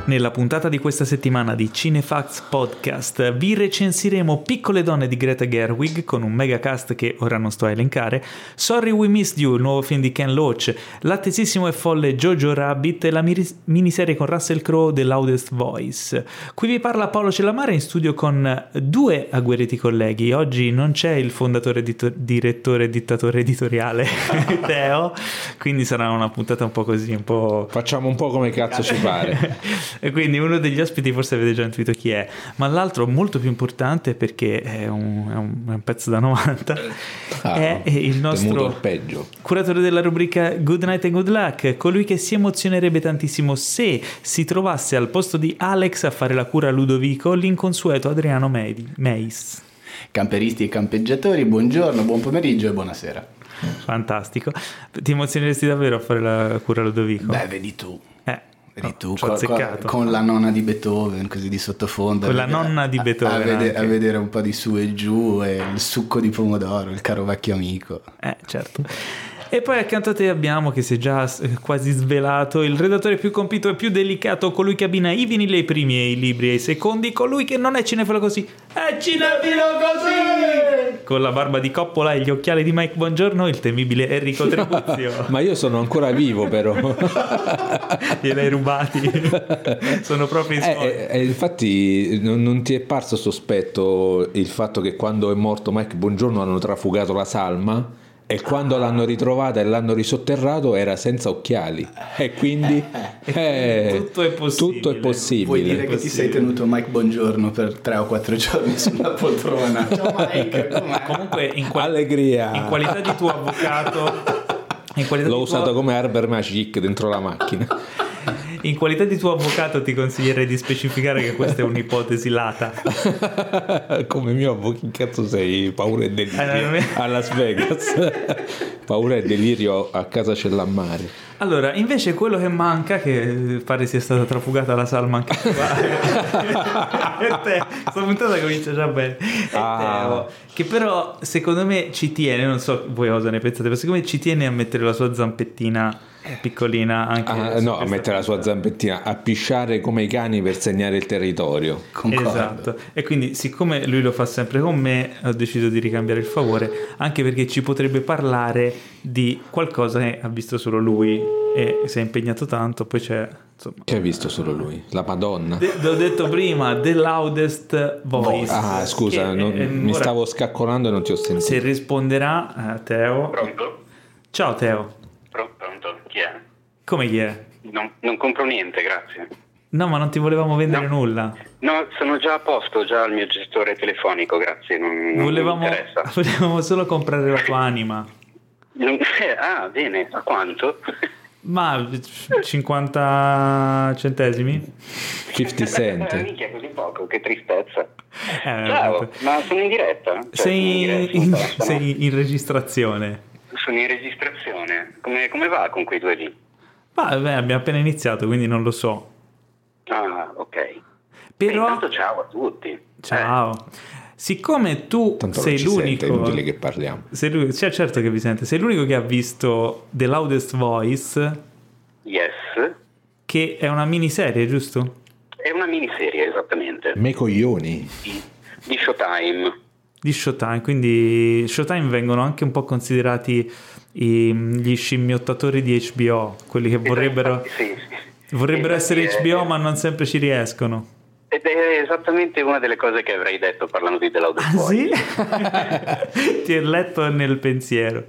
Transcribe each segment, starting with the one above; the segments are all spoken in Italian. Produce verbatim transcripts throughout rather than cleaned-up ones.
Nella puntata di questa settimana di Cinefax Podcast vi recensiremo Piccole donne di Greta Gerwig con un megacast che ora non sto a elencare, Sorry We Missed You, il nuovo film di Ken Loach, l'attesissimo e folle Jojo Rabbit e la miniserie con Russell Crowe The Loudest Voice. Qui vi parla Paolo Cellamare in studio con due agguerriti colleghi. Oggi non c'è il fondatore, edito- direttore e dittatore editoriale Teo, quindi sarà una puntata un po' così, un po'... Facciamo un po' come cazzo ci pare. E quindi uno degli ospiti forse avete già intuito chi è, ma l'altro molto più importante perché è un, è un, è un pezzo da novanta, ah, è il nostro peggio. curatore della rubrica Good Night and Good Luck, colui che si emozionerebbe tantissimo se si trovasse al posto di Alex a fare la cura a Ludovico l'inconsueto Adriano Meis. Camperisti e campeggiatori, buongiorno, buon pomeriggio e buonasera. Fantastico. Ti emozioneresti davvero a fare la cura a Ludovico? Beh, vedi tu. Eh. Vedi tu, no, con, con, con la nonna di Beethoven così di sottofondo, con la vedere, nonna di Beethoven a, a, vedere, a vedere un po' di su e giù e il succo di pomodoro, il caro vecchio amico. Eh certo. E poi accanto a te abbiamo, che si è già quasi svelato, il redattore più compito e più delicato, colui che abbina i vinili ai primi e i libri ai secondi, colui che non è cinefilo così, è cinefilo così! Con la barba di Coppola e gli occhiali di Mike Bongiorno, il temibile Enrico Tribuzio. Ma io sono ancora vivo però. Gliel'hai rubati. Sono proprio i suoi. Eh, eh, infatti non, non ti è parso sospetto il fatto che quando è morto Mike Bongiorno hanno trafugato la salma? E quando l'hanno ritrovata e l'hanno risotterrato era senza occhiali e quindi eh, tutto è possibile. Tutto è possibile. Vuoi dire è che possibile. ti sei tenuto Mike Bongiorno per tre o quattro giorni sulla poltrona? Ciao Mike, com'è? Comunque in, qual- Allegria. in qualità di tuo avvocato in qualità l'ho di usato tuo... come Arbor Magic dentro la macchina. In qualità di tuo avvocato ti consiglierei di specificare che questa è un'ipotesi lata. Come mio avvocato, che cazzo sei? Paura e delirio a Las Vegas. Paura e delirio a casa Cellammare. Allora, invece quello che manca, che pare sia stata trafugata la salma anche qua, è Teo. Questa puntata comincia già bene. È Ah. Teo, che però secondo me ci tiene, non so voi cosa ne pensate, ma secondo me ci tiene a mettere la sua zampettina piccolina anche Ah, no, a mettere la sua zampettina, a pisciare come i cani per segnare il territorio. Concordo. Esatto. E quindi siccome lui lo fa sempre con me, ho deciso di ricambiare il favore, anche perché ci potrebbe parlare di qualcosa che ha visto solo lui e si è impegnato tanto. Poi c'è, insomma, Che ha visto solo lui? La Madonna. De- l'ho detto prima, The Loudest Voice. Ah, scusa, che, non- eh, mi ora, stavo scaccolando e non ti ho sentito. se risponderà a Teo. Pronto? Ciao Teo. Pro- pronto? Chi è? Come chi è? Non, non compro niente, grazie. No, ma non ti volevamo vendere No. nulla. No, sono già a posto, già al mio gestore telefonico, grazie, non, non Volevamo, mi interessa. volevamo solo comprare la tua anima. Non- eh, ah, bene, a quanto? Ma cinquanta centesimi? cinquanta Eh, cent. minchia, così poco, che tristezza. Eh, Ciao, vabbè. ma sono in diretta? Cioè, Sei sono in, in, diretta, sono- sei in registrazione. sono in registrazione. Come, come va con quei due lì? Ma beh, abbiamo appena iniziato, quindi non lo so. Ah, ok. Però, Intanto ciao a tutti. ciao. Siccome tu Tanto sei non ci sente, è l'unico, inutile che parliamo. sei l'unico, cioè, certo che vi sente, sei l'unico che ha visto The Loudest Voice, Eh, yes. che è una miniserie, giusto? È una miniserie, esattamente. Me coglioni. Di, di Showtime. Di Showtime, quindi Showtime vengono anche un po' considerati i- gli scimmiottatori di H B O, quelli che vorrebbero, Esatto, sì, sì. vorrebbero essere Infatti H B O è- ma non sempre ci riescono. Ed è esattamente una delle cose che avrei detto parlando di The Loudest Ah sì? Voice. Ti è letto nel pensiero.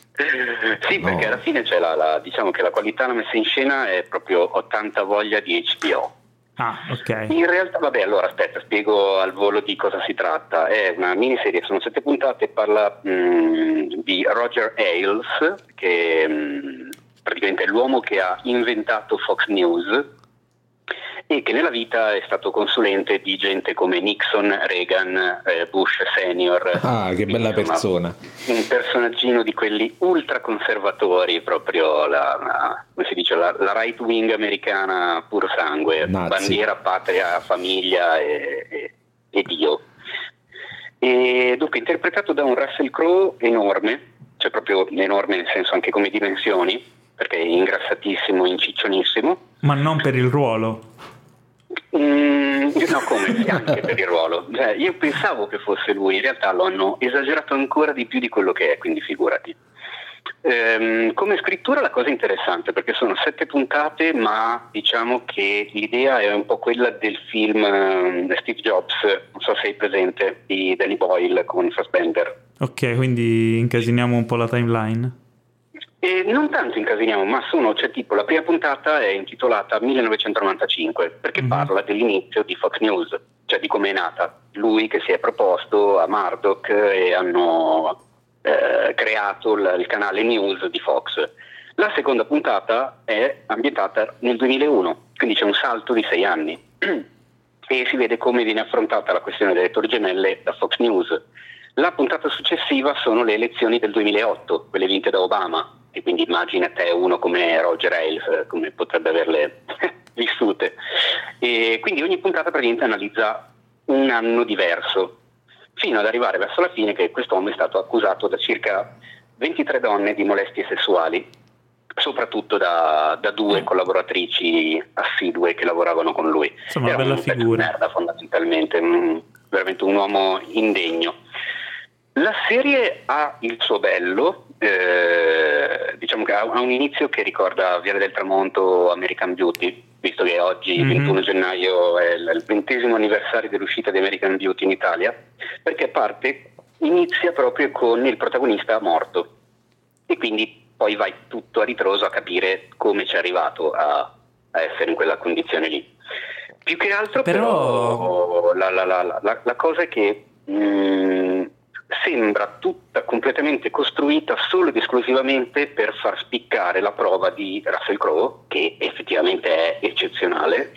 Sì, perché No. alla fine c'è la, la- diciamo che la qualità della messa in scena è proprio ho tanta voglia di H B O. Ah, ok. In realtà, vabbè, allora aspetta, spiego al volo di cosa si tratta. È una miniserie, sono sette puntate, parla mh, di Roger Ailes, che mh, praticamente è l'uomo che ha inventato Fox News e che nella vita è stato consulente di gente come Nixon, Reagan, eh, Bush senior. Ah, che bella Insomma, persona. un personaggino di quelli ultraconservatori, proprio la, la, come si dice, la, la right wing americana puro sangue, Nazi. bandiera, patria, famiglia e, e, e Dio. E dunque interpretato da un Russell Crowe enorme, cioè proprio enorme nel senso anche come dimensioni, perché è ingrassatissimo, inciccionissimo. Ma non per il ruolo. Mm, no, come anche per il ruolo. Cioè, io pensavo che fosse lui, in realtà lo hanno esagerato ancora di più di quello che è, quindi figurati. Ehm, come scrittura la cosa è interessante perché sono sette puntate, ma diciamo che l'idea è un po' quella del film eh, Steve Jobs, non so se sei presente, di Danny Boyle con Fassbender. Ok, quindi incasiniamo un po' la timeline. E non tanto incasiniamo, ma sono, cioè tipo la prima puntata è intitolata millenovecentonovantacinque perché mm-hmm. parla dell'inizio di Fox News, cioè di come è nata. Lui che si è proposto a Murdoch e hanno eh, creato il, il canale News di Fox. La seconda puntata è ambientata nel duemilauno, quindi c'è un salto di sei anni e si vede come viene affrontata la questione delle Torri Gemelle da Fox News. La puntata successiva sono le elezioni del duemilaotto, quelle vinte da Obama, e quindi immagina te uno come Roger Ailes, come potrebbe averle vissute. E quindi ogni puntata praticamente analizza un anno diverso, fino ad arrivare verso la fine che quest'uomo è stato accusato da circa ventitré donne di molestie sessuali, soprattutto da, da due collaboratrici assidue che lavoravano con lui. Insomma, era una bella un pezzo di figura. merda fondamentalmente, un, veramente un uomo indegno. La serie ha il suo bello, eh, diciamo che ha, ha un inizio che ricorda Via del Tramonto, American Beauty, visto che oggi, mm-hmm. ventuno gennaio, è il, il ventesimo anniversario dell'uscita di American Beauty in Italia, perché parte, inizia proprio con il protagonista morto e quindi poi vai tutto a ritroso a capire come ci è arrivato a, a essere in quella condizione lì. Più che altro però, però la, la, la, la, la cosa è che mh, sembra tutta completamente costruita solo ed esclusivamente per far spiccare la prova di Russell Crowe, che effettivamente è eccezionale,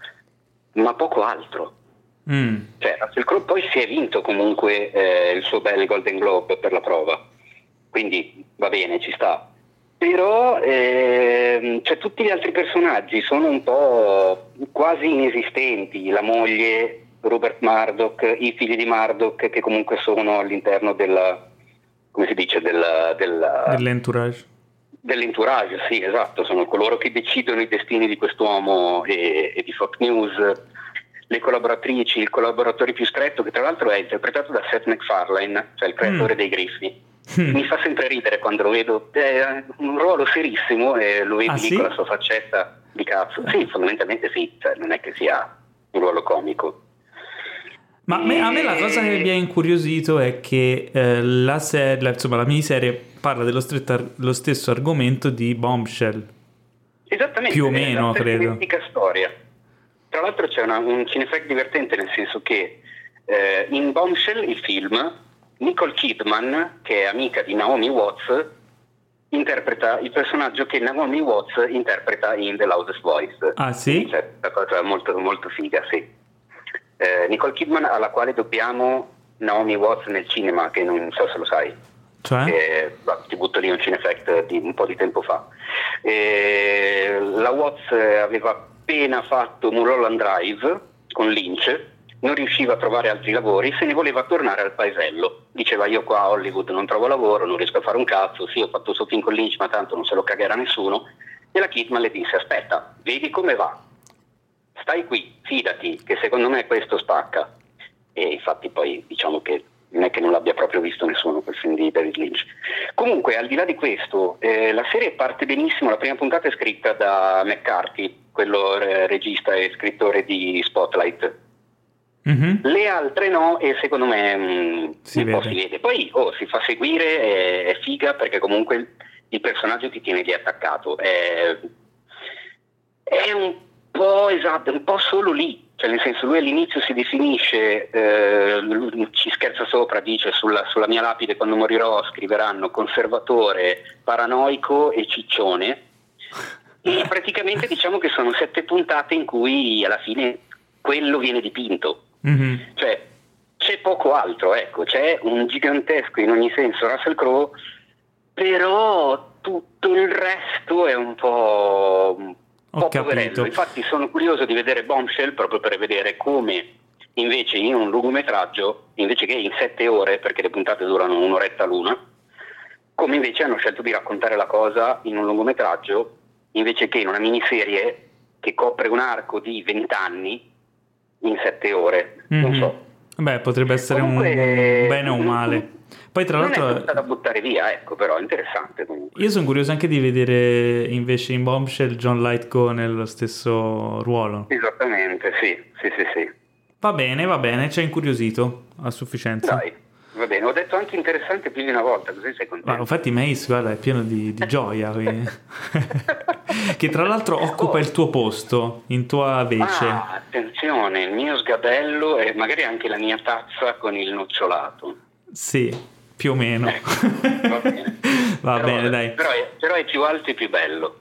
ma poco altro. Mm. Cioè Russell Crowe poi si è vinto comunque eh, il suo bel Golden Globe per la prova, quindi va bene, ci sta. Però eh, cioè, tutti gli altri personaggi sono un po' quasi inesistenti, la moglie, Rupert Murdoch, i figli di Murdoch che comunque sono all'interno della, come si dice, della, della, dell'entourage. Dell'entourage, sì, esatto, sono coloro che decidono i destini di quest'uomo e, e di Fox News, le collaboratrici, il collaboratore più stretto, che tra l'altro è interpretato da Seth MacFarlane, cioè il creatore mm. dei Griffi. Mm. Mi fa sempre ridere quando lo vedo, è un ruolo serissimo e lo vedi ah, lì sì? con la sua faccetta di cazzo. Sì, fondamentalmente sì, cioè non è che sia un ruolo comico. Ma a me, a me la cosa che mi ha incuriosito è che eh, la, ser- la, insomma, la miniserie parla dello stretta, lo stesso argomento di Bombshell. Esattamente. Più o meno, è credo. Identica storia. Tra l'altro c'è una, un cinefact divertente, nel senso che eh, in Bombshell, il film, Nicole Kidman, che è amica di Naomi Watts, interpreta il personaggio che Naomi Watts interpreta in The Loudest Voice. Ah sì? Cioè, la cosa è molto figa, sì. Eh, Nicole Kidman, alla quale dobbiamo Naomi Watts nel cinema, che non so se lo sai, cioè? eh, ti butto lì un cinefact di un po' di tempo fa. Eh, la Watts aveva appena fatto Mulholland Drive con Lynch, non riusciva a trovare altri lavori, se ne voleva tornare al paesello, diceva io qua a Hollywood non trovo lavoro, non riesco a fare un cazzo, sì ho fatto il suo film con Lynch ma tanto non se lo cagherà nessuno, e la Kidman le disse aspetta, vedi come va, stai qui, fidati, che secondo me questo spacca. E infatti poi diciamo che non è che non l'abbia proprio visto nessuno quel film di David Lynch. Comunque, al di là di questo, eh, la serie parte benissimo. La prima puntata è scritta da McCarthy, quello eh, regista e scrittore di Spotlight. Mm-hmm. Le altre no, e secondo me mh, si, un vede. po' si vede. Poi oh, si fa seguire, è, è figa perché comunque il personaggio ti tiene lì attaccato. È, è un po' esatto, un po' solo lì. Cioè nel senso, lui all'inizio si definisce, eh, ci scherza sopra, dice sulla, sulla mia lapide quando morirò scriveranno conservatore, paranoico e ciccione, e praticamente diciamo che sono sette puntate in cui alla fine quello viene dipinto. Mm-hmm. Cioè c'è poco altro, ecco, c'è un gigantesco in ogni senso Russell Crowe, però tutto il resto è un po'... Ho capito. Infatti sono curioso di vedere Bombshell proprio per vedere come invece in un lungometraggio, invece che in sette ore, perché le puntate durano un'oretta l'una, come invece hanno scelto di raccontare la cosa in un lungometraggio invece che in una miniserie che copre un arco di vent'anni in sette ore, mm-hmm. non so. Beh, potrebbe essere Comunque, un bene o un male. Poi tra non l'altro è tutta da buttare via, ecco, però è interessante comunque. Io sono curioso anche di vedere invece in Bombshell John Lithgow nello stesso ruolo. Esattamente, sì, sì, sì, sì. Va bene, va bene, ci ha incuriosito a sufficienza. Dai, va bene, ho detto anche interessante più di una volta, così sei contento. Ma infatti Mace, guarda, è pieno di, di gioia. Che tra l'altro occupa oh. il tuo posto in tua vece. Ah, attenzione, il mio sgabello e magari anche la mia tazza con il nocciolato. Sì. Più o meno. Ecco, va bene, va però, bene dai. Però è, però è più alto e più bello.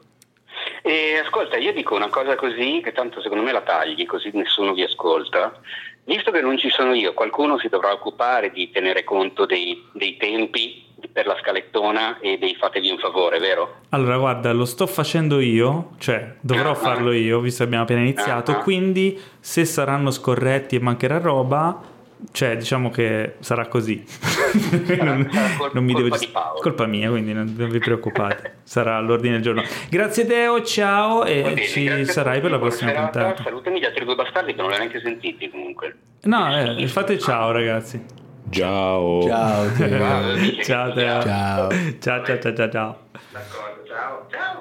E ascolta, io dico una cosa così, che tanto secondo me la tagli, così nessuno vi ascolta. Visto che non ci sono io, qualcuno si dovrà occupare di tenere conto dei, dei tempi per la scalettona e dei fatevi un favore, vero? Allora guarda, lo sto facendo io, cioè dovrò uh-huh. farlo io, visto che abbiamo appena iniziato, uh-huh. quindi se saranno scorretti e mancherà roba, cioè diciamo che sarà così. non, col- non mi colpa devo di Paolo. Colpa mia, quindi non, non vi preoccupate, sarà all'ordine del giorno. Grazie Teo, ciao e bene, ci sarai per la prossima serata. puntata. Salutami gli altri due bastardi che non li ho neanche sentiti comunque. No, eh, fate ciao ragazzi. Ciao. Ciao Teo. Ciao Teo. Ciao. Ciao ciao ciao ciao ciao. D'accordo, ciao. Ciao.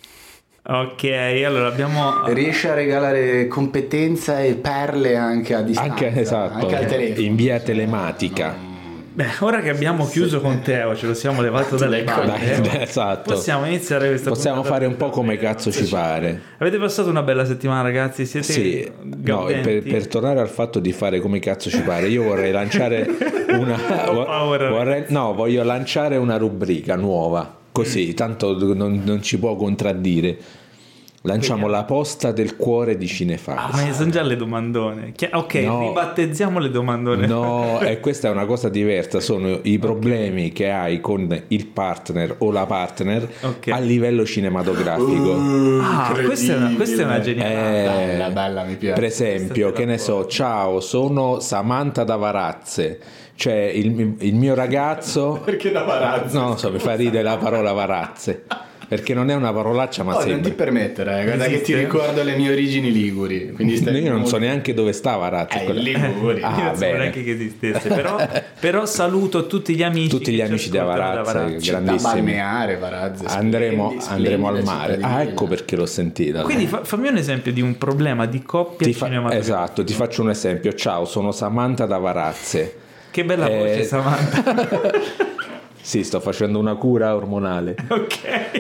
Ok, allora abbiamo... Riesce a regalare competenza e perle anche a distanza. Anche, esatto, anche al telefono. In via telematica. Beh, ora che abbiamo chiuso con Teo, ce lo siamo levato dalle palle, esatto. possiamo iniziare questa Possiamo fare un po' come cazzo ci pare. Avete passato una bella settimana ragazzi? Siete sì, no, per, per tornare al fatto di fare come cazzo ci pare, io vorrei lanciare una vorrei, no, voglio lanciare una rubrica nuova. Così, tanto non, non ci può contraddire. Lanciamo la posta del cuore di Cinefax. Ah, ma sono già le domandone. Ok, no, ribattezziamo le domandone. No, e questa è una cosa diversa. Sono i problemi okay. che hai con il partner o la partner okay. a livello cinematografico. Uh, ah, questa è una, questa è una geniale. Eh, bella, bella, mi piace. Per esempio, che ne so, ciao, sono Samantha da Varazze. Cioè il, il mio ragazzo. Perché da Varazze? No, non so, mi fa ridere la parola Varazze. Perché non è una parolaccia, ma oh, sembra. Non ti permettere, eh. Guarda che ti ricordo le mie origini liguri. Quindi stai io non so neanche dove sta Varazze. Eh, Liguri. Ah, io non so neanche che esistesse. Però, però saluto tutti gli amici. Tutti gli amici di Varazze, grandissimi. Da balneare, Varazze. Andremo, andremo al mare. Ah, ecco perché l'ho sentita. Quindi fa, fammi un esempio di un problema di coppia ti fa, esatto, ti faccio un esempio. Ciao, sono Samantha da Varazze. Che bella eh... voce, Samantha. Sì, sto facendo una cura ormonale. Ok.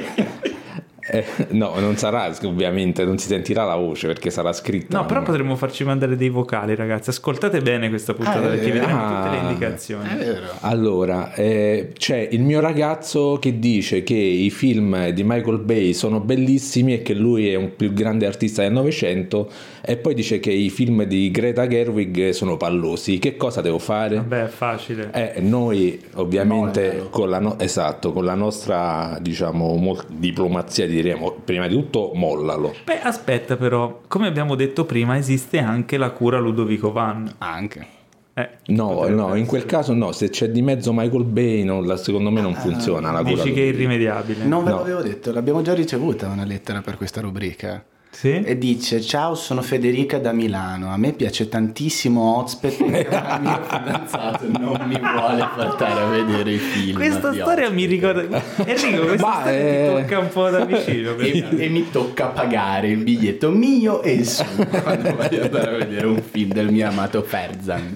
Eh, no, non sarà, ovviamente non si sentirà la voce perché sarà scritta. No, però potremmo farci mandare dei vocali, ragazzi. Ascoltate bene questa puntata ah, perché vedremo ah, tutte le indicazioni. È vero. Allora, eh, c'è il mio ragazzo che dice che i film di Michael Bay sono bellissimi e che lui è un più grande artista del Novecento, e poi dice che i film di Greta Gerwig sono pallosi. Che cosa devo fare? Vabbè, è facile. Eh, noi ovviamente con la, no- esatto, con la nostra, diciamo, mol- diplomazia diremo prima di tutto mollalo. Beh, aspetta però, come abbiamo detto prima, esiste anche la cura Ludovico Van. Anche. Eh, no, no, in quel caso no, se c'è di mezzo Michael Bay non, la, secondo me non funziona ah, la cura. Dici che è irrimediabile. Non ve no. l'avevo detto, l'abbiamo già ricevuta una lettera per questa rubrica. Sì? E dice: ciao, sono Federica da Milano, a me piace tantissimo Ozpet, ma il mio fidanzato non mi vuole portare a vedere i film. Questa storia Ozpet. Mi ricorda Enrico, questa ma storia è... ti tocca un po' da vicino e, e mi tocca pagare il biglietto mio e il suo quando voglio andare a vedere un film del mio amato Ferzan.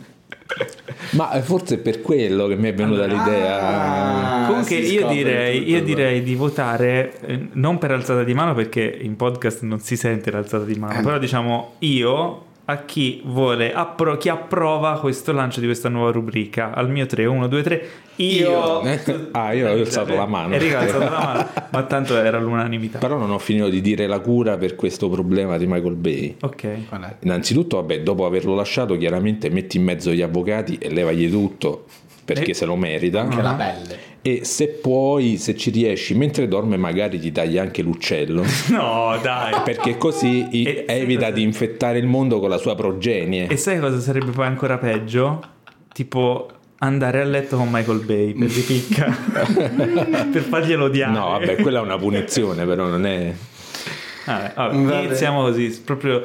Ma forse è per quello che mi è venuta ah, l'idea. Comunque io direi, tutto, io direi di votare eh, non per alzata di mano, perché in podcast non si sente l'alzata di mano, eh. però diciamo io a chi vuole appro- chi approva questo lancio di questa nuova rubrica al mio tre, uno, due, tre. Io ah io ho alzato la mano. Enrico ha alzato la mano, ma tanto era l'unanimità. Però non ho finito di dire la cura per questo problema di Michael Bay. Ok. Innanzitutto, vabbè, dopo averlo lasciato, chiaramente metti in mezzo gli avvocati e levagli tutto, perché e... se lo merita. Anche la pelle. E se puoi, se ci riesci, mentre dorme magari gli tagli anche l'uccello. No, dai. Perché così e evita di infettare il mondo con la sua progenie. E sai cosa sarebbe poi ancora peggio? Tipo andare a letto con Michael Bay per ripicca. Per farglielo odiare. No, vabbè, quella è una punizione, però non è... Vabbè, vabbè, iniziamo così, proprio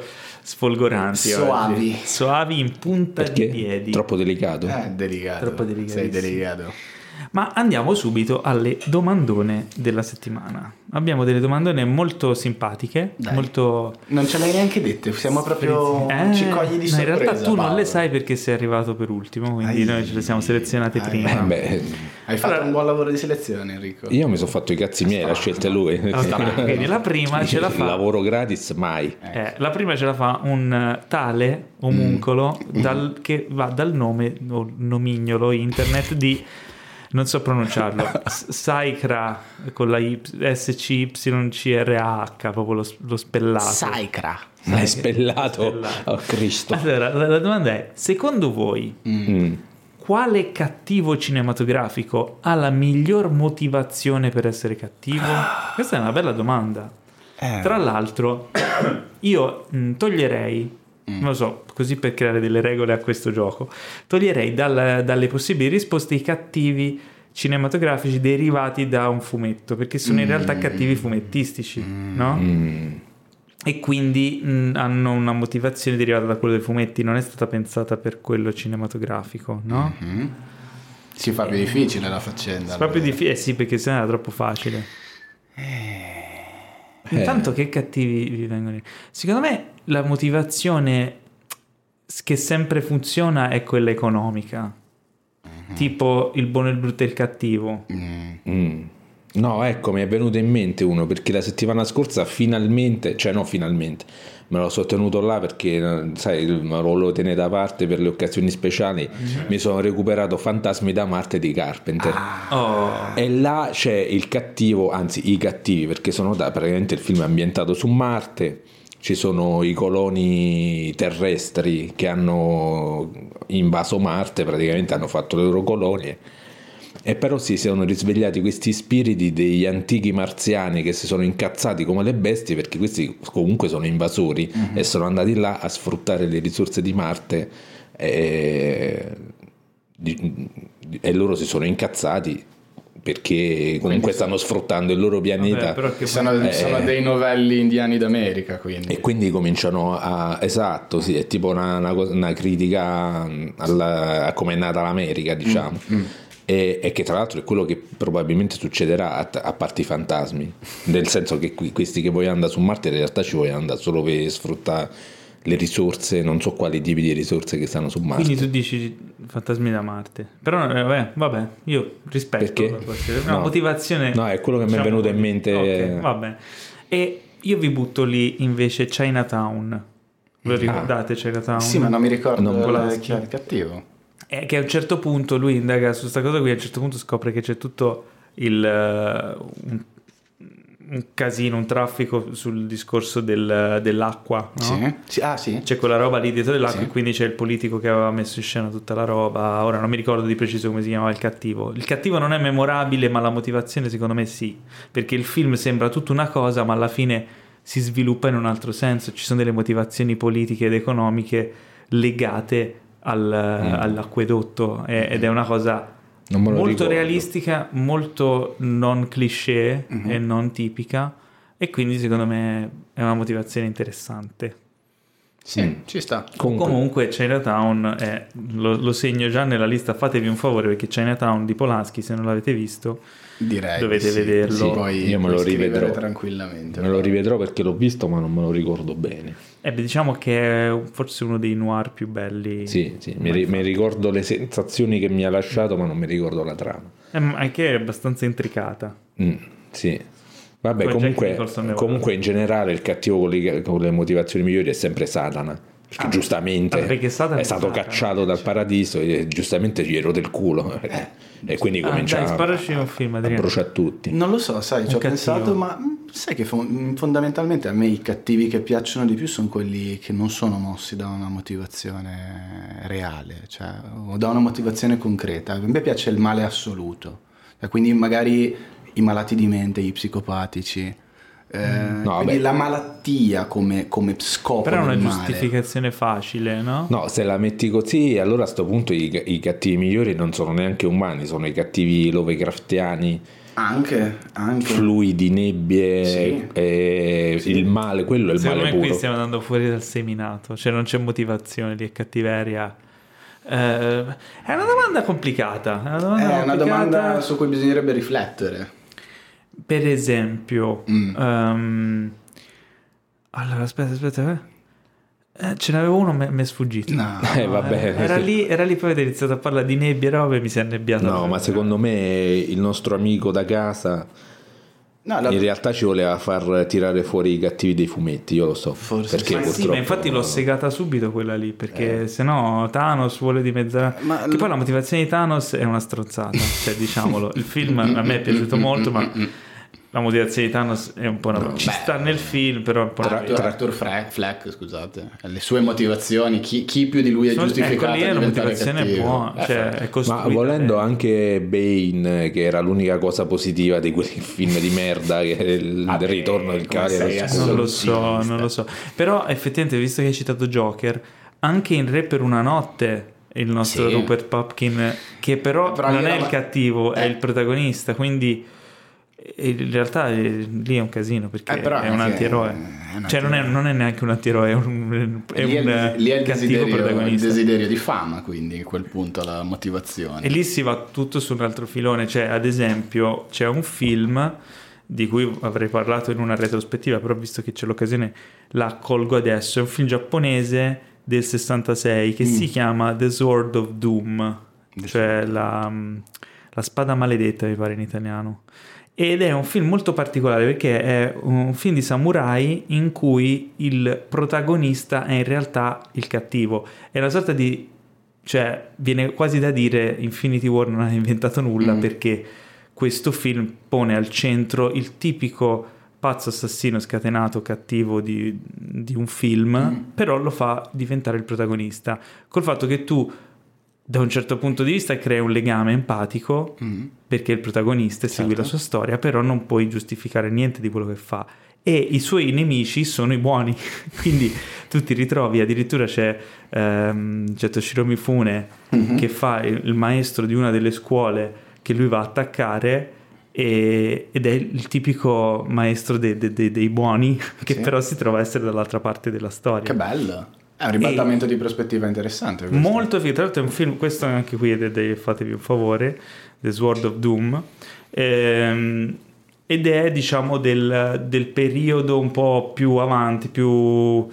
sfolgoranti, Soavi. oggi. Soavi in punta Perché? di piedi. Troppo delicato. Eh, delicato. Troppo delicato. Sei delicato. Ma andiamo subito alle domandone della settimana. Abbiamo delle domandone molto simpatiche, Dai. molto... Non ce l'hai neanche dette, siamo proprio... Eh, ci cogli di no, in sorpresa. realtà tu non Paolo. le sai perché sei arrivato per ultimo, quindi Ai, noi ce le siamo selezionate ai, prima. Eh, beh, Hai fatto Allora- un buon lavoro di selezione, Enrico. io mi sono fatto i cazzi miei, l'ha scelta lui. Ok, quindi la prima ce la Il fa... lavoro gratis mai. Eh, la prima ce la fa un eh, tale omuncolo dal- che va dal nome o nomignolo internet di, non so pronunciarlo, S- Saikra con la y, S C Y C R A H, proprio lo, lo spellato. Saikra. Ma è spellato. Spellato. Oh Cristo. Allora, la, la domanda è, secondo voi Mm. quale cattivo cinematografico ha la miglior motivazione per essere cattivo? Questa è una bella domanda. Eh. Tra l'altro, io mh, toglierei, non lo so, così per creare delle regole a questo gioco, toglierei dal- dalle possibili risposte i cattivi cinematografici derivati da un fumetto, perché sono in realtà cattivi fumettistici, no? Mm. E quindi mh, hanno una motivazione derivata da quello dei fumetti, non è stata pensata per quello cinematografico, no? Mm. Si fa più difficile la faccenda. È proprio allora. difficile, eh sì, perché sennò era troppo facile. Intanto che cattivi vi vengono in- Secondo me la motivazione che sempre funziona è quella economica. Tipo il buono, il brutto e il cattivo. Mm. No, ecco, mi è venuto in mente uno perché la settimana scorsa finalmente, cioè no finalmente, me lo sono tenuto là perché, eh, sai, me lo volevo tenere da parte per le occasioni speciali, mi sono recuperato Fantasmi da Marte di Carpenter. Oh. E là c'è il cattivo, anzi i cattivi, perché sono da, praticamente il film è ambientato su Marte, ci sono i coloni terrestri che hanno invaso Marte, praticamente hanno fatto le loro colonie. E però si sono risvegliati questi spiriti degli antichi marziani che si sono incazzati come le bestie perché questi comunque sono invasori mm-hmm. e sono andati là a sfruttare le risorse di Marte e, e loro si sono incazzati perché comunque stanno sfruttando il loro pianeta. Vabbè, però che Sono, Eh. sono dei novelli indiani d'America, quindi. E quindi cominciano a... Esatto, sì, è tipo una, una, cosa- una critica alla, a come è nata l'America, diciamo. Mm, mm. E, e che tra l'altro è quello che probabilmente succederà a, a parte i fantasmi, nel senso che qui, questi che vogliono andare su Marte in realtà ci vogliono andare solo per sfruttare le risorse, non so quali tipi di risorse che stanno su Marte. Quindi tu dici Fantasmi da Marte. Però eh, vabbè, vabbè, io rispetto Perché? la vostra- una No. motivazione. No, è quello che mi è venuto in mente. Ok, va bene. E io vi butto lì invece Chinatown. Lo ricordate Chinatown? Sì, ma non mi ricordo Non il- Polanski. chi è il cattivo. È che a un certo punto lui indaga su questa cosa qui, a un certo punto scopre che c'è tutto il uh, un, un casino, un traffico sul discorso del, dell'acqua, no? Sì? Sì, ah, sì. C'è quella roba lì dietro dell'acqua Sì. e quindi c'è il politico che aveva messo in scena tutta la roba. Ora non mi ricordo di preciso come si chiamava il cattivo. Il cattivo non è memorabile, ma la motivazione secondo me sì, perché il film sembra tutta una cosa ma alla fine si sviluppa in un altro senso. Ci sono delle motivazioni politiche ed economiche legate al, Mm. all'acquedotto e- ed è una cosa Non me lo molto ricordo. realistica, molto non cliché Mhm. e non tipica, e quindi secondo me è una motivazione interessante. Sì, ci sta. Comunque, Comunque Chinatown è, lo, lo segno già nella lista, fatevi un favore perché Chinatown di Polanski, se non l'avete visto, Direi. dovete di sì. vederlo. Sì, poi Io me lo puoi scrivere rivedrò. tranquillamente. me lo rivedrò perché l'ho visto ma non me lo ricordo bene. Eh beh, diciamo che è forse uno dei noir più belli. Sì, sì, mi, mai ri- mi fatti. ricordo le sensazioni che mi ha lasciato ma non mi ricordo la trama. Eh, ma anche è abbastanza intricata. Mm, sì. Vabbè, Poi Jack comunque, Nicholson ne comunque in generale il cattivo con le, con le motivazioni migliori è sempre Satana. Perché Ah, giustamente ah, perché Satana è è stato Satana. cacciato dal paradiso e giustamente gli rode il culo. E quindi Ah, comincia dai, a, sparaci un film, a Adriano. bruciare tutti. Non lo so, sai, ci ho cattivo. pensato, ma mm, sai che fo- fondamentalmente a me i cattivi che piacciono di più sono quelli che non sono mossi da una motivazione reale, cioè, o da una motivazione concreta. A me piace il male assoluto, cioè, quindi magari i malati di mente, i psicopatici, Eh, No, quindi vabbè. la malattia come, come scopo Però è una del male. giustificazione facile, no? No, se la metti così, allora a sto punto i, i cattivi migliori non sono neanche umani, sono i cattivi Lovecraftiani, Anche, anche. fluidi, nebbie, Sì. e Sì. il male, quello è il Secondo male me qui puro. stiamo andando fuori dal seminato, cioè non c'è motivazione lì, è cattiveria. Eh, è una domanda complicata. È una domanda, È una complicata. domanda su cui bisognerebbe riflettere. Per esempio, Mm. ehm, allora aspetta, aspetta, eh. Eh, ce n'avevo uno, mi è sfuggito. No. Eh, vabbè. Era lì, era lì, poi avete iniziato a parlare di nebbie e robe e mi si è annebbiato. No, ma secondo me il nostro amico da casa No, la- in realtà ci voleva far tirare fuori i cattivi dei fumetti, io lo so. Forse perché sì. Ma sì, purtroppo ma infatti l'ho segata subito quella lì, perché se no Thanos vuole dimezzare. Ma- Che poi la motivazione di Thanos è una strozzata, cioè diciamolo. Il film a me è piaciuto molto, ma la motivazione di Thanos è un po' una... Ci beh. sta nel film, però è un po' una... Arthur, Arthur Fre- Fleck, scusate, le sue motivazioni, chi, chi più di lui è Ecco, giustificato lì a è una diventare motivazione cattivo? buona, Eh, cioè è Ma costruita volendo bene. anche Bane, che era l'unica cosa positiva di quel film di merda, che è il Vabbè, ritorno del come Cavaliere sei Oscuro. Non lo assolutista. so, non lo so. Però effettivamente, visto che hai citato Joker, anche in Re per una notte il nostro Sì. Rupert Pupkin, che però, Però non io è la- il cattivo, è eh. il protagonista, quindi eh, in realtà eh, lì è un casino perché Eh, però è un anche- antieroe. è un Cioè non è, antieroe. non è neanche un antieroe, è un, è lì, un è, lì è il cattivo desiderio, il protagonista. desiderio di fama, quindi a quel punto la motivazione. E lì si va tutto su un altro filone, cioè ad esempio c'è un film di cui avrei parlato in una retrospettiva, però visto che c'è l'occasione la colgo adesso, è un film giapponese del sessantasei che Mm. si chiama The Sword of Doom, cioè la, la spada maledetta mi pare in italiano. Ed è un film molto particolare perché è un film di samurai in cui il protagonista è in realtà il cattivo. È una sorta di... cioè viene quasi da dire Infinity War non ha inventato nulla Mm. perché questo film pone al centro il tipico pazzo assassino scatenato cattivo di, di un film, Mm. però lo fa diventare il protagonista col fatto che tu da un certo punto di vista crei un legame empatico Mm. perché è il protagonista e segui Certo. la sua storia, però non puoi giustificare niente di quello che fa e i suoi nemici sono i buoni quindi tu ti ritrovi, addirittura c'è, ehm, c'è Toshiro Mifune Mhm. che fa il, il maestro di una delle scuole che lui va a attaccare e- ed è il tipico maestro de- de- de- dei buoni che Sì. però si trova a essere dall'altra parte della storia. Che bello. È un ribaltamento di prospettiva interessante questo. Molto figo, tra l'altro è un film, questo anche qui ed è, fatevi un favore, The Sword of Doom, ehm, ed è diciamo del, del periodo un po' più avanti, più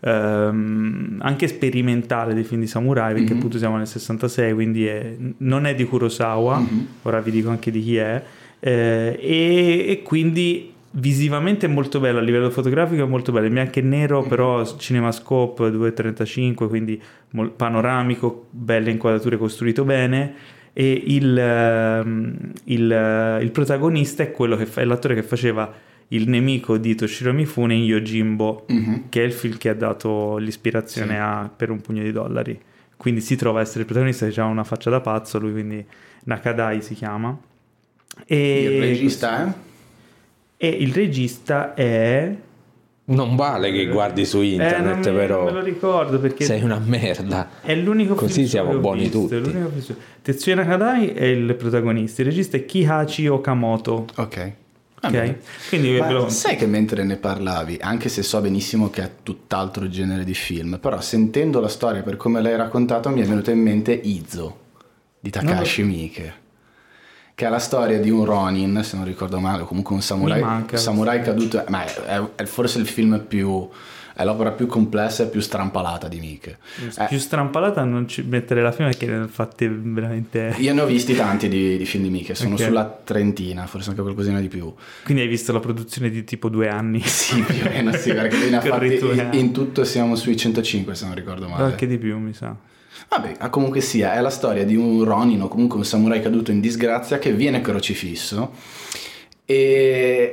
ehm, anche sperimentale dei film di samurai, perché Mhm. appunto siamo nel sessantasei, quindi è- non è di Kurosawa, Mhm. ora vi dico anche di chi è, eh, e, e quindi visivamente è molto bello, a livello fotografico è molto bello, in bianco e nero, però CinemaScope due virgola trentacinque, quindi mol- panoramico, belle inquadrature, costruito bene, e il, ehm, il, il protagonista è quello che fa, è l'attore che faceva il nemico di Toshiro Mifune in Yojimbo, Mhm. che è il film che ha dato l'ispirazione Sì. a Per un pugno di dollari, quindi si trova a essere il protagonista che ha una faccia da pazzo, lui quindi Nakadai si chiama. E Il regista è? e il regista è... Non vale che guardi su internet, eh, non, mi- però non me lo ricordo perché sei una merda. è l'unico Così film siamo che ho buoni visto, tutti. è l'unico film- Tetsuya Nakadai è il protagonista, il regista è Kihachi Okamoto, Ok. ok? Quindi ve lo- Ma sai che mentre ne parlavi, anche se so benissimo che è tutt'altro genere di film, però sentendo la storia per come l'hai raccontato mi è venuto in mente Izo di Takashi Miike, che è la storia di un Ronin, se non ricordo male, o comunque un Mi samurai, manca. samurai caduto, ma è, è- è forse il film più, è l'opera più complessa e più strampalata di Miike. Eh, più strampalata non ci mettere la prima perché ne ho fatte veramente... io ne ho visti tanti di, di film di Miike, sono Ok. sulla trentina, forse anche qualcosina di più. Quindi hai visto la produzione di tipo due anni? Sì, più o meno sì, perché lui ne ha Che fatti ritmo in, è? in tutto siamo sui centocinque se non ricordo male. Anche di più mi sa. Vabbè, ma comunque sia, è la storia di un Ronin o comunque un samurai caduto in disgrazia che viene crocifisso e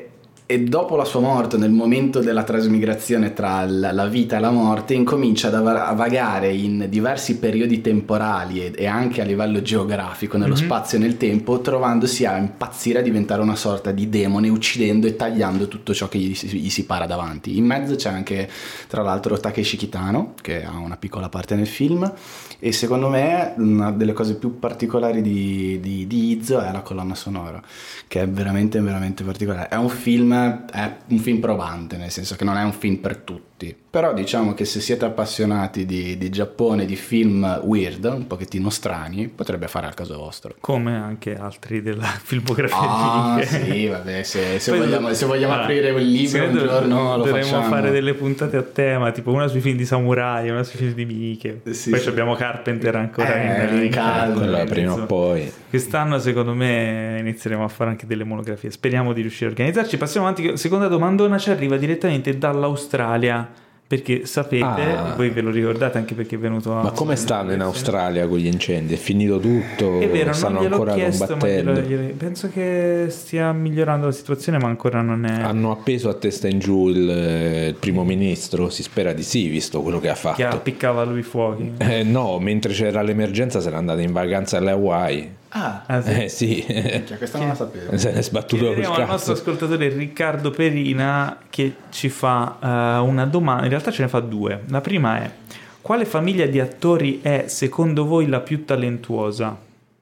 e dopo la sua morte, nel momento della trasmigrazione tra la, la vita e la morte, incomincia ad av- a vagare in diversi periodi temporali e, e anche a livello geografico, nello mm-hmm. spazio e nel tempo, trovandosi a impazzire, a diventare una sorta di demone, uccidendo e tagliando tutto ciò che gli, gli si para davanti. In mezzo c'è anche, tra l'altro, Takeshi Kitano, che ha una piccola parte nel film, e secondo me una delle cose più particolari di, di, di Izzo è la colonna sonora, che è veramente veramente particolare. È un film è un film probante, nel senso che non è un film per tutti, però diciamo che se siete appassionati di, di Giappone, di film weird, un pochettino strani, potrebbe fare al caso vostro, come anche altri della filmografia. Ah di sì, vabbè, se, se vogliamo, se vogliamo allora, aprire un libro un giorno lo dovremmo facciamo. fare delle puntate a tema, tipo una sui film di samurai, una sui film di Miike, sì, poi sì. abbiamo Carpenter ancora eh, in, in caldo, quella prima o poi. Quest'anno secondo me inizieremo a fare anche delle monografie, speriamo di riuscire a organizzarci. Passiamo avanti, seconda domandona ci arriva direttamente dall'Australia, perché sapete, ah. voi ve lo ricordate anche perché è venuto a... Ma come stanno in Australia con gli incendi? È finito tutto? È vero, stanno non gliel'ho ancora chiesto, combattendo? ma glielo, glielo, penso che stia migliorando la situazione, ma ancora non è... Hanno appeso a testa in giù il, il primo ministro, si spera di sì, visto quello che ha fatto. Che appiccava lui fuochi. Eh, no, mentre c'era l'emergenza se n'è andato in vacanza alle Hawaii. Ah, Ah, sì. Eh sì, cioè, questa non la sapevo. se n'è sbattuto col Chiederemo al nostro cazzo. ascoltatore Riccardo Perina che ci fa uh, una domanda, in realtà ce ne fa due. La prima è: quale famiglia di attori è secondo voi la più talentuosa?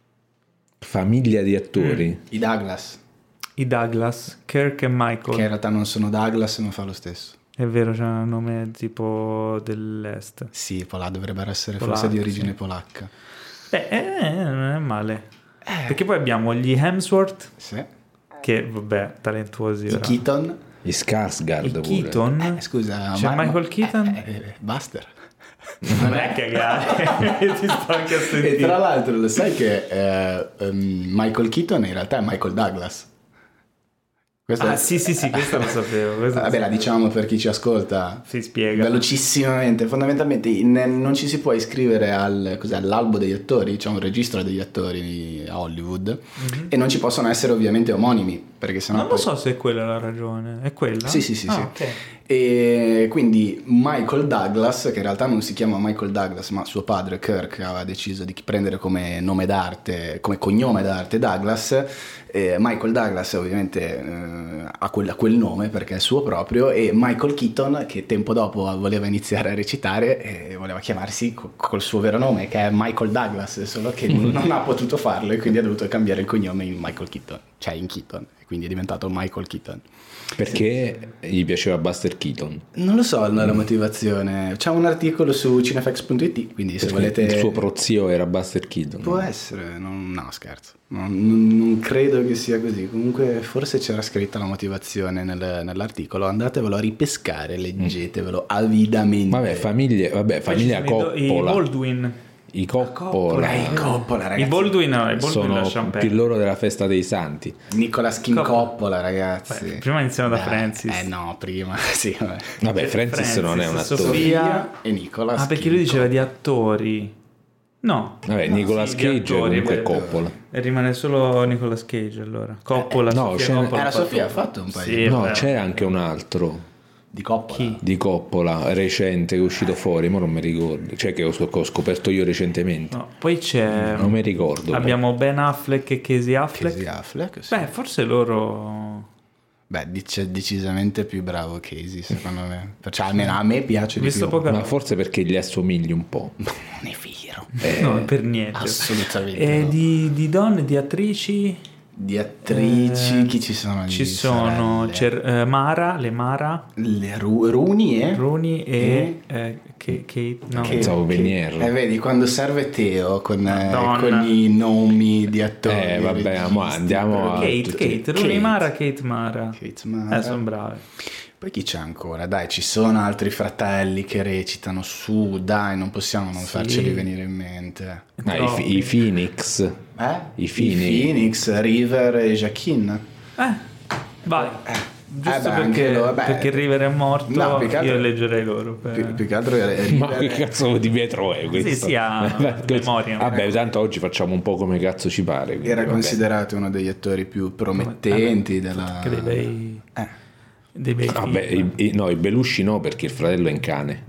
Famiglia di attori. Mm. I Douglas, I Douglas, Kirk e Michael. che in realtà non sono Douglas, ma fa lo stesso. È vero, c'è un nome tipo dell'est. Sì, pola, dovrebbero essere Polacco, forse di origine sì. polacca. Beh, eh, non è male. Eh. Perché poi abbiamo gli Hemsworth, Sì. che vabbè, talentuosi. I ora. Keaton. Gli Skarsgård I pure. Keaton. Eh, scusa, C'è ma- Michael ma- Keaton? Eh, eh, Buster. Non è cagare, ti sto anche a E sentire. tra l'altro lo sai che eh, um, Michael Keaton in realtà è Michael Douglas. Questo Ah è- sì sì sì, questo lo sapevo. Questo lo Vabbè, la sapevo. diciamo per chi ci ascolta. Si spiega. Velocissimamente, fondamentalmente in- non ci si può iscrivere al, cos'è, all'albo degli attori, c'è un registro degli attori a Hollywood Mhm. e non ci possono essere ovviamente omonimi, perché sennò Non lo poi- so se è quella la ragione. È quella? Sì, sì, sì, Ah, sì. ok. E quindi Michael Douglas, che in realtà non si chiama Michael Douglas, ma suo padre Kirk aveva deciso di prendere come nome d'arte, come cognome d'arte Douglas. eh, Michael Douglas ovviamente eh, ha quel, ha quel nome perché è suo proprio, e Michael Keaton, che tempo dopo voleva iniziare a recitare e voleva chiamarsi co- col suo vero nome, che è Michael Douglas, solo che non ha potuto farlo e quindi ha dovuto cambiare il cognome in Michael Keaton, cioè in Keaton, e quindi è diventato Michael Keaton. Perché gli piaceva Buster Keaton? Non lo so la motivazione. C'è un articolo su cinefx punto it, quindi se Perché volete. il suo prozio era Buster Keaton. Può essere, non, no scherzo, non, non- non credo che sia così. Comunque forse c'era scritta la motivazione nel- nell'articolo, andatevelo a ripescare, leggetevelo avidamente. Vabbè, famiglie, vabbè, Poi famiglia ci sono i, Do- i Coppola. Baldwin. I Coppola. Eh, i Coppola, ragazzi. I Baldwin, no, i Baldwin Sono lasciamo più perdere. loro della festa dei santi. Nicolas King Coppola. Coppola, ragazzi. Beh, prima iniziamo da Dai, Francis. Eh no, prima, sì, vabbè. Vabbè, Francis, Francis, non è un attore. Sofia. E Nicolas Ah, perché King lui diceva di Coppola. attori. No. Vabbè, No, Nicolas sì, di Cage attori, comunque beh, Coppola. E rimane solo Nicolas Cage allora. Coppola, Eh, no, Sofia c'è- Coppola Eh, la ha fatto- Sofia ha fatto un paio Sì, di- No, vabbè. c'è anche un altro Di Coppola. Chi? di Coppola recente che è uscito fuori, ma non mi ricordo. Cioè che ho che ho scoperto io recentemente. No, poi c'è... Non mi ricordo. Abbiamo Ben Affleck e Casey Affleck. Casey Affleck, sì. Beh, forse loro... Beh, dice decisamente più bravo Casey, secondo me. Cioè, almeno a me piace di Visto più. poca- Ma forse perché gli assomigli un po'. Non è vero. Eh, No, per niente. Assolutamente. E no. di, di donne, di attrici... Di attrici, Eh, chi ci sono? Ci Di sono sorelle? c'è, eh, Mara, le Mara, Le Ru- Rooney, eh? Rooney e eh, Kate, Kate, no. Che- Pensavo che- Venier. Eh, vedi, quando serve Teo con, eh, Madonna. con i nomi di attori. Eh, vabbè, registi, ma andiamo a- Kate, tutti- Kate, Rooney Kate. Mara, Kate Mara. Kate Mara. Eh, sono brave. Poi chi c'è ancora? Dai, ci sono altri fratelli che recitano su, dai, non possiamo non Sì. farceli venire in mente. Ah, i, Troppi. i Phoenix. Eh? I Phoenix. Phoenix, River e Jacquin. Eh, vai. Giusto Eh beh, perché, anche loro, beh, perché River è morto, no, più che altro- io leggerei loro. per- Più, più che altro è Ma River. che cazzo di vetro è questo? Sì, sì, ha memoria. Vabbè, tanto oggi facciamo un po' come cazzo ci pare. quindi Era vabbè. considerato uno degli attori più promettenti della... Che dei bei... Eh. dei bei Vabbè, film. i, i- no, i Belushi no, perché il fratello è un cane.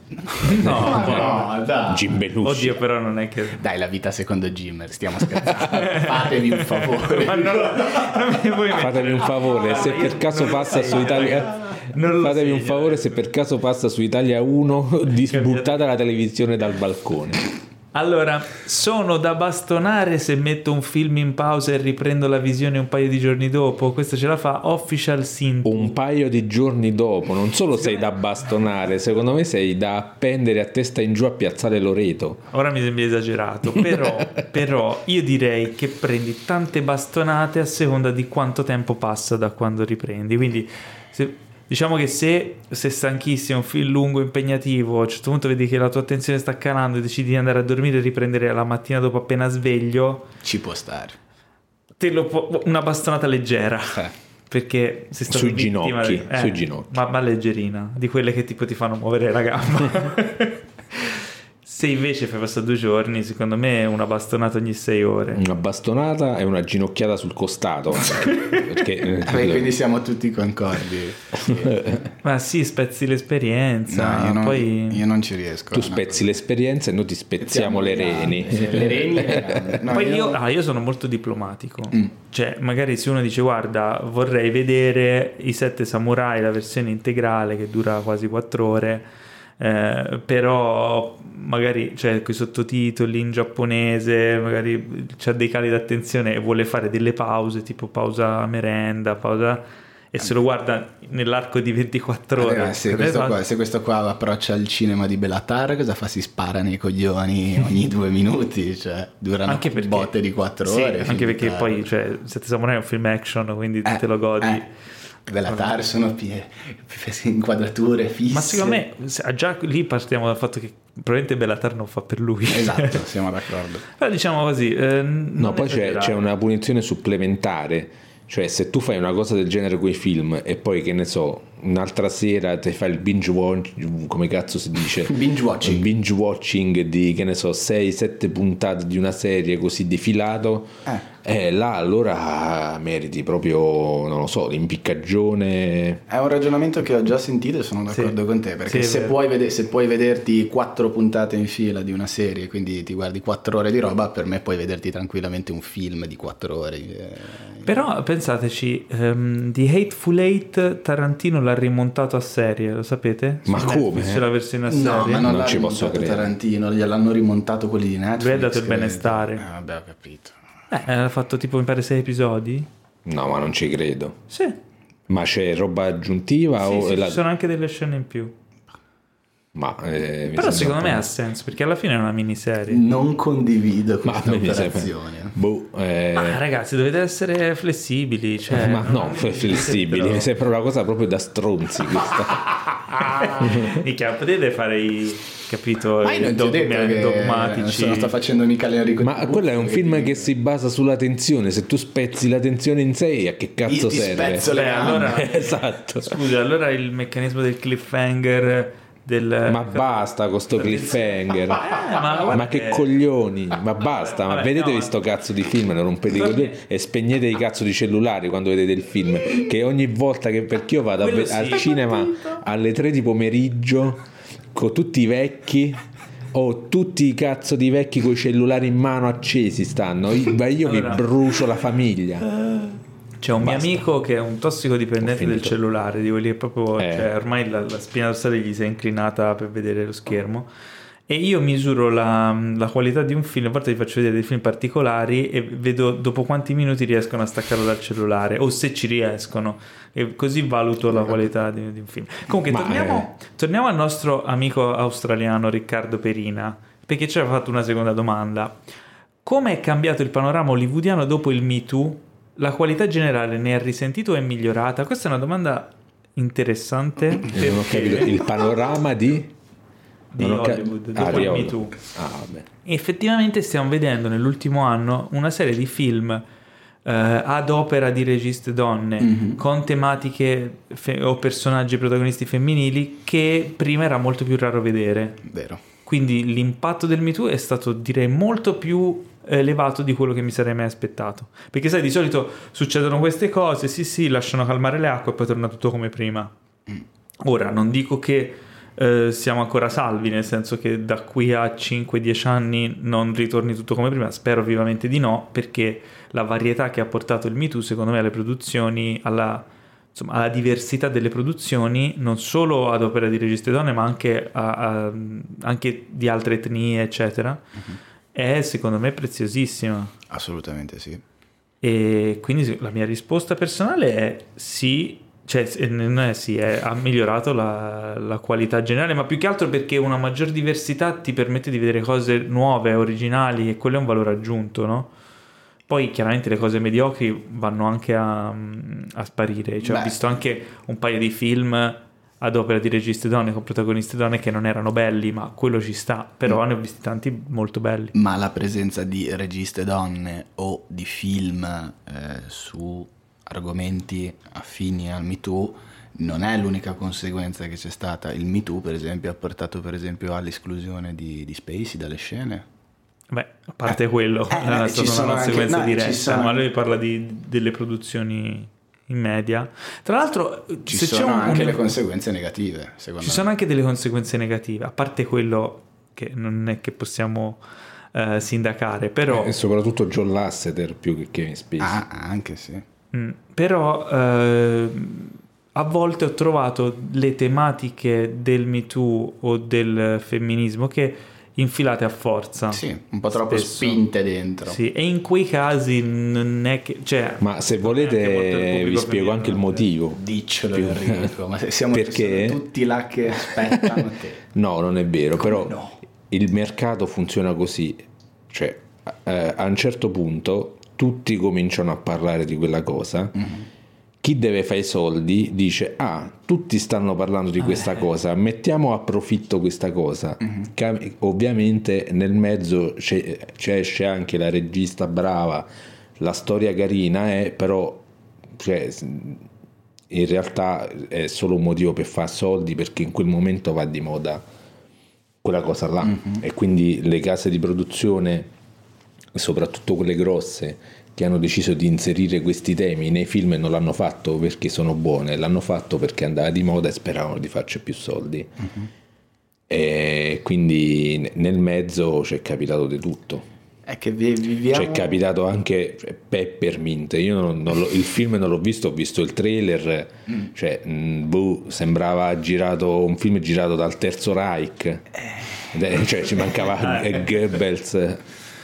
No, No, dai. Jim Belushi. oddio, però non è che Dai, la vita secondo Jimmer, stiamo scherzando. Fatevi un favore. ma non, non mi puoi mettere- Fatemi un favore, se per caso passa su Italia Non lo Fatemi un segno. favore, se per caso passa su Italia uno, di sbuttata la televisione dal balcone. Allora, sono da bastonare se metto un film in pausa e riprendo la visione un paio di giorni dopo. Questa ce la fa Official Synth. Un paio di giorni dopo, non solo sei da bastonare, secondo me sei da appendere a testa in giù a Piazzale Loreto. Ora mi sembra esagerato, però, però io direi che prendi tante bastonate a seconda di quanto tempo passa da quando riprendi. Quindi se, diciamo che se sei stanchissimo, un film lungo, impegnativo, a un certo punto vedi che la tua attenzione sta calando e decidi di andare a dormire e riprendere la mattina dopo appena sveglio, Ci può stare. te lo può, una bastonata leggera. Eh. Perché sei stato Sui vittima ginocchi, di- sui ginocchi. Ma, ma leggerina, di quelle che tipo ti fanno muovere la gamba. Se invece fai passare due giorni, secondo me una bastonata ogni sei ore. Una bastonata e una ginocchiata sul costato. Perché, eh, Vabbè, quindi siamo tutti concordi. Sì. Ma sì, spezzi l'esperienza. No, io, non, poi io non ci riesco. tu no. spezzi l'esperienza e noi ti spezziamo le reni. Sì, le reni. le gambe. No, Poi io- io, ah, io sono molto diplomatico. Mm. Cioè, magari se uno dice guarda, vorrei vedere I Sette Samurai, la versione integrale che dura quasi quattro ore, eh, però magari c'è coi sottotitoli in giapponese, magari c'ha dei cali d'attenzione e vuole fare delle pause, tipo pausa merenda, pausa, e se lo guarda nell'arco di ventiquattro ore. Allora, se, questo qua, se questo qua approccia al cinema di Bellatar, cosa fa? Si spara nei coglioni ogni due minuti, cioè durano Anche perché- botte di quattro Sì, ore. anche perché finita. poi cioè, Sette Samurai è un film action, quindi Eh, te lo godi. eh. Bellatar sono pie- inquadrature fisse. Ma secondo me se- già lì partiamo dal fatto che probabilmente Bellatar non fa per lui. Esatto, siamo d'accordo. Però diciamo così. eh, No, non poi c'è, esagerare. c'è una punizione supplementare. Cioè, se tu fai una cosa del genere con i film e poi, che ne so, un'altra sera ti fai il binge watching, come cazzo si dice? Binge watching. Il binge watching di, che ne so, sei sette puntate di una serie così defilato, Eh. eh, là allora meriti proprio, non lo so, l'impiccagione. È un ragionamento che ho già sentito e sono d'accordo Sì. con te, perché Sì, è se, vero. puoi vede- se puoi vederti quattro puntate in fila di una serie, quindi ti guardi quattro ore di roba, per me puoi vederti tranquillamente un film di quattro ore. eh. Però pensateci, ehm, di Hateful Eight Tarantino l'ha rimontato a serie, lo sapete? Ma Su come? Netflix c'è la versione a serie. No, ma non, Non l'ha ci posso rimontato credere. Tarantino, gliel'hanno rimontato quelli di Netflix. Lui ha dato il credo. benestare. Eh, vabbè, ho capito. Eh, ha fatto tipo mi pare sei episodi? No, ma non ci credo. Sì, Ma c'è roba aggiuntiva sì, o sì, è la- ci sono anche delle scene in più. Ma eh, mi Però sembra secondo un me po'- ha senso, perché alla fine è una miniserie. Non condivido Ma a questa me mi sembra- operazione. boh, eh, Ma ragazzi, dovete essere flessibili. Cioè, ma non- no, flessibili, però- mi sembra una cosa proprio da stronzi questa. Minchia, potete fare i capito Ma io non i ti ho dogmi- detto che dogmatici. non sto facendo mica l'Enrico Ma Tiburcio, quello è un film ti- che si basa sulla tensione. Se tu spezzi la tensione in sé, a che cazzo Io ti serve? spezzo le Beh, gambe. allora- Esatto. Scusa, allora il meccanismo del cliffhanger del Ma basta con sto cliffhanger. Eh, ma, guarda Ma che coglioni, ma basta, ma Vabbè, vedetevi no, sto cazzo di film, non rompete i Vabbè. coglioni e spegnete i cazzo di cellulari quando vedete il film, che ogni volta che, perché io vado a Quello ve- sì. al cinema alle tre di pomeriggio con tutti i vecchi o tutti i cazzo di vecchi con i cellulari in mano accesi stanno, io, ma io Allora. vi brucio la famiglia. c'è un Basta. mio amico che è un tossicodipendente Ho del finito. cellulare, di quelli che proprio Eh. cioè, ormai la, la spina dorsale gli si è inclinata per vedere lo schermo. E io misuro la, la qualità di un film, a volte vi faccio vedere dei film particolari e vedo dopo quanti minuti riescono a staccarlo dal cellulare o se ci riescono, e così valuto la qualità di, di un film. Comunque Ma, torniamo, torniamo al nostro amico australiano Riccardo Perina, perché ci ha fatto una seconda domanda. Come è cambiato il panorama hollywoodiano dopo il Me Too? La qualità generale ne è risentito o è migliorata? Questa è una domanda interessante Eh, non ho perché- capito il panorama di di non ho ca- Hollywood Ah, dopo di il Me Hollywood. Too. Ah, vabbè. Effettivamente stiamo vedendo nell'ultimo anno una serie di film eh, ad opera di registe donne Mhm. con tematiche fe- o personaggi protagonisti femminili che prima era molto più raro vedere. Vero. Quindi l'impatto del Me Too è stato, direi, molto più elevato di quello che mi sarei mai aspettato, perché sai, di solito succedono queste cose, sì sì, lasciano calmare le acque e poi torna tutto come prima. Ora non dico che eh, siamo ancora salvi, nel senso che da qui a cinque dieci anni non ritorni tutto come prima, spero vivamente di no, perché la varietà che ha portato il Me Too secondo me alle produzioni, alla, insomma, alla diversità delle produzioni, non solo ad opera di registi donne ma anche, a, a, anche di altre etnie eccetera, uh-huh. è secondo me preziosissima. Assolutamente sì. E quindi la mia risposta personale è sì, cioè non è sì, è, ha migliorato la, la qualità generale, ma più che altro perché una maggior diversità ti permette di vedere cose nuove, originali, e quello è un valore aggiunto, no? Poi chiaramente le cose mediocri vanno anche a, a sparire, cioè Beh. ho visto anche un paio di film ad opera di registi donne con protagonisti donne che non erano belli, ma quello ci sta, però mm. ne ho visti tanti molto belli. Ma la presenza di registe donne o di film eh, su argomenti affini al Me Too non è l'unica conseguenza che c'è stata. Il Me Too per esempio ha portato per esempio all'esclusione di, di Spacey dalle scene. Beh, a parte eh, quello, eh, è stata una conseguenza anche, no, diretta, ma lui parla di, delle produzioni in media. Tra l'altro ci se sono c'è un, anche un... le conseguenze negative, secondo ci me. sono anche delle conseguenze negative, a parte quello che non è che possiamo uh, sindacare, però e soprattutto John Lasseter più che Kevin Spacey. Ah, anche sì. Mm, però uh, a volte ho trovato le tematiche del Me Too o del femminismo che infilate a forza, sì, un po' troppo spesso. Spinte dentro, sì, e in quei casi non è che, cioè, ma se volete vi spiego anche il motivo. Diccelo Enrico, ma se siamo, perché siamo tutti là che aspettano te. No, non è vero. Come però no? Il mercato funziona così, cioè eh, a un certo punto tutti cominciano a parlare di quella cosa. Mm-hmm. Chi deve fare i soldi dice: ah, tutti stanno parlando di questa eh. cosa, mettiamo a profitto questa cosa. Mm-hmm. Che, ovviamente nel mezzo c'è, c'è anche la regista brava, la storia carina, eh, però cioè, in realtà è solo un motivo per fare soldi, perché in quel momento va di moda quella cosa là. Mm-hmm. E quindi le case di produzione, soprattutto quelle grosse, che hanno deciso di inserire questi temi nei film, non l'hanno fatto perché sono buone, l'hanno fatto perché andava di moda e speravano di farci più soldi. Uh-huh. E quindi nel mezzo c'è capitato di tutto. È che viviamo... C'è capitato anche Peppermint. Io non, non lo, il film non l'ho visto, ho visto il trailer. Mm. Cioè, mh, boh, sembrava girato un film girato dal Terzo Reich. Eh. Cioè, ci mancava Goebbels.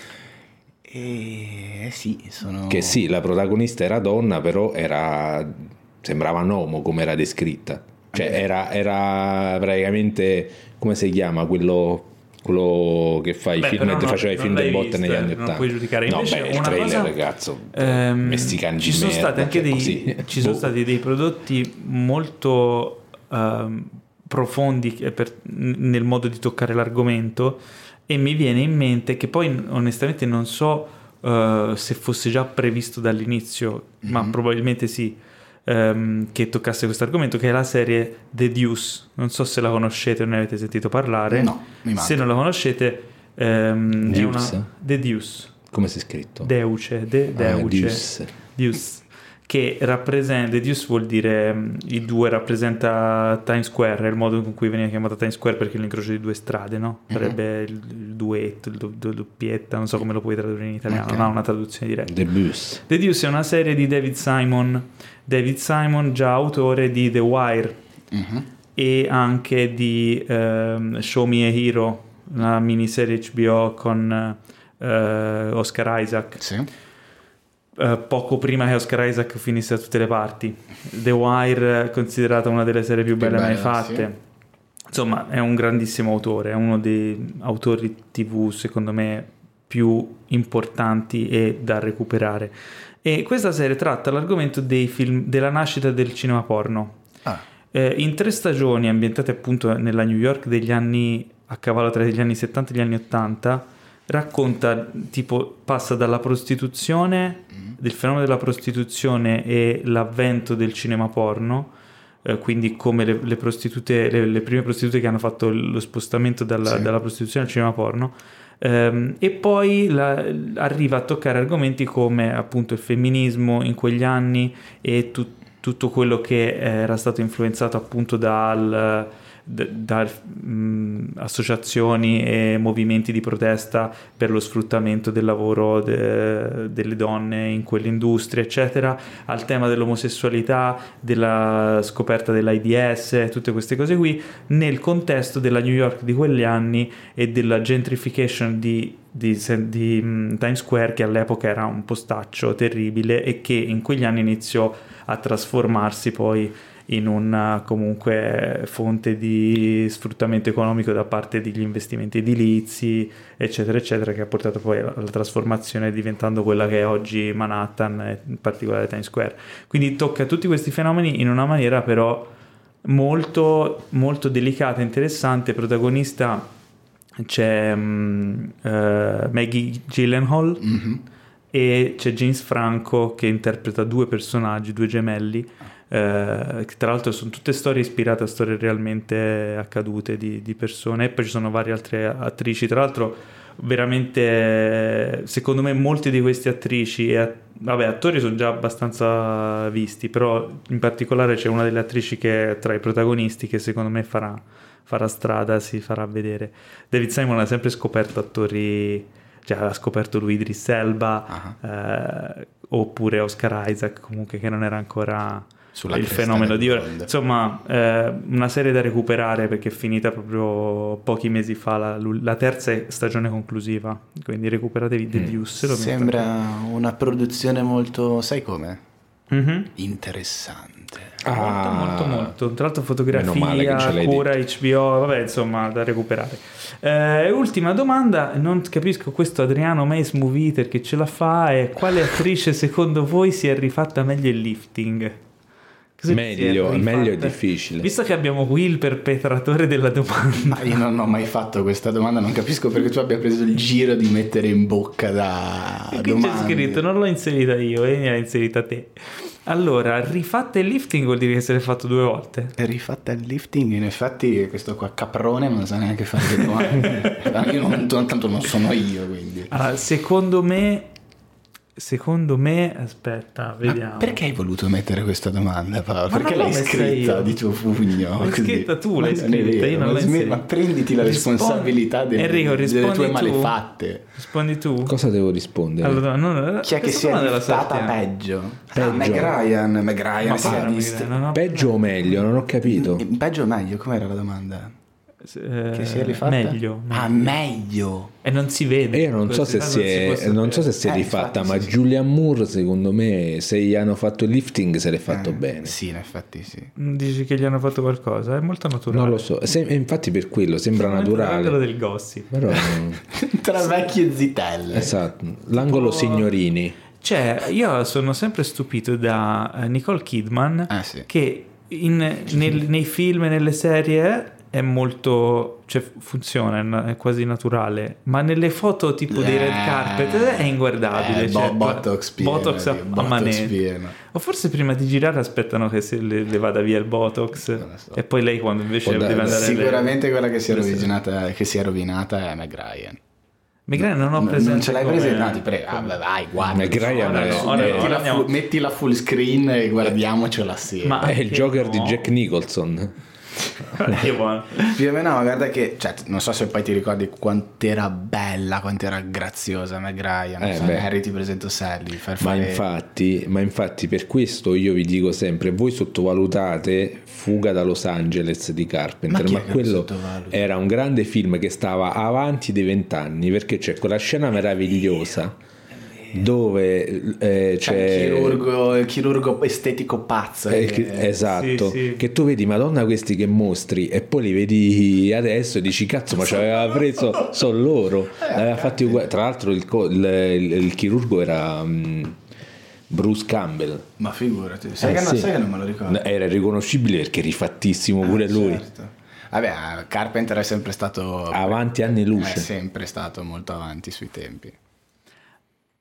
Eh sì, sono... Che sì, la protagonista era donna, però era sembrava un uomo come era descritta. Cioè okay. era, era praticamente, come si chiama, quello, quello che fa i beh, film, no, faceva i film del bot negli anni ottanta. Non puoi giudicare. No, invece beh, il una trailer, cosa, ragazzo, ehm, messicani ci di sono merda, stati anche dei, così. ci sono boh. stati dei prodotti molto um, profondi per, nel modo di toccare l'argomento. E mi viene in mente che poi onestamente non so uh, se fosse già previsto dall'inizio, mm-hmm. ma probabilmente sì, um, che toccasse questo argomento, che è la serie The Deuce. Non so se la conoscete o ne avete sentito parlare. No, mi manca. Se non la conoscete, um, è una The Deuce. Come si è scritto? Deuce, de, Deuce, ah, Deuce. Deuce. Che rappresenta, Deuce vuol dire, il due rappresenta Times Square, è il modo con cui veniva chiamata Times Square perché è l'incrocio di due strade, no? Sarebbe mm-hmm. il, il duetto, il do, do, doppietta, non so come lo puoi tradurre in italiano, okay. Non ha una traduzione diretta. The Deuce. The Deuce è una serie di David Simon, David Simon già autore di The Wire mm-hmm. e anche di um, Show Me a Hero, una miniserie H B O con uh, Oscar Isaac. Sì. Uh, poco prima che Oscar Isaac finisse da tutte le parti. The Wire è considerata una delle serie più belle, più belle mai fatte. Sì. Insomma, è un grandissimo autore, è uno dei autori tivù secondo me più importanti e da recuperare. E questa serie tratta l'argomento dei film, della nascita del cinema porno. Ah. Eh, in tre stagioni ambientate appunto nella New York degli anni, a cavallo tra gli anni settanta e gli anni ottanta, racconta, tipo, passa dalla prostituzione, mm. del fenomeno della prostituzione e l'avvento del cinema porno, eh, quindi come le, le prostitute, le, le prime prostitute che hanno fatto lo spostamento dalla, sì. dalla prostituzione al cinema porno, ehm, e poi la, arriva a toccare argomenti come appunto il femminismo in quegli anni e tut, tutto quello che era stato influenzato appunto dal da, da mh, associazioni e movimenti di protesta per lo sfruttamento del lavoro de, delle donne in quell'industria eccetera, al tema dell'omosessualità, della scoperta dell'AIDS, tutte queste cose qui nel contesto della New York di quegli anni e della gentrification di Di, di um, Times Square, che all'epoca era un postaccio terribile e che in quegli anni iniziò a trasformarsi poi in una comunque fonte di sfruttamento economico da parte degli investimenti edilizi eccetera eccetera, che ha portato poi alla trasformazione diventando quella che è oggi Manhattan e in particolare Times Square. Quindi tocca tutti questi fenomeni in una maniera però molto molto delicata e interessante. Protagonista c'è um, uh, Maggie Gyllenhaal mm-hmm. e c'è James Franco che interpreta due personaggi, due gemelli, uh, che tra l'altro sono tutte storie ispirate a storie realmente accadute di, di persone, e poi ci sono varie altre attrici, tra l'altro veramente secondo me molte di queste attrici e vabbè attori sono già abbastanza visti, però in particolare c'è una delle attrici che è tra i protagonisti che secondo me farà farà strada, si farà vedere. David Simon ha sempre scoperto attori, cioè ha scoperto lui Idris Elba uh-huh. eh, oppure Oscar Isaac comunque, che non era ancora sulla il fenomeno di ora, insomma eh, una serie da recuperare perché è finita proprio pochi mesi fa la, la terza stagione conclusiva, quindi recuperatevi The Deuce. Mm. Sembra una produzione molto, sai come? Mm-hmm. Interessante. Ah, molto molto molto tra l'altro fotografia, cura H B O, vabbè insomma da recuperare. Eh, ultima domanda, non capisco questo Adriano Mace Movie Eater che ce la fa, è quale attrice secondo voi si è rifatta meglio il lifting? Così meglio, meglio è difficile. Visto che abbiamo qui il perpetratore della domanda. Ma io non ho mai fatto questa domanda, non capisco perché tu abbia preso il giro di mettere in bocca da e domande. Qui c'è scritto, non l'ho inserita io, e eh, l'hai inserita te. Allora, rifatta il lifting vuol dire che se l'è fatto due volte? Rifatta il lifting, in effetti questo qua caprone non sa neanche fare le domande. Io non, tanto non sono io, quindi. Allora, secondo me... Secondo me, aspetta, vediamo. Ma perché hai voluto mettere questa domanda, Paolo? Ma perché l'hai scritta io. Di tuo pugno? L'hai così? Scritta tu, l'hai scritta, io non l'ho sm- Ma prenditi la Rispondi. responsabilità delle, Enrico, delle tue tu. malefatte. Rispondi tu. Cosa devo rispondere? Allora, no, chi è che si è stata peggio? peggio. Ah, Meg Ryan, Meg Ryan Ma si è vista. No, no. Peggio o meglio? Non ho capito. Peggio o meglio? Com'era la domanda? Eh, che si è rifatta? Meglio, meglio. Ah, meglio. E non si vede. Io non so se si è, si non so se si è eh, rifatta, infatti, ma sì, Julianne Moore secondo me se gli hanno fatto il lifting se l'è fatto eh, bene. Sì, in effetti sì. Dici che gli hanno fatto qualcosa? È molto naturale. Non lo so, se, infatti per quello sembra Sono naturale. L'angolo del gossip. Però tra vecchie zitelle. Esatto, l'angolo tipo... signorini. Cioè, io sono sempre stupito da Nicole Kidman ah, sì. che in, nel, nei film e nelle serie è molto, cioè funziona, è quasi naturale, ma nelle foto tipo eh, dei red carpet è inguardabile, eh, cioè, botox pieno, botox a, a manetta, o forse prima di girare aspettano che se le, le vada via il botox so. E poi lei quando invece Può deve andare sicuramente le... quella che si è rovinata che si è rovinata è Meg Ryan. Meg Ryan non ho presente. Non ce l'hai come... presente? No, ti prego. Ah, vai, guarda. Meg Ryan è... no, metti, ora, la fu- metti la full screen e guardiamocela assieme. Ma è il Joker no. di Jack Nicholson. Più o meno, ma guarda che, cioè, non so se poi ti ricordi quanto era bella, quanto era graziosa Meg Ryan. Eh, so, Harry ti presento Sally. Ma fare... infatti, ma infatti per questo io vi dico sempre, voi sottovalutate Fuga da Los Angeles di Carpenter, ma, ma quello era un grande film che stava avanti dei vent'anni, perché c'è quella scena meravigliosa dove eh, c'è il chirurgo, il chirurgo estetico pazzo eh, che... esatto, sì, sì. che tu vedi Madonna questi che mostri e poi li vedi adesso e dici cazzo ma ci aveva preso sono loro l'aveva fatti uguali. Tra l'altro il, il, il chirurgo era um, Bruce Campbell, ma figurati sai, eh, che, sì. non, sai che non me lo ricordo, era riconoscibile perché è rifattissimo pure ah, lui certo. Vabbè, Carpenter è sempre stato avanti anni luce, è sempre stato molto avanti sui tempi.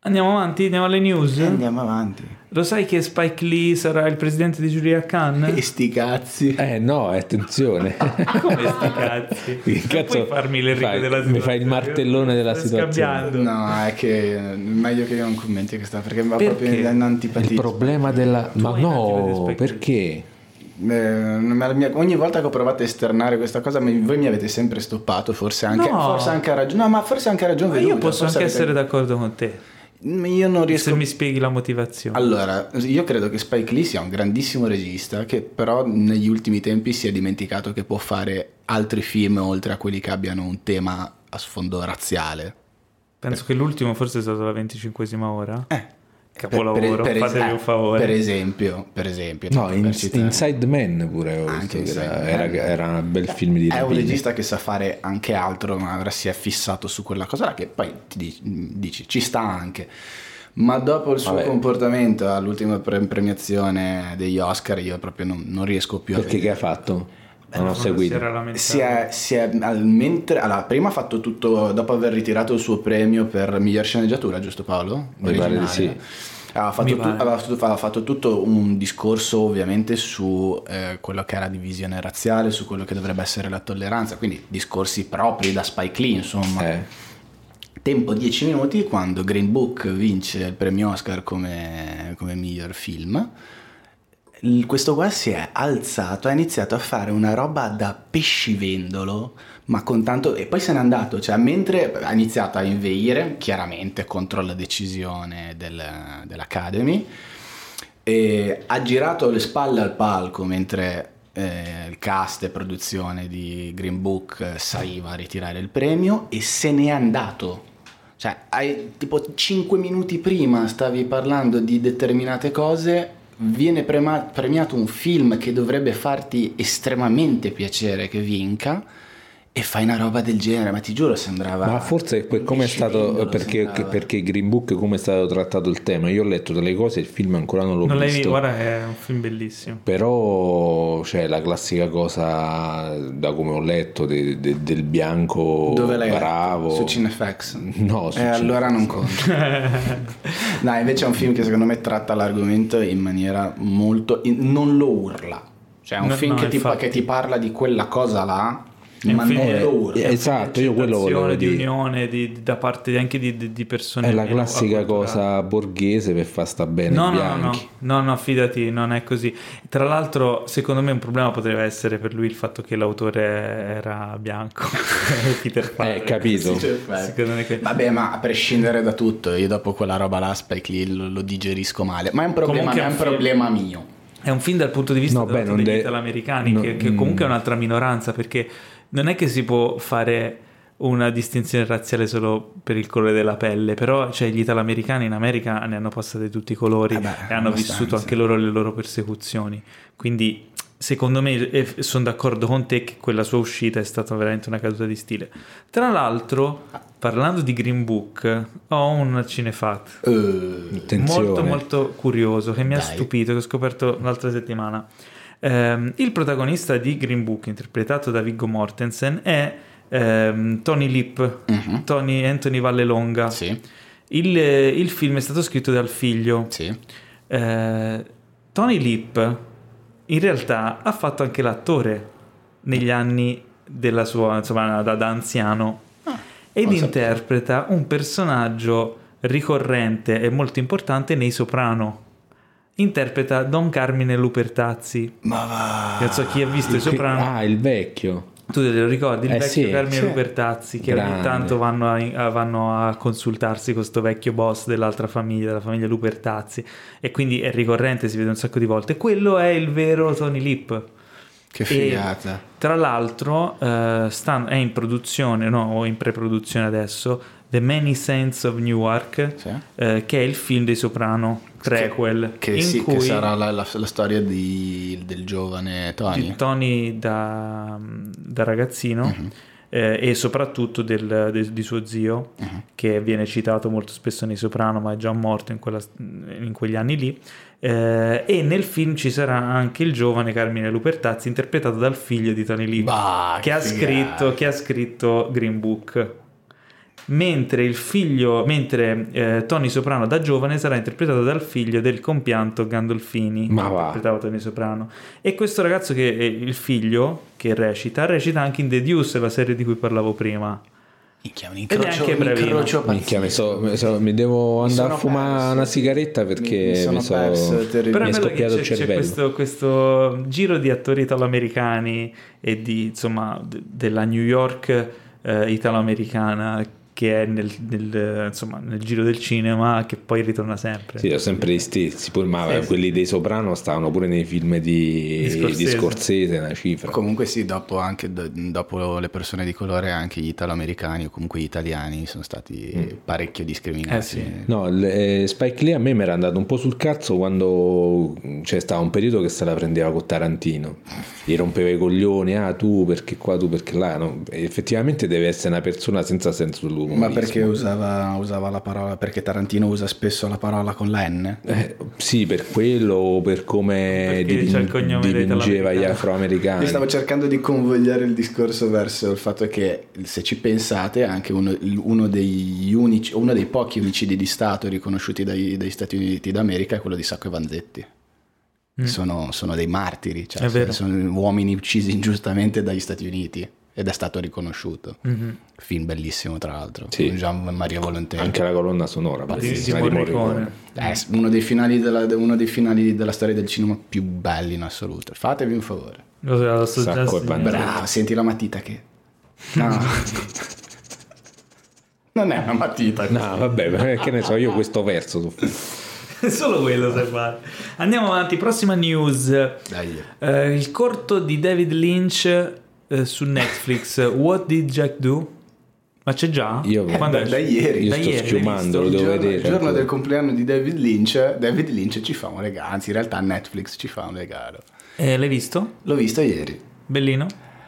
Andiamo avanti, andiamo alle news. Eh, andiamo avanti. Lo sai che Spike Lee sarà il presidente di giuria a Cannes? E sti cazzi. Eh no, attenzione. Come sti cazzi? Che Non cazzo puoi farmi le righe fai? della Mi situazione. fai il martellone della Stai situazione. scambiando. No, è che è meglio che io non commenti questa, perché mi va Perché? proprio in antipatia. Il problema della... Ma hai un attimo di no, Spike Lee. perché? Eh, ma mia- ogni volta che ho provato a esternare questa cosa mi- voi mi avete sempre stoppato, forse anche, No. forse anche a ragione, no, ma forse anche a ragione Ma io veduta, posso forse anche avete- essere d'accordo con te, io non riesco. se mi spieghi la motivazione. Allora, io credo che Spike Lee sia un grandissimo regista che però negli ultimi tempi si è dimenticato che può fare altri film oltre a quelli che abbiano un tema a sfondo razziale. Penso che l'ultimo forse è stato la venticinquesima ora. Eh, Capolavoro, per, per, fatevi eh, un favore. Per esempio, per esempio No, tanto in- per citare. Inside Man pure ho Anche visto che era, Inside era, Man. era un bel film di È un rapina. regista che sa fare anche altro, ma ora si è fissato su quella cosa là che poi ti dici, dici, ci sta anche. Ma dopo il suo Vabbè. comportamento all'ultima pre- premiazione degli Oscar io proprio non, non riesco più a Perché che vedere. ha fatto? Eh, Non ho si seguito. era lamentato. Si è, si è al- mentre allora, prima ha fatto tutto dopo aver ritirato il suo premio per miglior sceneggiatura, giusto Paolo? Mi pare di sì. Aveva fatto, Mi tu- pare. aveva fatto- aveva fatto tutto un discorso ovviamente su eh, quello che era divisione razziale, su quello che dovrebbe essere la tolleranza, quindi discorsi propri da Spike Lee, insomma. Eh. Tempo dieci minuti quando Green Book vince il premio Oscar come, come miglior film. Il- Questo qua si è alzato, ha iniziato a fare una roba da pescivendolo, ma con tanto... e poi se n'è andato, cioè mentre ha iniziato a inveire, chiaramente contro la decisione del- dell'Academy, e ha girato le spalle al palco mentre eh, il cast e produzione di Green Book eh, saliva a ritirare il premio e se n'è andato. Cioè, hai, tipo cinque minuti prima stavi parlando di determinate cose, viene prema- premiato un film che dovrebbe farti estremamente piacere che vinca e fai una roba del genere, ma ti giuro sembrava... Ma forse per come è stato, pescivendolo, perché, sembrava. perché Green Book come è stato trattato il tema, io ho letto delle cose, il film ancora non l'ho Non l'hai visto. visto? Guarda, è un film bellissimo. Però c'è la classica cosa, da come ho letto, de- de- del bianco Dove l'hai letto? bravo. Su Cinefax? No, su E allora non Cinefax. conta. No, invece è un film che secondo me tratta l'argomento in maniera molto... in- non lo urla. Cioè è un No, film no, che, ti, infatti. che ti parla di quella cosa là, un ma film- non Eh, lo urla. eh, esatto, io quello volevo Accettazione, di dire. unione di- di- da parte anche di, di- di persone È la meno classica acculturate. cosa borghese per far sta bene No, i no, no, no, bianchi. no, no, fidati, non è così. Tra l'altro, secondo me un problema potrebbe essere per lui il fatto che l'autore era bianco. Peter Parker. Eh, capito. Sì, Secondo me che... Vabbè, ma a prescindere da tutto, io dopo quella roba là Spike Lee lo, lo digerisco male. Ma è un problema, Comunque è è un un film- problema mio. È un film dal punto di vista No, tra beh, l'altro, non degli de- italoamericani, no, che, che mm. comunque è un'altra minoranza, perché non è che si può fare una distinzione razziale solo per il colore della pelle, però cioè, gli italoamericani in America ne hanno passati tutti i colori Eh beh, e hanno abbastanza. vissuto anche loro le loro persecuzioni. Quindi secondo me sono d'accordo con te che quella sua uscita è stata veramente una caduta di stile. Tra l'altro, parlando di Green Book, ho un cinefact Eh, Attenzione. molto molto curioso che mi ha Dai. stupito, che ho scoperto l'altra settimana. Ehm, il protagonista di Green Book, interpretato da Viggo Mortensen, è ehm, Tony Lip, Mhm. Tony Anthony Vallelonga. Sì, Il, il film è stato scritto dal figlio. sì. Eh, Tony Lip in realtà ha fatto anche l'attore negli anni della sua, insomma, da, da anziano, ed non sapevo. interpreta un personaggio ricorrente e molto importante nei Soprano. Interpreta Don Carmine Lupertazzi. Ma va. Non so chi ha visto i Il- Soprano. Ah, il vecchio. Tu te lo ricordi? Il Eh, vecchio sì, Carmine sì. Lupertazzi, che ogni Grande. tanto vanno a, a- vanno a consultarsi con sto vecchio boss dell'altra famiglia, della famiglia Lupertazzi, e quindi è ricorrente, si vede un sacco di volte. Quello è il vero Tony Lip. Che E, figata. tra l'altro eh, sta- è in produzione, no, o in pre-produzione adesso, The Many Saints of Newark, Sì. eh, che è il film dei Soprano, prequel, Che, in sì, cui che sarà la, la- la storia di- del giovane Tony. di Tony da, da ragazzino, Mhm. eh, e soprattutto del, de- di suo zio, Mhm. che viene citato molto spesso nei Soprano, ma è già morto in, quella- in quegli anni lì. Eh, e nel film ci sarà anche il giovane Carmine Lupertazzi, interpretato dal figlio di Tony Lip, Bah, che, ha figata. scritto, che ha scritto Green Book. mentre il figlio mentre eh, Tony Soprano da giovane sarà interpretato dal figlio del compianto Gandolfini, Ma che va. interpretava Tony Soprano. E questo ragazzo che è il figlio che recita recita anche in The Deuce, la serie di cui parlavo prima. Minchia, un Ed è incrocio, anche un bravino. incrocio Minchia, mi, pazzesco. so- mi so- mi devo Mi andare sono a fumare perso. una sigaretta perché Mi sono mi so- perso terribilmente. Però mi è è bello scoppiato che il c'è, c'è cervello. questo, questo giro di attori italoamericani e di insomma d- della New York eh, italoamericana che è nel, nel, insomma, nel giro del cinema, che poi ritorna sempre. Sì, sono sempre gli stessi, poi, ma Sì, quelli sì. dei Soprano stavano pure nei film di, Di Scorsese. di Scorsese, una cifra. Comunque sì, dopo anche do- dopo le persone di colore, anche gli italoamericani o comunque gli italiani sono stati parecchio discriminati. Eh sì. No, le- Spike Lee a me mi era andato un po' sul cazzo quando c'è stato un periodo che se la prendeva con Tarantino, gli rompeva i coglioni, ah tu perché qua, tu perché là, no? E effettivamente deve essere una persona senza senso dell'umorismo. Ma perché usava, usava la parola, perché Tarantino usa spesso la parola con la N? Eh, sì, per quello o per come Perché c'è il dipin- cognome dei dipingeva gli italoamericani. afroamericani. Io stavo cercando di convogliare il discorso verso il fatto che, se ci pensate, anche uno, uno degli unici, uno dei pochi omicidi di Stato riconosciuti dai, dagli Stati Uniti d'America è quello di Sacco e Vanzetti. Sono, sono dei martiri, cioè È vero. sono uomini uccisi ingiustamente dagli Stati Uniti ed è stato riconosciuto. Film bellissimo, tra l'altro, Sì. con Jean Maria Volonté. Anche la colonna sonora Di, di bellissima di Morricone. È uno dei finali della, uno dei finali della storia del cinema più belli in assoluto. Fatevi un favore. Lo so, lo sto già Sacco e segnando. Vanzetti. Bravo, senti la matita che... No. Non è una matita. No, vabbè, ma che ne so, io questo verso so- Solo quello sai fare. Andiamo avanti, prossima news. Dai. Eh, il corto di David Lynch eh, su Netflix, What Did Jack Do? Ma c'è già? Io- Quando da- esce? da ieri. Io Da sto ieri, l'hai schiumando, visto? lo Il devo giorno, vedere il giorno ancora. del compleanno di David Lynch, David Lynch ci fa un regalo, anzi in realtà Netflix ci fa un regalo. Eh, l'hai visto? L'ho visto ieri. Bellino?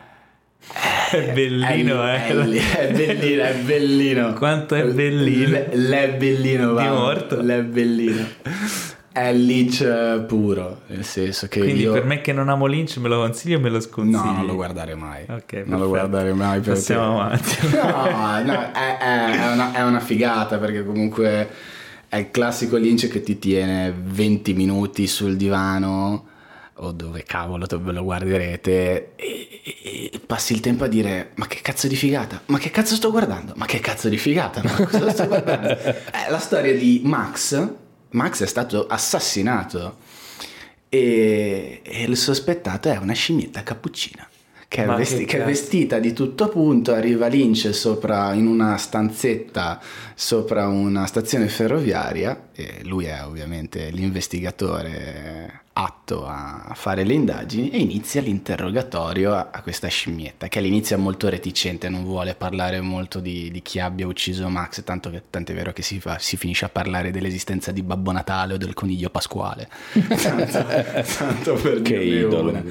È bellino, è, eh. È, è bellino, è bellino. Quanto è bellino. L- L'è bellino, va. Di morto. L'è bellino. È Lynch eh, puro, nel senso che Quindi io... per me che non amo Lynch me lo consiglio o me lo sconsigli? No, non lo guardare mai. Ok, non perfetto. lo guardare mai perché... Passiamo avanti. No, no, è, è- è una, è una figata perché comunque è il classico Lynch che ti tiene venti minuti sul divano o dove cavolo dove lo guarderete e, e- e passi il tempo a dire ma che cazzo di figata, ma che cazzo sto guardando, ma che cazzo di figata, ma cosa sto guardando? È la storia di Max. Max è stato assassinato e, e il sospettato è una scimmietta cappuccina che è, Ma vesti- che che è cazzo. vestita di tutto punto. Arriva Lynch sopra in una stanzetta sopra una stazione ferroviaria e lui è ovviamente l'investigatore atto a fare le indagini e inizia l'interrogatorio a, a questa scimmietta che all'inizio è molto reticente, non vuole parlare molto di, di chi abbia ucciso Max, tanto che tant'è vero che si, fa, si finisce a parlare dell'esistenza di Babbo Natale o del coniglio pasquale. tanto, tanto per Che dirne idolo. una.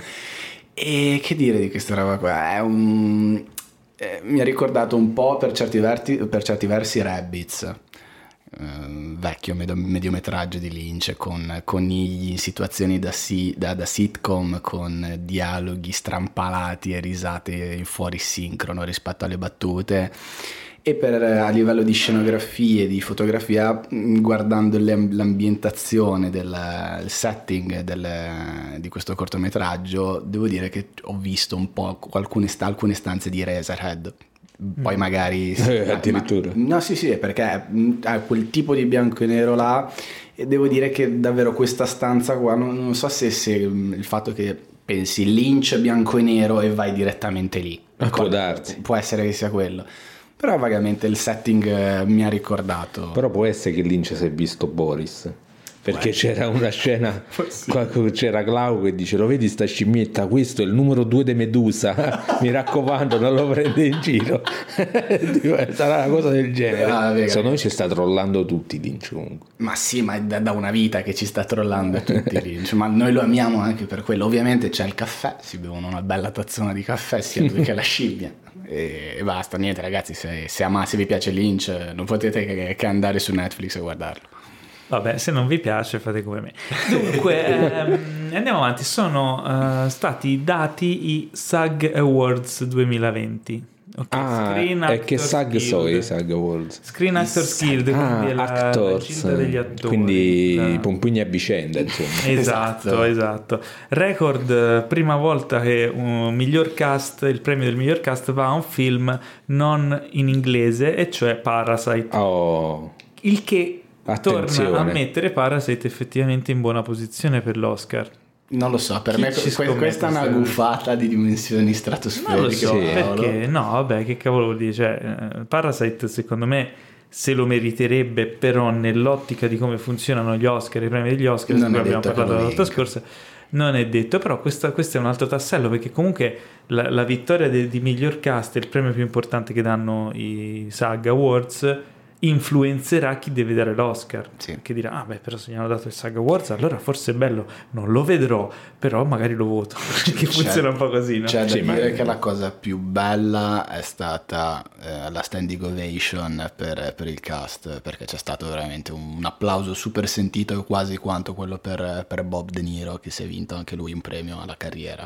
E che dire di questa roba qua? È un... eh, mi ha ricordato un po' per certi, verti, per certi versi Rabbids, eh, vecchio med- mediometraggio di Lynch con conigli in situazioni da, si- da, da sitcom con dialoghi strampalati e risate in fuori sincrono rispetto alle battute. E per, a livello di scenografie, di fotografia, mh, guardando le- l'ambientazione, del il setting del- di questo cortometraggio, devo dire che ho visto un po' alcune, sta- alcune stanze di Eraserhead. Poi magari... Eh, addirittura. Ma- no, sì, sì, perché mh, ha quel tipo di bianco e nero là e devo dire che davvero questa stanza qua, non, non so se, se mh, il fatto che pensi Lynch bianco e nero e vai direttamente lì. Ma può darsi. Può essere che sia quello. Però vagamente il setting eh, mi ha ricordato. Però può essere che Lynch si è visto Boris, perché c'era una scena, qua- c'era Clau che dice: lo vedi sta scimmietta, questo è il numero due di Medusa, mi raccomando non lo prende in giro. Dico, sarà una cosa del genere. Ah, vabbè, secondo me ci sta trollando tutti Lynch comunque. Ma sì, ma è da, da una vita che ci sta trollando tutti lì. Cioè, ma noi lo amiamo anche per quello. Ovviamente c'è il caffè, si bevono una bella tazzona di caffè sia lui che la scimmia. E, e basta, niente ragazzi, se, se, ama, se vi piace Lynch non potete che, che andare su Netflix e guardarlo. Vabbè, se non vi piace fate come me. Dunque, ehm, andiamo avanti. Sono eh, stati dati i SAG Awards duemilaventi. Okay, Ah, Screen è che Actors SAG so Guild. i SAG Awards. Screen Actors Guild, Ah, quindi è la, la Actors, gilda degli attori. quindi La- pompugni a vicenda, insomma. Esatto, esatto. Record, eh, prima volta che un miglior cast, il premio del miglior cast va a un film non in inglese, e cioè Parasite. Oh, Il che attenzione. torna a mettere Parasite effettivamente in buona posizione per l'Oscar. Non lo so, per Chi me ci que- scommette questa è una se- gufata di dimensioni Non stratosferiche. lo so, Sì. Paolo. perché no, vabbè, che cavolo vuol dire? Cioè, eh, Parasite secondo me se lo meriterebbe, però nell'ottica di come funzionano gli Oscar, i premi degli Oscar, Non di cui è abbiamo detto che parlato lo la volta vinca. scorsa, non è detto, però questa, questo è un altro tassello, perché comunque la, la vittoria de- di miglior cast è il premio più importante che danno i SAG Awards, influenzerà chi deve dare l'Oscar, Sì. che dirà, ah beh, però se gli hanno dato il SAG Awards allora forse è bello, non lo vedrò, però magari lo voto, che funziona un po' così, no? C'è da Sì, ma- dire che la cosa più bella è stata eh, la standing ovation per, per il cast, perché c'è stato veramente un, un applauso super sentito, quasi quanto quello per, per Bob De Niro, che si è vinto anche lui un premio alla carriera.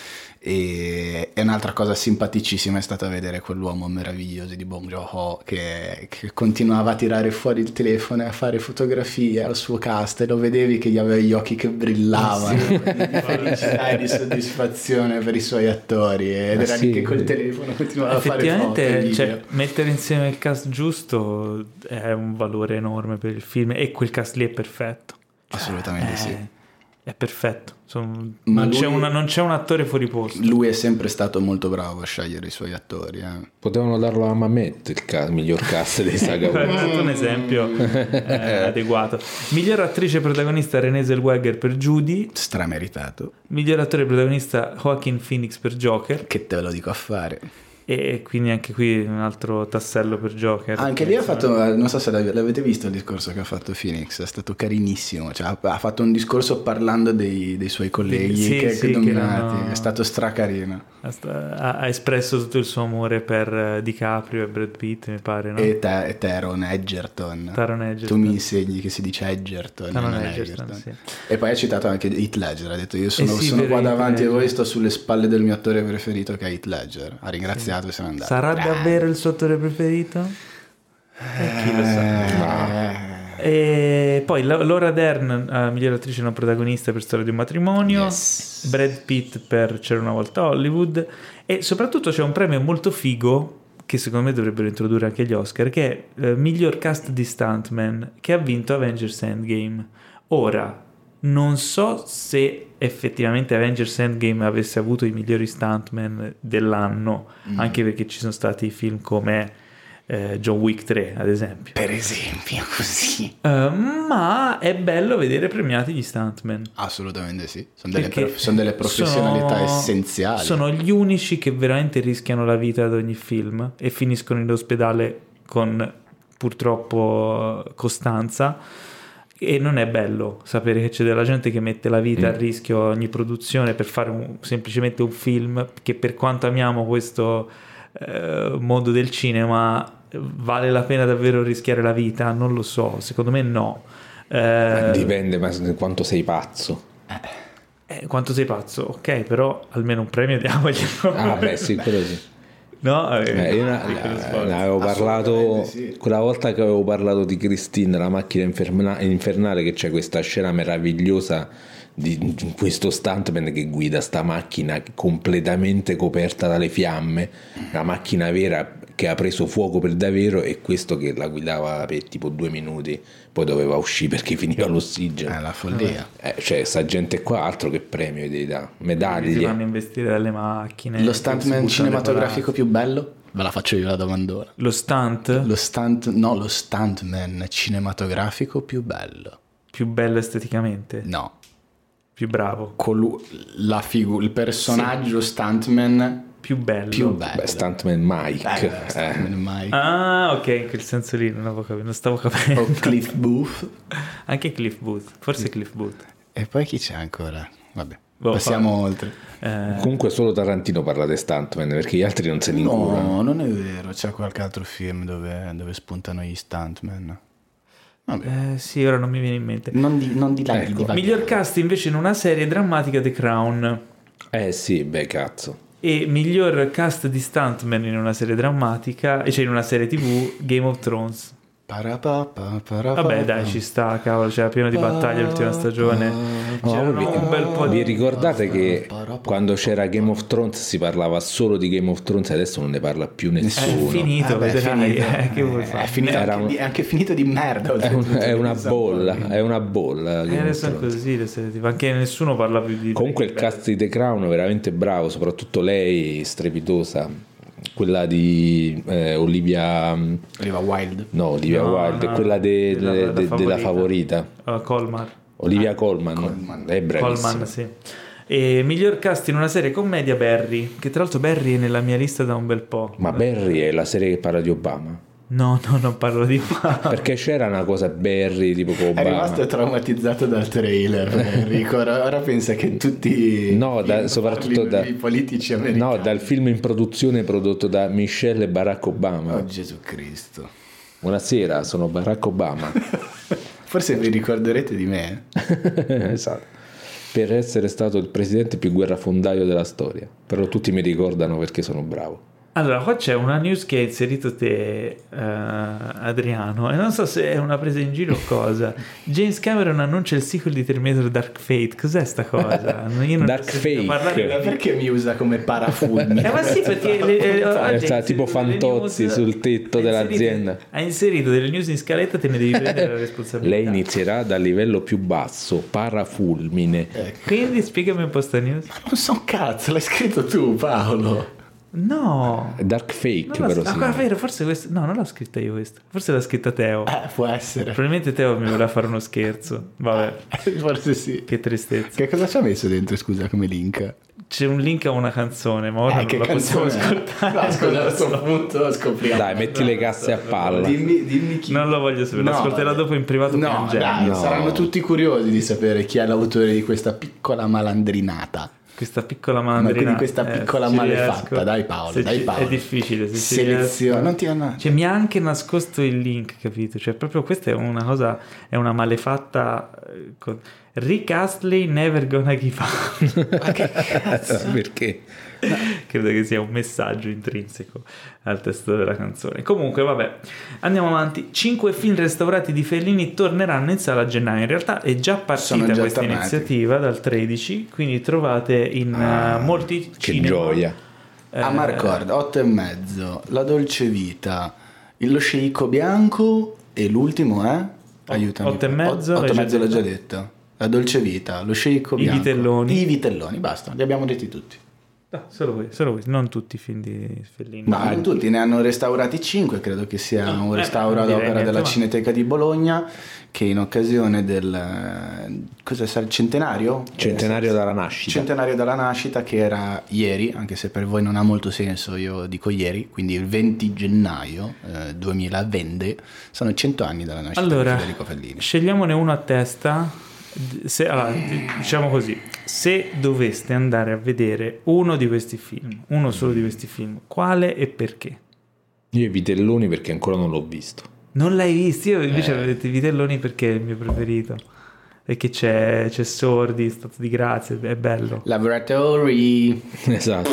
E, e un'altra cosa simpaticissima è stata vedere quell'uomo meraviglioso di Bong Joon-ho che, che continuava a tirare fuori il telefono e a fare fotografie al suo cast, e lo vedevi che gli aveva gli occhi che brillavano di felicità e di soddisfazione per i suoi attori, ed Ma era sì. lì che col telefono continuava a fare foto e Effettivamente, video. cioè, mettere insieme il cast giusto è un valore enorme per il film, e quel cast lì è perfetto. Cioè, Assolutamente è, sì. È perfetto. Son- Ma non, c'è lui- una- non c'è un attore fuori posto. Lui è sempre stato molto bravo a scegliere i suoi attori, eh. Potevano darlo a Mamet, il ca- miglior cast dei SAG È Awards. stato un esempio eh, adeguato. Miglior attrice protagonista Renée Zellweger per Judy. Strameritato. Miglior attore protagonista Joaquin Phoenix per Joker. Che te lo dico a fare. E quindi anche qui un altro tassello per Joker. Anche lì ha fatto, non so se l'av- l'avete visto il discorso che ha fatto Phoenix, è stato carinissimo, cioè, ha ha fatto un discorso parlando dei, dei suoi colleghi Sì, che, sì, che che dominati, l'hanno- è stato stracarino. Ha, sta- ha- ha espresso tutto il suo amore per eh, DiCaprio e Brad Pitt, mi pare, no? E, te, e Taron Egerton. Taron Egerton. Tu mi insegni che si dice Egerton, Taron non Egerton, Egerton. sì. E poi ha citato anche Heath Ledger, ha detto io sono, Eh sì, sono vero, qua Heath davanti a voi, Ledger. sto sulle spalle del mio attore preferito che è Heath Ledger. Ha ringraziato e se n'è andato. Sarà Grande. davvero il suo attore preferito? Eh, chi lo sa. Eh, E poi La- Laura Dern, eh, miglior attrice non protagonista per Storia di un matrimonio. Yes. Brad Pitt per C'era una volta Hollywood. E soprattutto c'è un premio molto figo che secondo me dovrebbero introdurre anche gli Oscar, che è eh, miglior cast di stuntman, che ha vinto Avengers Endgame. Ora, non so se effettivamente Avengers Endgame avesse avuto i migliori stuntman dell'anno, Mm. anche perché ci sono stati film come eh, John Wick tre, ad esempio. per esempio, così. Eh, ma è bello vedere premiati gli stuntman. Assolutamente sì, sono delle, Perché prof- sono delle professionalità sono- essenziali. Sono gli unici che veramente rischiano la vita ad ogni film e finiscono in ospedale con purtroppo costanza. E non è bello sapere che c'è della gente che mette la vita a rischio ogni produzione per fare un- semplicemente un film che, per quanto amiamo questo eh, mondo del cinema, vale la pena davvero rischiare la vita? Non lo so, secondo me no. Eh, Dipende, ma quanto sei pazzo. eh, quanto sei pazzo? Ok, però almeno un premio diamogli. Ah, beh, sì, quello sì. No, eh, Eh, io ne, quello ne- sforzo. ne avevo parlato Assolutamente sì. quella volta che avevo parlato di Christine, la macchina inferna- infernale, che c'è questa scena meravigliosa di questo stuntman che guida sta macchina completamente coperta dalle fiamme, la macchina vera che ha preso fuoco per davvero, e questo che la guidava per tipo due minuti, poi doveva uscire perché finiva l'ossigeno. È la follia. Eh, cioè, sta gente qua, altro che premio di dà, Si medaglie. vanno a investire dalle macchine. Lo si stuntman buttano cinematografico dai più bello? Ve la faccio io la domandona. palazzi. Lo stunt Lo stunt, no, lo stuntman cinematografico più bello. più bello esteticamente, No, più bravo, Colu- la figu- il personaggio stuntman più bello. più bello. Beh, Stuntman Mike. Eh, beh, eh. stuntman Mike. Ah, ok, in quel senso lì non, avevo capito, non stavo capendo. O Cliff Booth. Anche Cliff Booth, forse Cliff Booth. E poi chi c'è ancora? Vabbè, Boh, passiamo fa- oltre. Eh, Comunque solo Tarantino parla di Stuntman, perché gli altri non se ne incurano. No, non è vero, c'è qualche altro film dove, dove spuntano gli stuntman. Vabbè. eh, sì, ora non mi viene in mente. Non di, non di là di Ecco. divagare. Miglior cast invece in una serie drammatica, The Crown. Eh sì, beh, cazzo. E miglior cast di stuntman in una serie drammatica, cioè in una serie tv, Game of Thrones. Parapapa, parapapa. Vabbè dai, ci sta, cavolo, c'era pieno di battaglie l'ultima stagione. C'erano vi, un bel po' di... vi ricordate che quando c'era Game of Thrones si parlava solo di Game of Thrones, adesso non ne parla più nessuno. È finito, Eh beh, è vedrai, finito. eh, che vuoi Eh, fare? è, finito Era anche un- di- è anche finito di merda. È, un- è una Esatto. bolla, è una bolla. E Game of adesso è Thrones. così, le serie TV. Anche nessuno parla più di... Comunque il cast di The Crown è veramente bravo, soprattutto lei, strepitosa. Quella di eh, Olivia, Arriva Wild. no, Olivia No, Wilde, no, quella de- della- de- la de- della favorita. favorita, Uh, Colmar. Olivia Colman, Colman. è bravissima. Colman, sì. E miglior cast in una serie commedia, Barry, che tra l'altro Barry è nella mia lista da un bel po'. Ma Barry è la serie che parla di Obama. No, no, non parlo di... Perché c'era una cosa Barry tipo con È Obama. rimasto traumatizzato dal trailer, Enrico. Ora, ora pensa che tutti No, da- i- soprattutto da- i politici americani. No, dal film in produzione prodotto da Michelle e Barack Obama. Oh Gesù Cristo. Buonasera, sono Barack Obama. Forse vi ricorderete di me. Esatto. Per essere stato il presidente più guerrafondaio della storia. Però tutti mi ricordano perché sono bravo. Allora, qua c'è una news che hai inserito te, eh, Adriano, e non so se è una presa in giro o cosa. James Cameron annuncia il sequel di Terminator Dark Fate. Cos'è sta cosa? Io non Dark ho sentito Fate. parlare Ma di- perché mi usa come parafulmine? Eh, ma sì, perché le, eh, oggi sta ha tipo inserito delle Fantozzi news- sul tetto ha dell'azienda. inserito- Ha inserito delle news in scaletta, te ne devi prendere la responsabilità. Lei inizierà dal livello più basso, parafulmine. Quindi spiegami un po' sta news. Non so un cazzo, l'hai scritto tu, Paolo. No, Dark Fake, non l'ho- però sì. ah, vero, forse questo, no, non l'ho scritta io questa, forse l'ha scritta Teo. Eh, può essere. Probabilmente Teo mi voleva fare uno scherzo. Vabbè, Forse sì. che tristezza. Che cosa ci ha messo dentro, scusa, come link? C'è un link a una canzone, ma ora Eh, non che la possiamo canzone è? ascoltare. No, scusa, a questo punto scopriamo. Dai, metti le casse a palla. Dimmi, dimmi chi. Non lo voglio sapere, No, l'ascolterò vabbè. dopo in privato No, piangendo. dai, No. saranno tutti curiosi di sapere chi è l'autore di questa piccola malandrinata. Questa piccola Ma mandrina. quindi questa eh, piccola ci malefatta, riesco. dai Paolo, Se dai ci- Paolo. È difficile, se ci Seleziona, riesco. non ti hanno... Cioè, mi ha anche nascosto il link, capito? Cioè, proprio questa è una cosa, è una malefatta. eh, Con... Rick Astley, Never Gonna Give Up. Ma che cazzo? Perché? Credo che sia un messaggio intrinseco al testo della canzone. Comunque, vabbè, andiamo avanti. Cinque film restaurati di Fellini torneranno in sala a gennaio. In realtà è già Sono partita già questa tornati. iniziativa dal tredici, quindi trovate in Ah, eh, molti che cinema. gioia. eh, Amarcord, otto e mezzo, La Dolce Vita, Lo Sceicco Bianco e l'ultimo è? Aiutami. Otto e mezzo, Otto e l'hai mezzo già l'ho già detto. detto. La Dolce Vita, Lo Sceicco I Bianco. vitelloni. I vitelloni, basta, li abbiamo detti tutti. no, solo voi, solo voi, non tutti i film di Fellini. Ma non tutti, ne hanno restaurati cinque, credo che sia No, un eh, restauro non ad direi opera niente, della ma- Cineteca di Bologna che in occasione del eh, cosa sarà, il centenario? Centenario dalla nascita. Centenario dalla nascita, che era ieri, anche se per voi non ha molto senso, io dico ieri, quindi il venti gennaio eh, duemilaventi, sono cento anni dalla nascita Allora, di Federico Fellini. scegliamone uno a testa. Se, allora, diciamo così, se doveste andare a vedere uno di questi film, uno solo di questi film, quale e perché? Io i vitelloni perché ancora non l'ho visto. Non l'hai visto? Io invece Eh. avevo detto i vitelloni perché è il mio preferito. Perché c'è, c'è Sordi, Stato di Grazia, è bello. Laboratori, Esatto.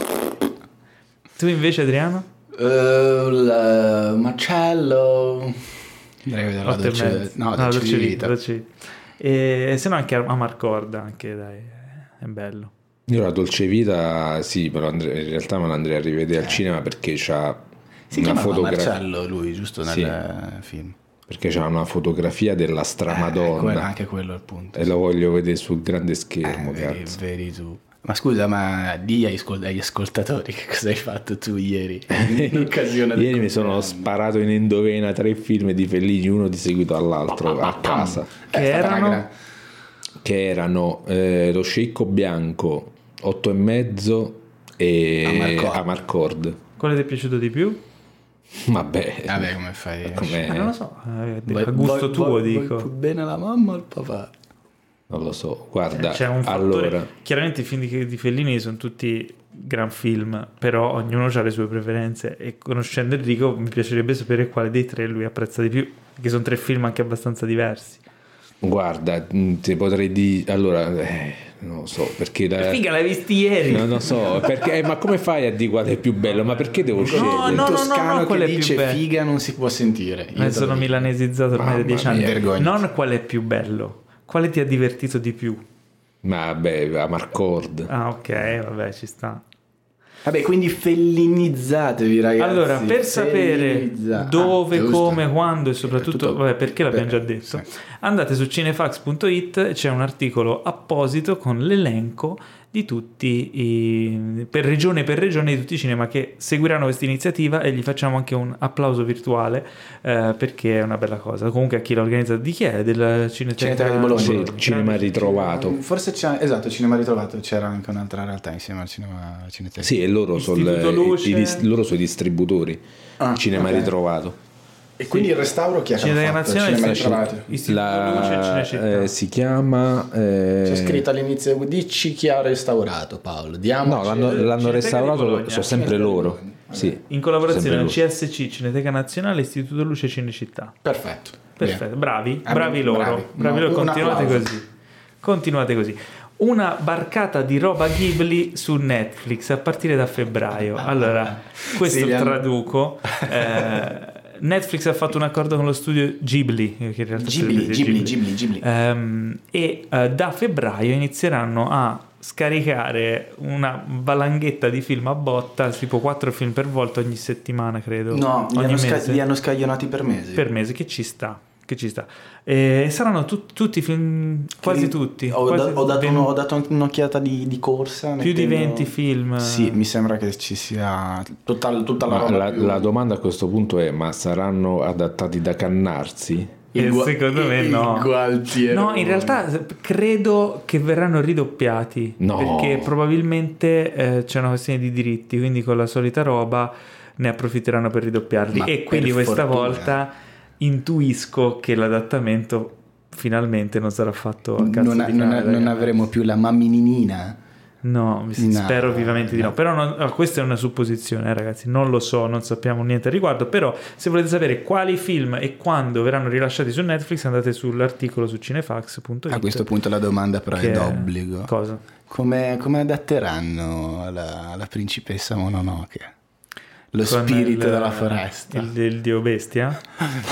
Tu invece, Adriano? eh, la- Marcello, andrei a vedere la Otto e dolce, mezzo. no, la dolce vita. dolce vita. E se no anche Amarcord, anche dai, è bello. Io la Dolce Vita, sì, però andrei- in realtà me l'andrei a rivedere al cinema perché c'ha Si una chiamava fotografia. Marcello lui, giusto, nel Sì. film. Perché c'ha una fotografia della Eh, stramadonna. quello- anche quello è il punto. E lo voglio vedere sul grande Eh, schermo, vedi, cazzo. vedi tu. Ma scusa, ma di agli, ascol- agli ascoltatori che cosa hai fatto tu ieri? In occasione del Ieri mi sono compleanno? sparato in endovena tre film di Fellini, uno di seguito all'altro, a casa. Eh, Che è stata una erano? gran- Che erano eh, Lo Sceicco Bianco, Otto e mezzo e Amarcord. Amarcord. Quale ti è piaciuto di più? Vabbè, Vabbè, come fai? com'è? Eh, non lo so, eh, Vuoi- a gusto vuoi- tuo vuoi- dico. vuoi più bene la mamma o il papà? Non lo so, guarda, C'è un fattore. allora, Chiaramente i film di, di Fellini sono tutti gran film, però ognuno ha le sue preferenze e conoscendo Enrico mi piacerebbe sapere quale dei tre lui apprezza di più, perché sono tre film anche abbastanza diversi. guarda, mh, ti potrei dire, allora, eh, non lo so, perché la... Figa, l'hai visti ieri? Non lo so, perché eh, ma come fai a dire qual è più bello? Ma perché devo scegliere? no, Il no, toscano no, qual che è più dice bello? figa non si può sentire. Io Me te sono lo dico. milanesizzato ormai da Mamma dieci mia, anni. vergogna. Non qual è più bello, quale ti ha divertito di più? Ma beh, Amarcord. Ah, ok, vabbè, ci sta. Vabbè, quindi fellinizzatevi, ragazzi. Allora, per sapere Fellinizza- dove, ah, giusto. come, quando e soprattutto, Tutto- vabbè, perché l'abbiamo per- già detto, sì. andate su cinefax punto it, c'è un articolo apposito con l'elenco di tutti i, per regione per regione, di tutti i cinema che seguiranno questa iniziativa, e gli facciamo anche un applauso virtuale eh, perché è una bella cosa. Comunque a chi l'ha organizzato, di chi è? Della Cineteca, Cineteca di Bologna. Sì, cinema ritrovato. Forse c'è, esatto, Cinema Ritrovato, c'era anche un'altra realtà insieme al cinema Cineteca. Sì, e loro sono Istituto Luce. i, dis- loro sono i distributori. Ah, Cinema ok. Ritrovato. E quindi il restauro chi ha Cineteca fatto? Nazionale, Cinema sì, Ritrovato. Istituto Luce e La, Cinecittà. eh, si chiama eh, C'è scritto all'inizio, dici chi ha restaurato, Paolo. Diamo no, l'hanno, Cineteca l'hanno di restaurato, Bologna. sono sempre Cineteca di loro. Bologna. Sì, In collaborazione con sempre C S C, Cineteca Nazionale, Istituto Luce e Cinecittà. Perfetto. Perfetto, bravi, Ah, bravi loro, bravi. bravi No, loro, un continuate applauso. così. Continuate così. Una barcata di roba Ghibli su Netflix a partire da febbraio. Allora, questo Sì, li hanno- traduco. Eh, Netflix ha fatto un accordo con lo studio Ghibli, che in realtà Ghibli, sarebbe Ghibli, Ghibli, Ghibli. Ehm, e eh, da febbraio inizieranno a scaricare una valanghetta di film a botta, tipo quattro film per volta ogni settimana, credo. No, li ogni hanno, sca- mese. li hanno scaglionati per mesi. Per mese, che ci sta, che ci sta. E saranno tut- tutti film, quasi Che- tutti. Ho, quasi da- ho dato, ven- un- ho dato un'occhiata di, di corsa. più di mettendo- venti film. Sì, mi sembra che ci sia tutta, tutta la Ma roba. la, più- la domanda a questo punto è: ma saranno adattati da Cannarsi? E gua- secondo me il no. Gualtiero. No, in realtà credo che verranno ridoppiati. No. Perché probabilmente eh, c'è una questione di diritti, quindi con la solita roba ne approfitteranno per ridoppiarli. Ma E quindi per questa fortuna. volta intuisco che l'adattamento finalmente non sarà fatto a cazzo non, di non- cane, non ragazzi. avremo più la mammininina. No, mi- No, spero vivamente di no. no. Però non- ah, questa è una supposizione, eh, ragazzi. Non lo so, non sappiamo niente al riguardo. Però, se volete sapere quali film e quando verranno rilasciati su Netflix, andate sull'articolo su cinefax punto it. A questo punto la domanda però che è d'obbligo. Cosa? Come, come adatteranno la, la principessa Mononoke? Lo Con spirito il- della foresta. Il, il dio bestia?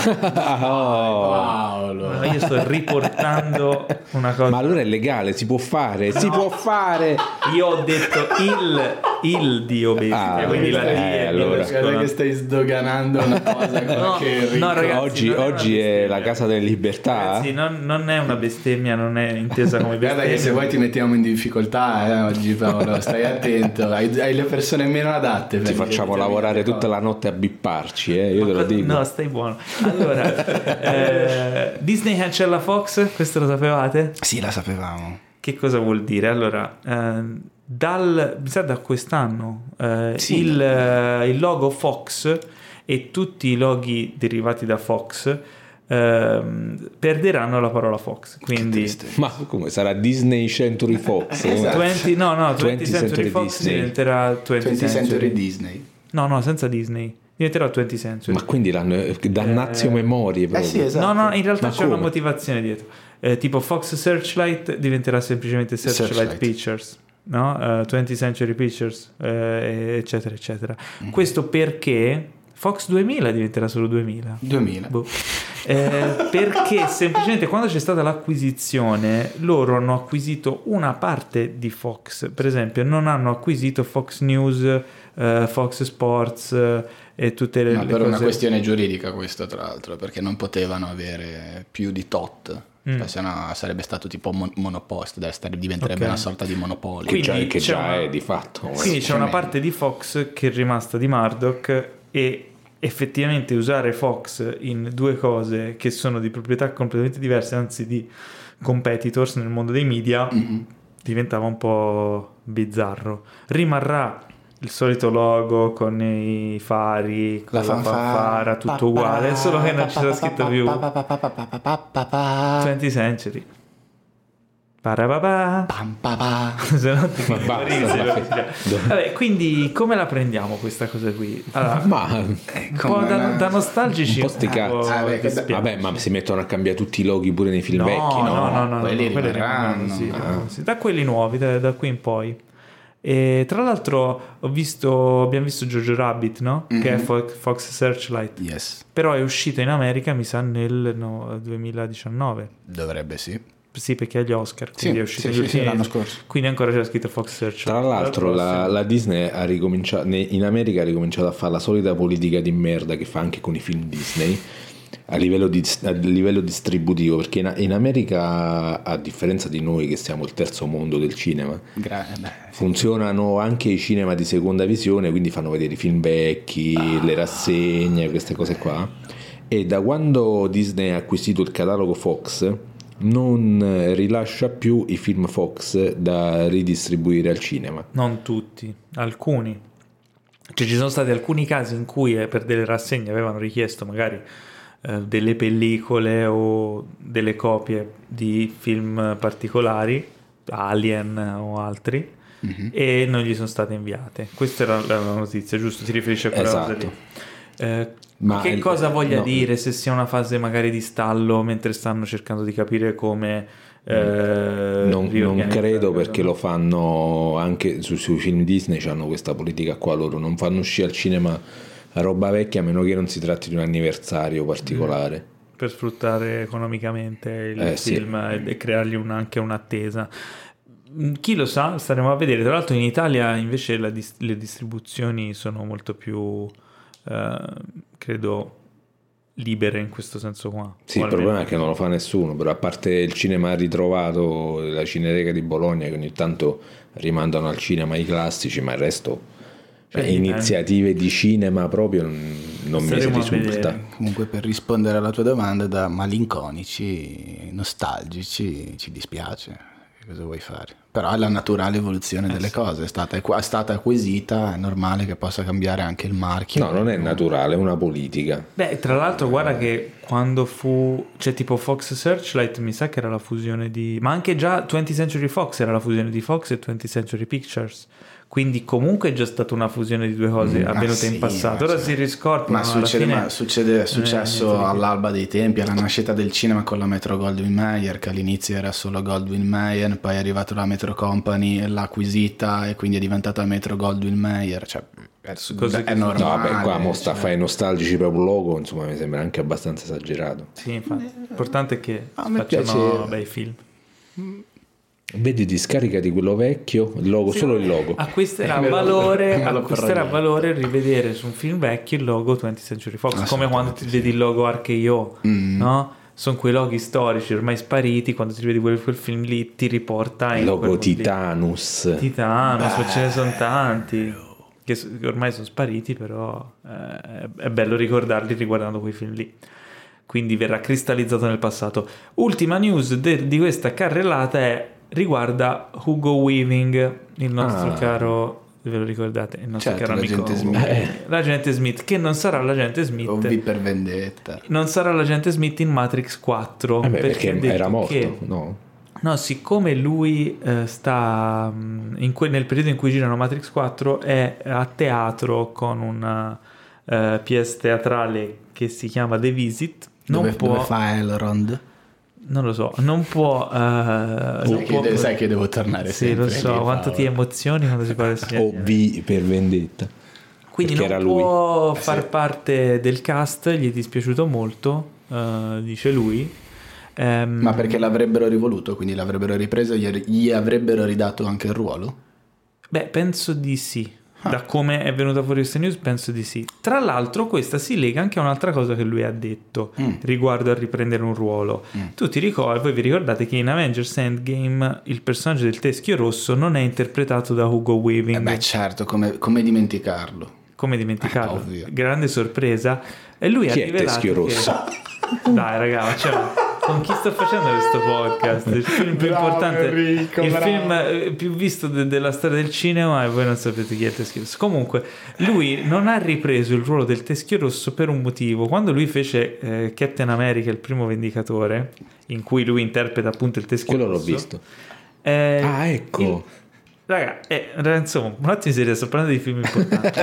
Oh. Paolo. No, io sto riportando una cosa. Ma allora è legale, si può fare, si può fare. Io ho detto il, il dio bestia, Ah, quindi la eh, D è allora. Guarda che stai sdoganando una cosa No, che no, ragazzi, oggi non è una oggi è bestemmia. la casa delle libertà. Ragazzi, non, non è una bestemmia, non è intesa come bestemmia. Guarda che se vuoi ti mettiamo in difficoltà eh, oggi Paolo, stai attento, hai, hai le persone meno adatte. Ti facciamo lavorare tutta la notte a bipparci, eh, io te lo dico. No, stai buono. Allora, eh, Disney cancella Fox, questo lo sapevate? Sì, la sapevamo. Che cosa vuol dire? Allora, eh, dal, mi sa da quest'anno, eh, Sì. il, eh, il logo Fox e tutti i loghi derivati da Fox ehm, perderanno la parola Fox. Quindi Triste. Ma come sarà Disney Century Fox? Esatto. venti, no, no, venti venti Century, Century Fox Disney. diventerà venti venti Century. Century Disney. No, no, senza Disney. Diventerà venti Century. Ma quindi l'hanno dannazio Eh, memorie Eh proprio. sì, esatto. No, no, in realtà Ma c'è una come? motivazione dietro. Eh, tipo Fox Searchlight diventerà semplicemente Searchlight, Searchlight. Pictures, no? Eh, twentieth Century Pictures, eh, eccetera, eccetera. Mm. Questo perché Fox duemila diventerà solo duemila. duemila. Boh. Eh, perché semplicemente quando c'è stata l'acquisizione loro hanno acquisito una parte di Fox, per esempio non hanno acquisito Fox News, eh, Fox Sports eh, e tutte le, Ma le per cose. una questione giuridica questo tra l'altro, perché non potevano avere più di tot, Mm. cioè, se no sarebbe stato tipo mon- monoposto, deve stare- diventerebbe Ok. una sorta di monopolio. Che già, Quindi che c'è già una- è di fatto. Quindi c'è una parte di Fox che è rimasta di Murdoch e effettivamente usare Fox in due cose che sono di proprietà completamente diverse, anzi di competitors nel mondo dei media, Mm-hmm. diventava un po' bizzarro. Rimarrà il solito logo con i fari, con la, fanfara, tutto uguale, solo che non c'era scritto più twentieth Century. Parapapà. Pam, pa, pa. Se no ti Ma basta, memorizzi. Vabbè, quindi come la prendiamo questa cosa qui? Allora, Ma un po' come da, una- da nostalgici, un po' sti un cazzi. po' Ah, beh, dispiace. vabbè, ma si mettono a cambiare tutti i loghi pure nei film no, vecchi, no? no, no, no, quelli no, quelli rimarranno. rimarranno, sì, Ah. sì, da quelli nuovi, da, da qui in poi. E tra l'altro ho visto, abbiamo visto Jojo Rabbit, no? Che è Fo- Fox Searchlight. Yes, Però è uscito in America, mi sa, nel no, duemiladiciannove. dovrebbe sì. Sì, perché agli Oscar, Sì, quindi è uscito sì, negli sì, ultimi sì, l'anno mesi. scorso. Quindi ancora c'era scritto Fox Searchlight. Tra l'altro la, la Disney ha ricominciato, ne- in America ha ricominciato a fare la solita politica di merda che fa anche con i film Disney a livello, di, a livello distributivo, perché in, in America, a differenza di noi che siamo il terzo mondo del cinema, Gra- beh, funzionano anche i cinema di seconda visione, quindi fanno vedere i film vecchi, le rassegne, queste cose qua. E da quando Disney ha acquisito il catalogo Fox non rilascia più i film Fox da ridistribuire al cinema. Non tutti, alcuni. Cioè ci sono stati alcuni casi in cui eh, per delle rassegne avevano richiesto magari eh, delle pellicole o delle copie di film particolari, Alien o altri, Mhm. e non gli sono state inviate. Questa era la notizia, giusto? Ti riferisci a quella cosa Esatto. lì? Eh, Ma che il- cosa voglia no. dire, se sia una fase magari di stallo mentre stanno cercando di capire come eh, Non, non riorganizzare, credo, perché no? lo fanno anche su- sui film Disney, hanno questa politica qua, loro non fanno uscire al cinema roba vecchia a meno che non si tratti di un anniversario particolare. Per sfruttare economicamente il Eh, sì. film e, e creargli un- anche un'attesa. Mm, Chi lo sa, staremo a vedere. Tra l'altro in Italia invece la dis- le distribuzioni sono molto più, eh, credo, libere in questo senso qua. Sì, O il almeno- problema è che non lo fa nessuno, però a parte il cinema ritrovato, la Cineteca di Bologna che ogni tanto rimandano al cinema i classici, ma il resto, cioè, Eh, iniziative di cinema proprio non, non mi Staremo a risulta. vedere. Comunque, per rispondere alla tua domanda, da malinconici, nostalgici, ci dispiace. Che cosa vuoi fare? Però è la naturale evoluzione delle cose, è stata, è stata acquisita, è normale che possa cambiare anche il marchio. No, non è naturale, è una politica. Beh, tra l'altro guarda che quando fu, cioè tipo Fox Searchlight mi sa che era la fusione di, ma anche già twentieth Century Fox era la fusione di Fox e twentieth Century Pictures, quindi comunque è già stata una fusione di due cose Ah, avvenute sì, in passato. ma Ora cioè- si riscorpano, Ma, alla succede, fine- ma succede- è eh, successo niente di che. all'alba dei tempi, alla nascita del cinema con la Metro Goldwyn Mayer, che all'inizio era solo Goldwyn Mayer, poi è arrivata la Metro Company, l'ha acquisita e quindi è diventata Metro Goldwyn Mayer. Cioè, è, Cose è che- normale. No, vabbè, qua mo sta a cioè. fare i nostalgici per un logo, insomma, mi sembra anche abbastanza esagerato. Sì, infatti. L'importante è che a me facciano piace- bei film. Vedi, discarica di quello vecchio, il logo, solo il logo. Acquisterà Eh, me lo- valore, me lo acquisterà parlo io. valore rivedere su un film vecchio il logo twentieth Century Fox, come quando ti vedi il logo R K O, Mm. no? Sono quei loghi storici ormai spariti, quando ti vedi quel, quel film lì ti riporta in Il logo quel mondo lì. Titanus. Titanus, ma ce ne sono tanti che, s- che ormai sono spariti, però eh, è bello ricordarli riguardando quei film lì. Quindi verrà cristallizzato nel passato. Ultima news de- di questa carrellata è riguarda Hugo Weaving, il nostro Ah. caro, ve lo ricordate, il nostro Certo, caro amico l'agente Hugo Smith. Weaving. L'agente Smith, che non sarà l'agente Smith, O V per vendetta. non sarà l'agente Smith in Matrix quattro, Eh beh, perché ha detto era morto, che- no? No, siccome lui eh, sta mh, in que- nel periodo in cui girano Matrix quattro è a teatro con una eh, pièce teatrale che si chiama The Visit, non Dove, può, dove fa Elrond? non lo so, non può, eh, non Sai, può- che, sai che devo tornare sì, sempre lo so, lì, quanto ti Paolo. emozioni quando si parla di O V per vendetta. Quindi perché non era lui. può Eh, far sì. parte del cast, gli è dispiaciuto molto, eh, dice lui. Ehm, Ma perché l'avrebbero rivoluto, quindi l'avrebbero ripreso e gli, gli avrebbero ridato anche il ruolo? Beh, penso di sì. Da come è venuta fuori questa news, penso di sì. Tra l'altro, questa si lega anche a un'altra cosa che lui ha detto Mm. riguardo a riprendere un ruolo. Mm. Tu ti ricordi, voi vi ricordate che in Avengers Endgame il personaggio del Teschio Rosso non è interpretato da Hugo Weaving. Eh beh, certo, come, come dimenticarlo? Come dimenticarlo? Eh, ovvio. Grande sorpresa. E lui Chi ha è rivelato Teschio che- Rosso? Dai, raga, cioè, con chi sto facendo questo podcast? Il film più Bravo, importante, Enrico, il bravo. film eh, più visto de- della storia del cinema, e voi non sapete chi è il Teschio Rosso. Comunque, lui non ha ripreso il ruolo del Teschio Rosso per un motivo. Quando lui fece eh, Captain America, il primo Vendicatore, in cui lui interpreta appunto il Teschio Quello l'ho Rosso, visto. Eh, Ah, ecco. il- raga, eh, insomma, un attimo serio, sto parlando di film importanti.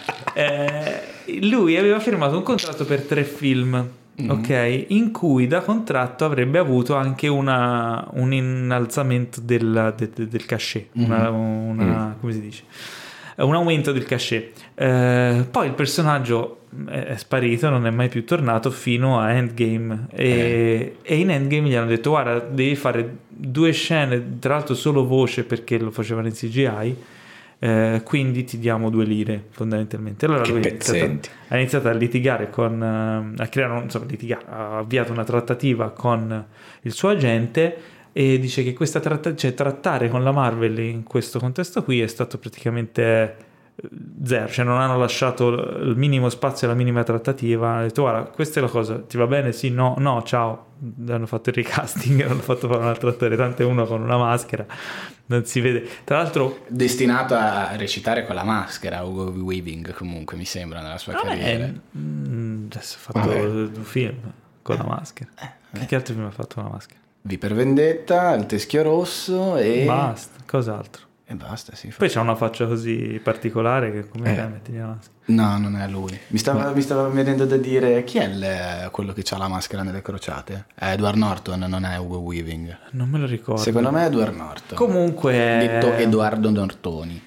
Eh, lui aveva firmato un contratto per tre film, Mm. ok, in cui da contratto avrebbe avuto anche una, un innalzamento del, de- de- del cachet, una, una- come si dice? Un aumento del cachet. Eh, poi il personaggio è, è sparito, non è mai più tornato fino a Endgame. E, e in Endgame gli hanno detto: guarda, devi fare due scene, tra l'altro solo voce perché lo facevano in C G I. Eh, quindi ti diamo due lire fondamentalmente. Allora Che lui ha iniziato, pezzenti. ha iniziato a litigare con eh, a creare un- insomma, litigare, ha avviato una trattativa con il suo agente e dice che questa tratta- cioè, trattare con la Marvel in questo contesto qui è stato praticamente eh, zero, cioè non hanno lasciato il minimo spazio alla minima trattativa. Hanno detto: guarda, questa è la cosa, ti va bene? Sì, no, no, ciao. Hanno fatto il recasting, hanno fatto fare un altro attore, tanto è uno con una maschera, non si vede. Tra l'altro Destinato a recitare con la maschera, Hugo Weaving comunque mi sembra nella sua carriera. Eh, mm, adesso ha fatto Vabbè. due film con la maschera. Che, che altro film ha fatto con la maschera? V per Vendetta, Il Teschio Rosso e... Basta, cos'altro? E basta, sì. Poi c'ha una faccia così particolare che come Eh. fai a mettergli la maschera? No, non è lui. Mi stava, mi stava venendo da dire chi è il- quello che ha la maschera nelle crociate? È Edward Norton, non è Hugo Weaving. Non me lo ricordo. Secondo me è Edward Norton. Comunque Detto Edoardo Nortoni.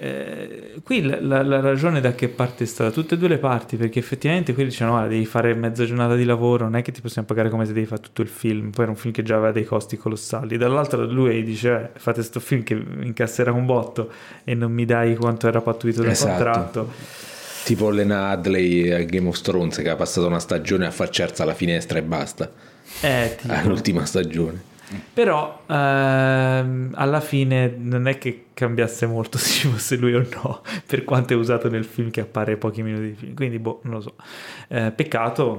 eh, qui la, la- la ragione da che parte sta? Da tutte e due le parti, perché effettivamente quelli dicono: guarda, devi fare mezza giornata di lavoro, non è che ti possiamo pagare come se devi fare tutto il film. Poi era un film che già aveva dei costi colossali. Dall'altro lui dice: eh, fate sto film che incasserà un botto e non mi dai quanto era pattuito dal Esatto. contratto. Tipo Lena Hadley a Game of Thrones, che ha passato una stagione a far cerza alla finestra e basta. Eh, tipo. All'ultima stagione. Però ehm, alla fine non è che cambiasse molto se ci fosse lui o no, per quanto è usato nel film che appare pochi minuti di film. Quindi boh, non lo so. Eh, peccato,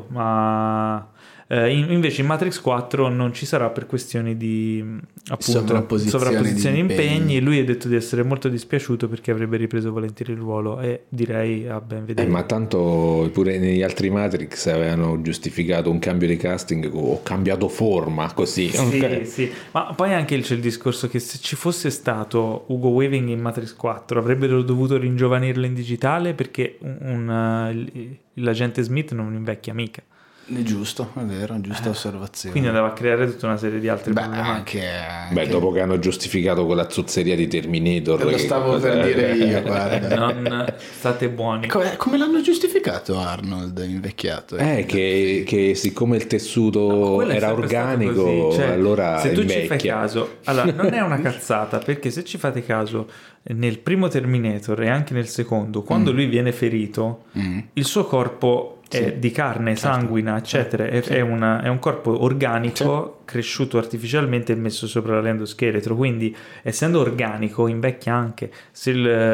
ma eh, in- invece in Matrix quattro non ci sarà per questioni di appunto Sovrapposizione sovrapposizione di di impegni. impegni. Lui ha detto di essere molto dispiaciuto perché avrebbe ripreso volentieri il ruolo e direi a ben Eh, vedere. ma tanto pure negli altri Matrix avevano giustificato un cambio di casting, ho cambiato forma così. Sì, Ok. sì, ma poi anche il- c'è il discorso che se ci fosse stato Hugo Weaving in Matrix quattro avrebbero dovuto ringiovanirlo in digitale perché un, un, uh, il- l'agente Smith non invecchia mica, È giusto, è vero, giusta osservazione. quindi andava a creare tutta una serie di altre Beh, problematiche. anche, anche... Beh, dopo che hanno giustificato quella zozzeria di Terminator. Lo che- stavo per dire io, guarda. Non state buoni. Come, come l'hanno giustificato Arnold invecchiato? Eh, che, che siccome il tessuto Quello è era sempre stato organico, così, cioè, allora se tu ci fai invecchia. caso, allora non è una cazzata, perché se ci fate caso nel primo Terminator e anche nel secondo, quando lui viene ferito, Mm. il suo corpo è Sì. di carne, Certo. sanguina, eccetera, è, è una- è un corpo organico cresciuto artificialmente e messo sopra l'endoscheletro, quindi essendo organico invecchia anche. Se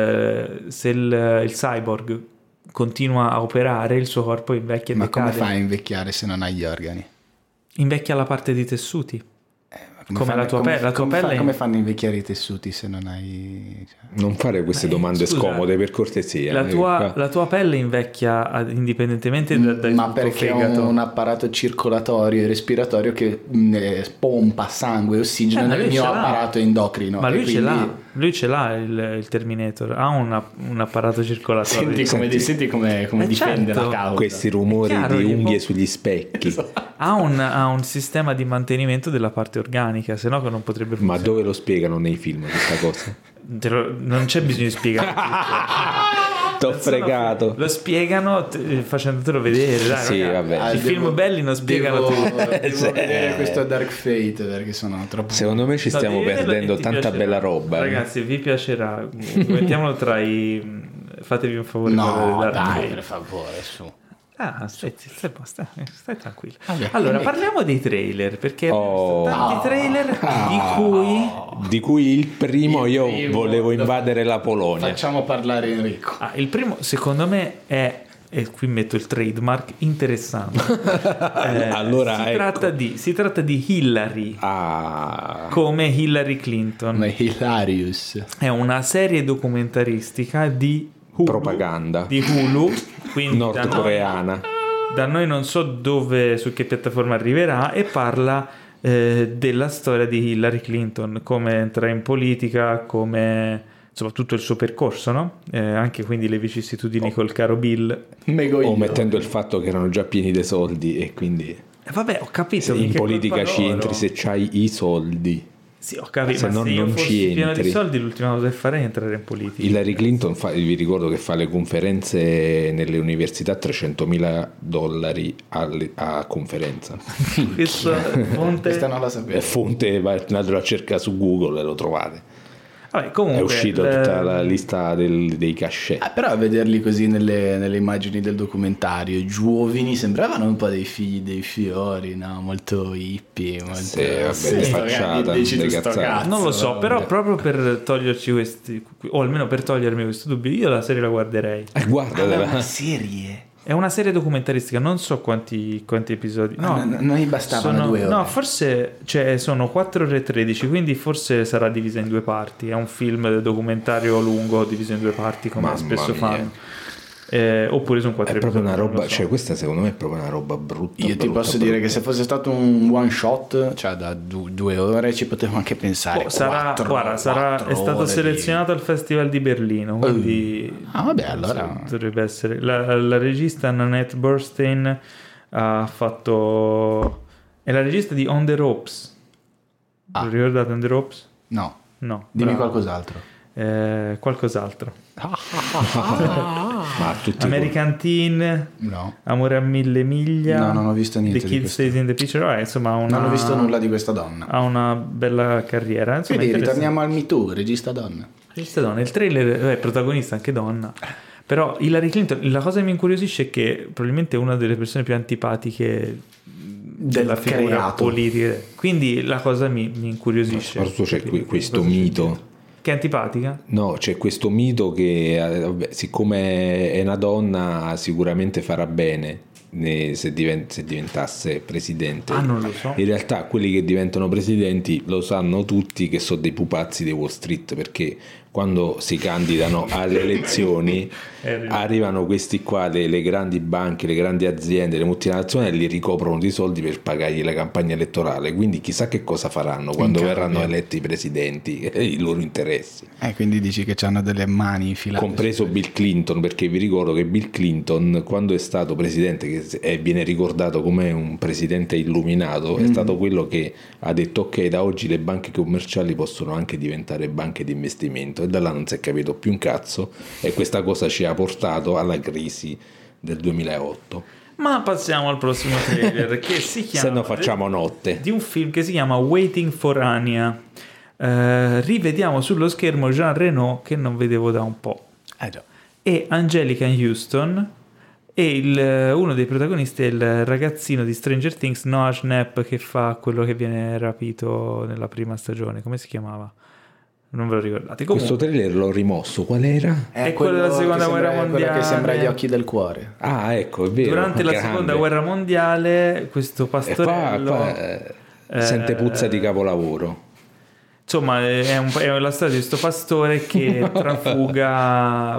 il, se il, il cyborg continua a operare, il suo corpo invecchia e Ma come decade. fai a invecchiare se non hai gli organi? Invecchia la parte di tessuti. Ma Come fanno- la tua come- pelle- la tua come fa- pelle- come fanno a invecchiare i tessuti se non hai... cioè- Non fare queste Eh, domande scusa, scomode, per cortesia. La eh, tua, qua. la tua pelle invecchia ad- indipendentemente da, dal Ma tuo perché ha fegato. un, un apparato circolatorio e respiratorio che mh, eh, pompa sangue e ossigeno Eh, ma nel lui mio ce l'ha. apparato endocrino. Ma e lui ce quindi- l'ha, lui ce l'ha il, il Terminator, ha una- un apparato circolatorio. Senti come, Senti. senti come, come Eh, difende certo. la causa. Questi rumori È chiaro, di gli unghie po- sugli specchi. Ha un, ha un sistema di mantenimento della parte organica, se no che non potrebbe Ma funzionare. dove lo spiegano nei film questa cosa? Te lo- non c'è bisogno di spiegare. T'ho Non sono- fregato. Lo spiegano t- facendotelo vedere. Dai, Sì, raga. vabbè. Ah, I devo- film belli non spiegano devo, tutto. devo Sì. vedere questo Dark Fate perché sono troppo... Secondo me ci No, stiamo devi vederlo perdendo e ti tanta piacerà. bella roba. eh. Ragazzi, vi piacerà. Mettiamolo tra i. Fatevi un favore. No, guardate Dark dai, Fate. per favore, su. Ah, stai, stai, stai, stai tranquillo. Vabbè. Allora, parliamo dei trailer, perché Oh. tanti trailer di cui Di cui il primo Il io primo, volevo lo- invadere la Polonia. Facciamo parlare Enrico. ah, il primo secondo me è, e qui metto il trademark, interessante. Eh, Allora, si, ecco. tratta di, si tratta di Hillary, Ah, come Hillary Clinton. Ma Hilarious. È una serie documentaristica di Hulu, propaganda di Hulu, quindi da noi- nordcoreana. Da noi non so dove, su che piattaforma arriverà, e parla eh, della storia di Hillary Clinton, come entra in politica, come soprattutto il suo percorso, no? Eh, anche quindi le vicissitudini oh. col caro Bill. O mettendo il fatto che erano già pieni di soldi e quindi... Eh, vabbè, ho capito. In politica ci entri se c'hai i soldi. Sì, ho capito, se ma non, se io non fossi ci pieno entri. di soldi l'ultima cosa che farei è entrare in politica. Hillary Clinton fa, vi ricordo che fa le conferenze nelle università, trecentomila dollari alle, a conferenza. Questa fonte... Questa non la sapevo. Fonte, andatelo a cercare su Google e lo trovate. Vabbè, comunque, è uscita le... tutta la lista del, dei cachet. Ah, però a vederli così nelle, nelle immagini del documentario, giovani, sembravano un po' dei figli dei fiori, no? Molto hippie, molto... Sì, vabbè, sì, di sto facciata, dici dei tu sto cazzate. cazzo, non lo so, vabbè. però proprio per toglierci questi, o almeno per togliermi questo dubbio, io la serie la guarderei. Eh, guarda, Ah, una serie... È una serie documentaristica, non so quanti, quanti episodi. No, ah, no, non gli bastavano sono, due ore. No, forse cioè, sono quattro ore e tredici, quindi forse sarà divisa in due parti. È un film documentario lungo diviso in due parti, come Mamma spesso mia. fanno. Eh, oppure sono quattro è proprio episodi. una non lo roba, so. cioè questa secondo me è proprio una roba brutta. Io ti brutta, posso brutta. dire che se fosse stato un one shot, cioè da du- due ore, ci potevo anche pensare. Oh, sarà, quattro, guarda, sarà, quattro è stato ore selezionato al Festival di Berlino, quindi Uh. Ah, vabbè, allora- so, dovrebbe essere. La, la regista Nanette Burstein ha fatto, è la regista di On the Ropes. Ah. Lo ricordate On the Ropes? Di... No, No. dimmi bravo. qualcos'altro. Eh, qualcos'altro. Ma tutti American Teen, No, Amore a mille miglia. No, non ho visto niente The di Kid questo. Stays in the Picture. Vabbè, insomma, ha una, non ho visto nulla di questa donna. ha una bella carriera. Insomma, Quindi interessante. ritorniamo al Me Too, regista donna. Regista donna, il trailer è protagonista anche donna. Però Hillary Clinton, la cosa che mi incuriosisce è che probabilmente è una delle persone più antipatiche della figura creato. politica. Quindi la cosa mi, mi incuriosisce. soprattutto c'è Capire que- questo cosa c'è mito. dentro. Che è antipatica? No, c'è questo mito che eh, vabbè, siccome è una donna sicuramente farà bene ne- se, diven- se diventasse presidente. Ah, non lo so. In realtà quelli che diventano presidenti lo sanno tutti che sono dei pupazzi di Wall Street, perché quando si candidano alle elezioni arrivano questi qua, le, le grandi banche, le grandi aziende, le multinazionali, li ricoprono di soldi per pagargli la campagna elettorale, quindi chissà che cosa faranno quando Incredibile. verranno eletti i presidenti e i loro interessi. Eh, quindi dici che hanno delle mani infilate. Compreso Bill Clinton, perché vi ricordo che Bill Clinton, quando è stato presidente, che è- viene ricordato come un presidente illuminato, è stato quello che ha detto ok, da oggi le banche commerciali possono anche diventare banche di investimento, e da là non si è capito più un cazzo, e questa cosa ci ha portato alla crisi del duemilaotto. Ma passiamo al prossimo trailer che si chiama... Se no facciamo notte. Di un film che si chiama Waiting for Anya. Eh, rivediamo sullo schermo Jean Reno, che non vedevo da un po', Eh già. e Angelica Houston, e il- uno dei protagonisti è il ragazzino di Stranger Things, Noah Schnapp, che fa quello che viene rapito nella prima stagione. Come si chiamava? Non ve lo ricordate? Comunque, Questo trailer l'ho rimosso, qual era? È quello della seconda che guerra sembra- quello mondiale. che sembra gli occhi del cuore. Ah, ecco, è vero. durante la grande. seconda guerra mondiale questo E qua, pastorello qua, eh, eh, sente puzza di capolavoro. insomma è, un, è la storia di questo pastore che trafuga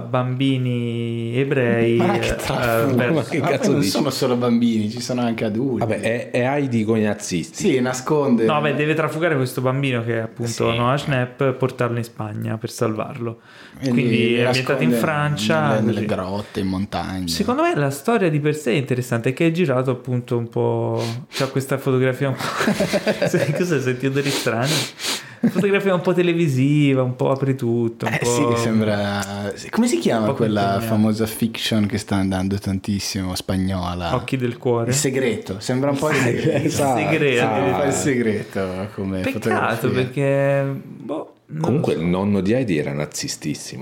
bambini ebrei Ma che eh, trafuga? verso- Ma che Ma cazzo poi non dici? sono solo bambini, ci sono anche adulti. Vabbè, è, è Heidi con i nazisti. Sì, nasconde. no vabbè, deve trafugare questo bambino che è appunto Sì. Noah Schnapp, portarlo in Spagna per salvarlo. Quindi Quindi è li ambientato in nasconde Francia, nelle, nelle così. grotte, in montagne. Secondo me la storia di per sé è interessante, è che è girato appunto un po', c'ha questa fotografia un po'... Cosa senti odori strani? Fotografia un po' televisiva, un po' apri tutto, un Eh po'... sì, sembra... Come si un chiama po' quella contaminato. famosa fiction che sta andando tantissimo, spagnola? Occhi del cuore. Il segreto, sembra un po' il segreto. Esatto. segreto. Devi Ah. fare il segreto come Peccato fotografia. perché boh, non Comunque lo il so. nonno di Heidi era nazistissimo.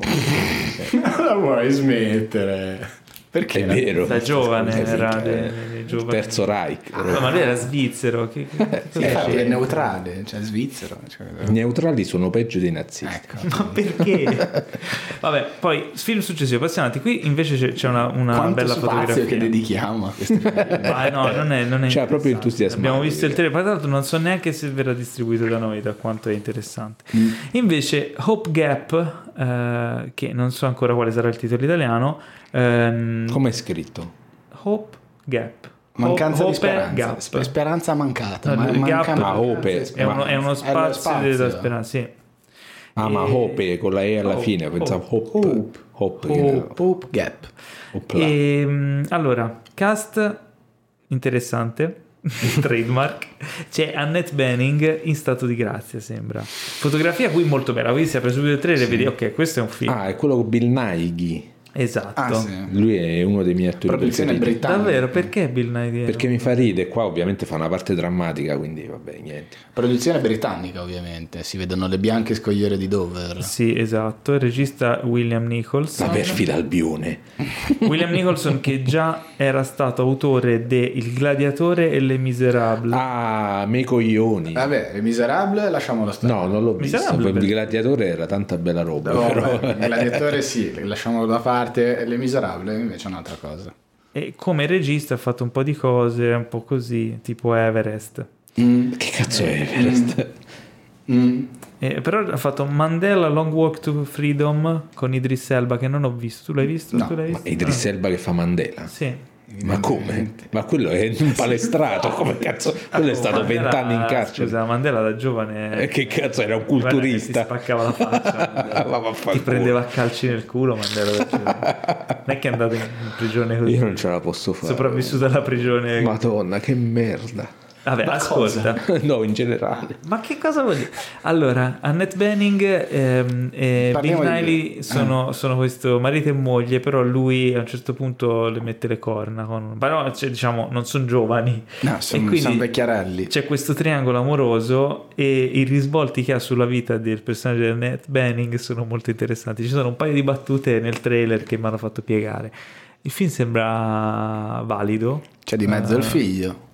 Non la vuoi smettere? Perché? È vero. da giovane Eh sì, era eh, dei- dei il giovani. Sì, Reich. No, ma lui era svizzero che, che- Sì, cosa è c'è? neutrale, cioè svizzero. Cioè... I neutrali sono peggio dei nazisti. Ecco. Ma perché? Vabbè, poi film successivo, passiamo avanti. Qui invece c'è, c'è una, una Quanto bella spazio fotografia che dedichiamo a questi Ma no, non è, non è Cioè, proprio interessante. entusiasmante. Abbiamo visto il trailer, poi tra l'altro non so neanche se verrà distribuito da noi, da quanto è interessante. Mm. Invece Hope Gap, eh, che non so ancora quale sarà il titolo italiano, ehm, Come è scritto? Hope Gap. Mancanza Hope di speranza. Gap. Spe- speranza mancata. No, ma- il manca- Gap Ah, Hope. è uno, è uno spazio, della speranza, sì. Ah, ma E- Hope con la E alla Hope, fine, pensavo Hope. Hope. Hope. Hope, Hope Gap. Hope là. E, mh, allora, cast interessante, trademark. C'è Annette Bening in stato di grazia, sembra. Fotografia qui molto bella, qui si apre subito il trailer e vedi, ok, questo è un film. Ah, è quello con Bill Nighy. Esatto. Ah, sì. Lui è uno dei miei attori Produzione preferiti. britannica. Davvero? Perché Bill Nighy? Perché mi fa ridere, qua ovviamente fa una parte drammatica, quindi vabbè, niente. Produzione britannica, ovviamente. Si vedono le bianche scogliere di Dover. Sì, esatto. Il regista William Nicholson. La perfida Albione. William Nicholson che già era stato autore de Il Gladiatore e Le Misérables. Ah, me coglioni. Vabbè, Le Miserable lasciamolo stare. No, non l'ho visto. Miserabile. Il gladiatore era tanta bella roba. No, però... vabbè, il gladiatore sì, lasciamolo da parte. Le Miserable invece è un'altra cosa. E come regista ha fatto un po' di cose, un po' così, tipo Everest. Mm. Che cazzo è Everest? Mm. Eh, però ha fatto Mandela Long Walk to Freedom con Idris Elba, che non ho visto. Tu l'hai visto? No, tu l'hai Ma visto? Idris Elba che fa Mandela? Ah, sì. Ma come? Ma quello è un palestrato, come cazzo? Quello è stato Mandela- vent'anni in carcere. Scusa, Mandela da giovane Eh, che cazzo era un guarda che culturista? ti spaccava la faccia. Ma vaffanculo. Ti prendeva a calci nel culo Mandela da giovane. Non è che è andato in prigione così. Io non ce la posso fare. Sopravvissuto alla prigione. Madonna, che merda. Vabbè, Ma ascolta. No, in generale. Ma che cosa vuol dire? Allora, Annette Bening ehm, e Bill Parliamo di- Nighy sono, sono questo marito e moglie, però lui a un certo punto le mette le corna. Con... Però, cioè, diciamo, non sono giovani. No, E sono, quindi sono vecchiarelli. c'è questo triangolo amoroso e i risvolti che ha sulla vita del personaggio di Annette Bening sono molto interessanti. Ci sono un paio di battute nel trailer che mi hanno fatto piegare. Il film sembra valido. C'è di mezzo Eh, il figlio.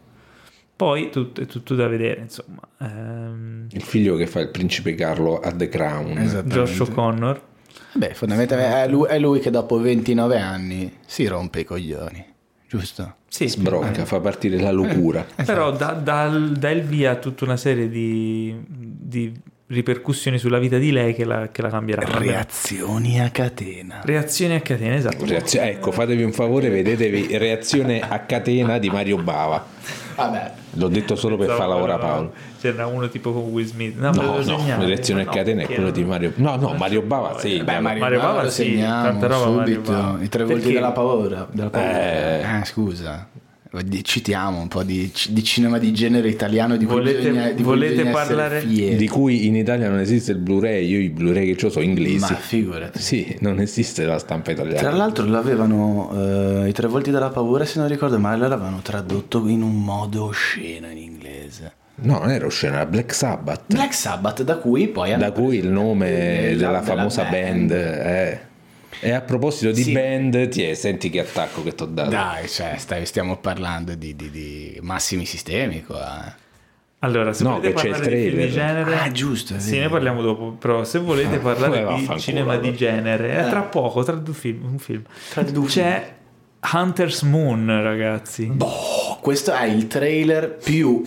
Poi tutto, è tutto da vedere, insomma. Ehm, Il figlio che fa il principe Carlo a The Crown. Esatto. Josh O'Connor. Beh, fondamentalmente è lui, è lui che dopo ventinove anni si rompe i coglioni, giusto? Sì, Sbrocca, fa partire la locura. però dà, dà, dà il via a tutta una serie di, di ripercussioni sulla vita di lei che la, che la cambieranno. Reazioni a catena. Reazioni a catena, esatto. Reazio- ecco, fatevi un favore, vedetevi Reazione a catena di Mario Bava. Vabbè, L'ho detto solo per far lavorare Paolo. C'era uno tipo con Will Smith. No, No, me lo no, segnare. Reazione a No, catena è perché quello no? di Mario. No, no, Mario Bava, sì. beh, Mario, Mario Bava Bava lo sì, segniamo tanta roba Mario subito. Bava. I tre volti Perché? della paura. Della paura. Eh. Eh, scusa. Di- Citiamo un po' di, di cinema di genere italiano di cui Volete- bisogna, di cui volete bisogna parlare- essere fieri. Di cui in Italia non esiste il Blu-ray. Io i Blu-ray che ho sono inglesi. Ma figurati. Sì, non esiste la stampa italiana. Tra l'altro l'avevano eh, i tre volti della paura, se non ricordo male, l'avevano tradotto in un modo osceno in inglese. No, non era oscena, era Black Sabbath. Black Sabbath, da cui poi hanno Da cui il nome Eh, della della famosa band. band. eh. E a proposito di Sì. band, ti è, senti che attacco che ti ho dato. Dai, cioè, stai- stiamo parlando di, di- di massimi sistemi qua. Allora, se No, volete che c'è il parlare di film di trailer. genere, Ah, giusto, è sì, vero. ne parliamo dopo. Però, se volete Ah, parlare come di vaffanculo, cinema allora. di genere, è tra poco, tra due film, un film. Tra due C'è Hunter's Moon, ragazzi. Boh, questo è il trailer più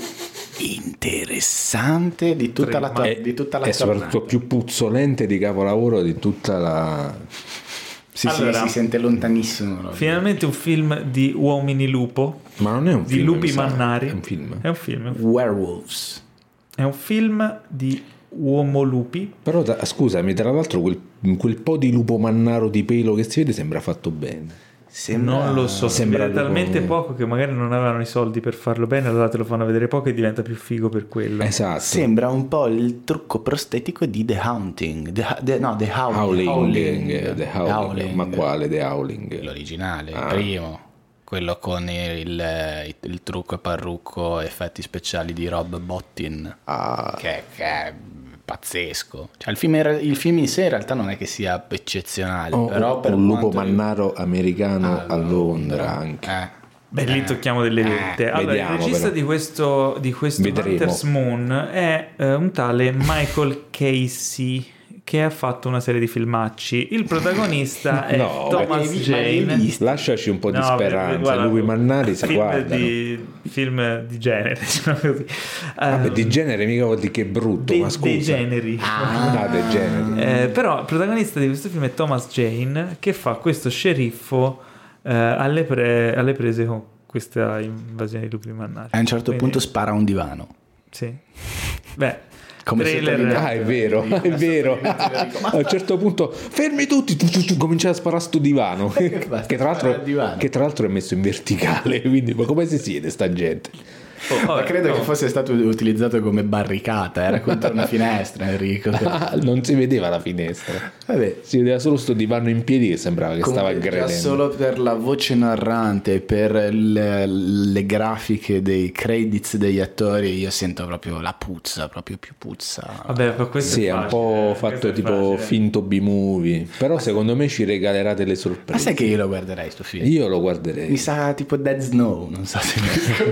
interessante di tutta la, to- E, di tutta la e soprattutto tornata. più puzzolente di capolavoro di tutta la. Sì, Allora, sì, si sente lontanissimo. no? Finalmente un film di uomini lupo, Ma non è un di film. lupi mi sa. mannari. È un film. È un film. Werewolves. È un film di uomo lupi. Però da- scusami, tra l'altro quel, quel po' di lupo mannaro di pelo che si vede sembra fatto bene. Sembra- Non lo so, sembra sembra talmente lupo- poco che magari non avevano i soldi per farlo bene, allora te lo fanno vedere poco e diventa più figo per quello. Esatto. Sembra un po' il trucco prostetico di The Haunting. The, the- no, The Howling, Howling. eh, The Howling. Howling. Ma quale The Howling? L'originale, Ah. il primo. Quello con il, il, il trucco e parrucco effetti speciali di Rob Bottin. Ah, Che, che è pazzesco. Cioè, il, film era- il film in sé in realtà non è che sia eccezionale. oh, però per un lupo quanto- mannaro americano a Londra anche. Eh. Beh, lì tocchiamo delle vette. Allora, vediamo, il regista però. di questo, di questo Vedremo. Hunter's Moon è eh, un tale Michael Casey che ha fatto una serie di filmacci. Il protagonista è No, Thomas ma- Jane. Lasciaci un po' di No, speranza. guarda, Lupi mannari si film guardano. di, film di genere, diciamo così. Vabbè, Eh, di genere mica vuol dire che è brutto, dei, ma scusa. dei generi. Ah, dei generi. Eh, però il protagonista di questo film è Thomas Jane che fa questo sceriffo eh, alle, pre- alle prese con, questa invasione di lupi mannari. A un certo Quindi, punto spara un divano. Sì. Beh, Come trailer... Ah, è vero, è vero. A un certo punto, fermi tutti, tu, tu, tu, cominciare a sparare sto divano. Che, che, tra l'altro, divano. che tra l'altro è messo in verticale, quindi ma come si siede sta gente? Oh, oh, ma credo no. che fosse stato utilizzato come barricata, era contro una finestra, Enrico. Ah, non si vedeva la finestra. Vabbè. Si vedeva solo sto divano in piedi che sembrava che Comunque, stava aggredendo. Solo per la voce narrante, per le, le grafiche dei credits degli attori, io sento proprio la puzza, proprio più puzza. Vabbè, per questo sì, è, è un facile, po' eh. fatto tipo facile. finto B-movie. Però secondo me ci regalerà delle sorprese. Ma sai che io lo guarderei sto film? Io lo guarderei. Mi sa tipo Dead Snow, non so se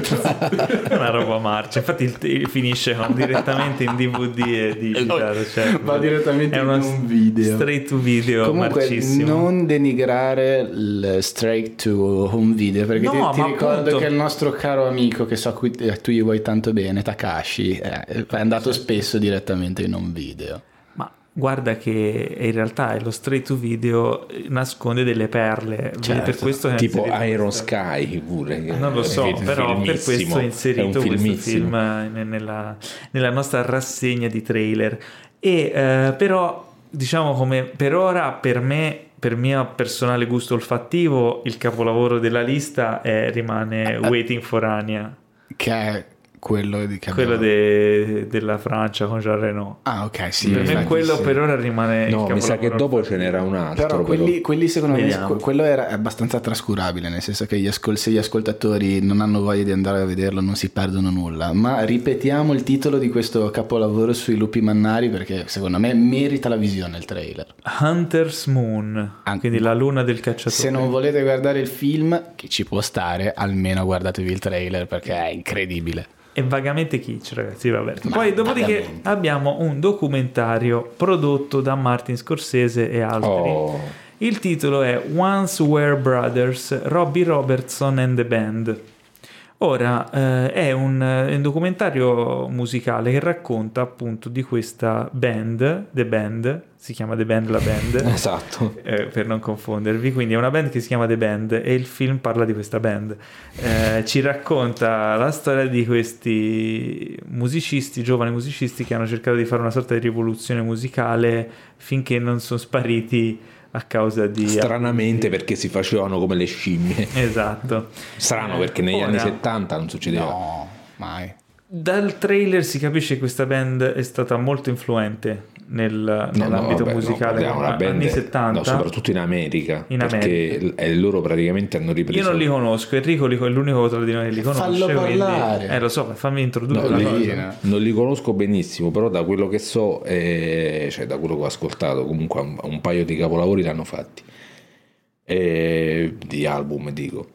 mi È una roba marcia, infatti il, il finisce con direttamente in D V D e digitale, cioè, va direttamente è in uno un video, straight to video. Comunque marcissimo. non denigrare il straight to home video, perché no, ti, ti ricordo appunto... che il nostro caro amico che so a cui tu gli vuoi tanto bene, Takashi, eh, è andato spesso direttamente in home video. Ma guarda che in realtà lo straight to video nasconde delle perle, certo. per questo tipo Iron Sky pure, non lo so, però per questo ho inserito questo film nella, nella nostra rassegna di trailer. E eh, però diciamo come per ora, per me, per mio personale gusto olfattivo, il capolavoro della lista è, rimane Waiting for Anya, che è quello di che quello de, della Francia con Jean Reno. Ah, ok, sì. Per me quello sì. per ora rimane no, il mi sa che dopo olfattivo. ce n'era un altro. Però quelli, però. quelli secondo Vediamo. me quello era abbastanza trascurabile, nel senso che gli ascol- se gli ascoltatori non hanno voglia di andare a vederlo non si perdono nulla. Ma ripetiamo il titolo di questo capolavoro sui lupi mannari, perché secondo me merita la visione il trailer. Hunter's Moon, An- quindi la luna del cacciatore. Se non volete guardare il film, che ci può stare, almeno guardatevi il trailer perché è incredibile. È vagamente kitsch, ragazzi, vabbè. Ma Poi dopodiché vagamente. abbiamo un documentario prodotto da Martin Scorsese e altri. Oh. Il titolo è Once Were Brothers, Robbie Robertson and the Band. Ora eh, è un, un documentario musicale che racconta appunto di questa band, The Band, si chiama The Band la band, Esatto. eh, per non confondervi, quindi è una band che si chiama The Band e il film parla di questa band. Eh, ci racconta la storia di questi musicisti, giovani musicisti che hanno cercato di fare una sorta di rivoluzione musicale finché non sono spariti a causa di... Stranamente perché si facevano come le scimmie. Esatto. Strano perché negli Ora, anni settanta non succedeva. No, mai. Dal trailer si capisce che questa band è stata molto influente nel, No, nell'ambito no, vabbè, musicale no, una band, anni settanta, no, soprattutto in America, In perché America. L- loro praticamente hanno ripreso. Io non li conosco, Enrico li, è l'unico tra di noi che li conosce. Fallo parlare. Quindi, eh lo so, fammi introdurre No, la li- cosa. non li conosco benissimo, però da quello che so, eh, cioè da quello che ho ascoltato, comunque un, un paio di capolavori l'hanno fatti, eh, di album dico.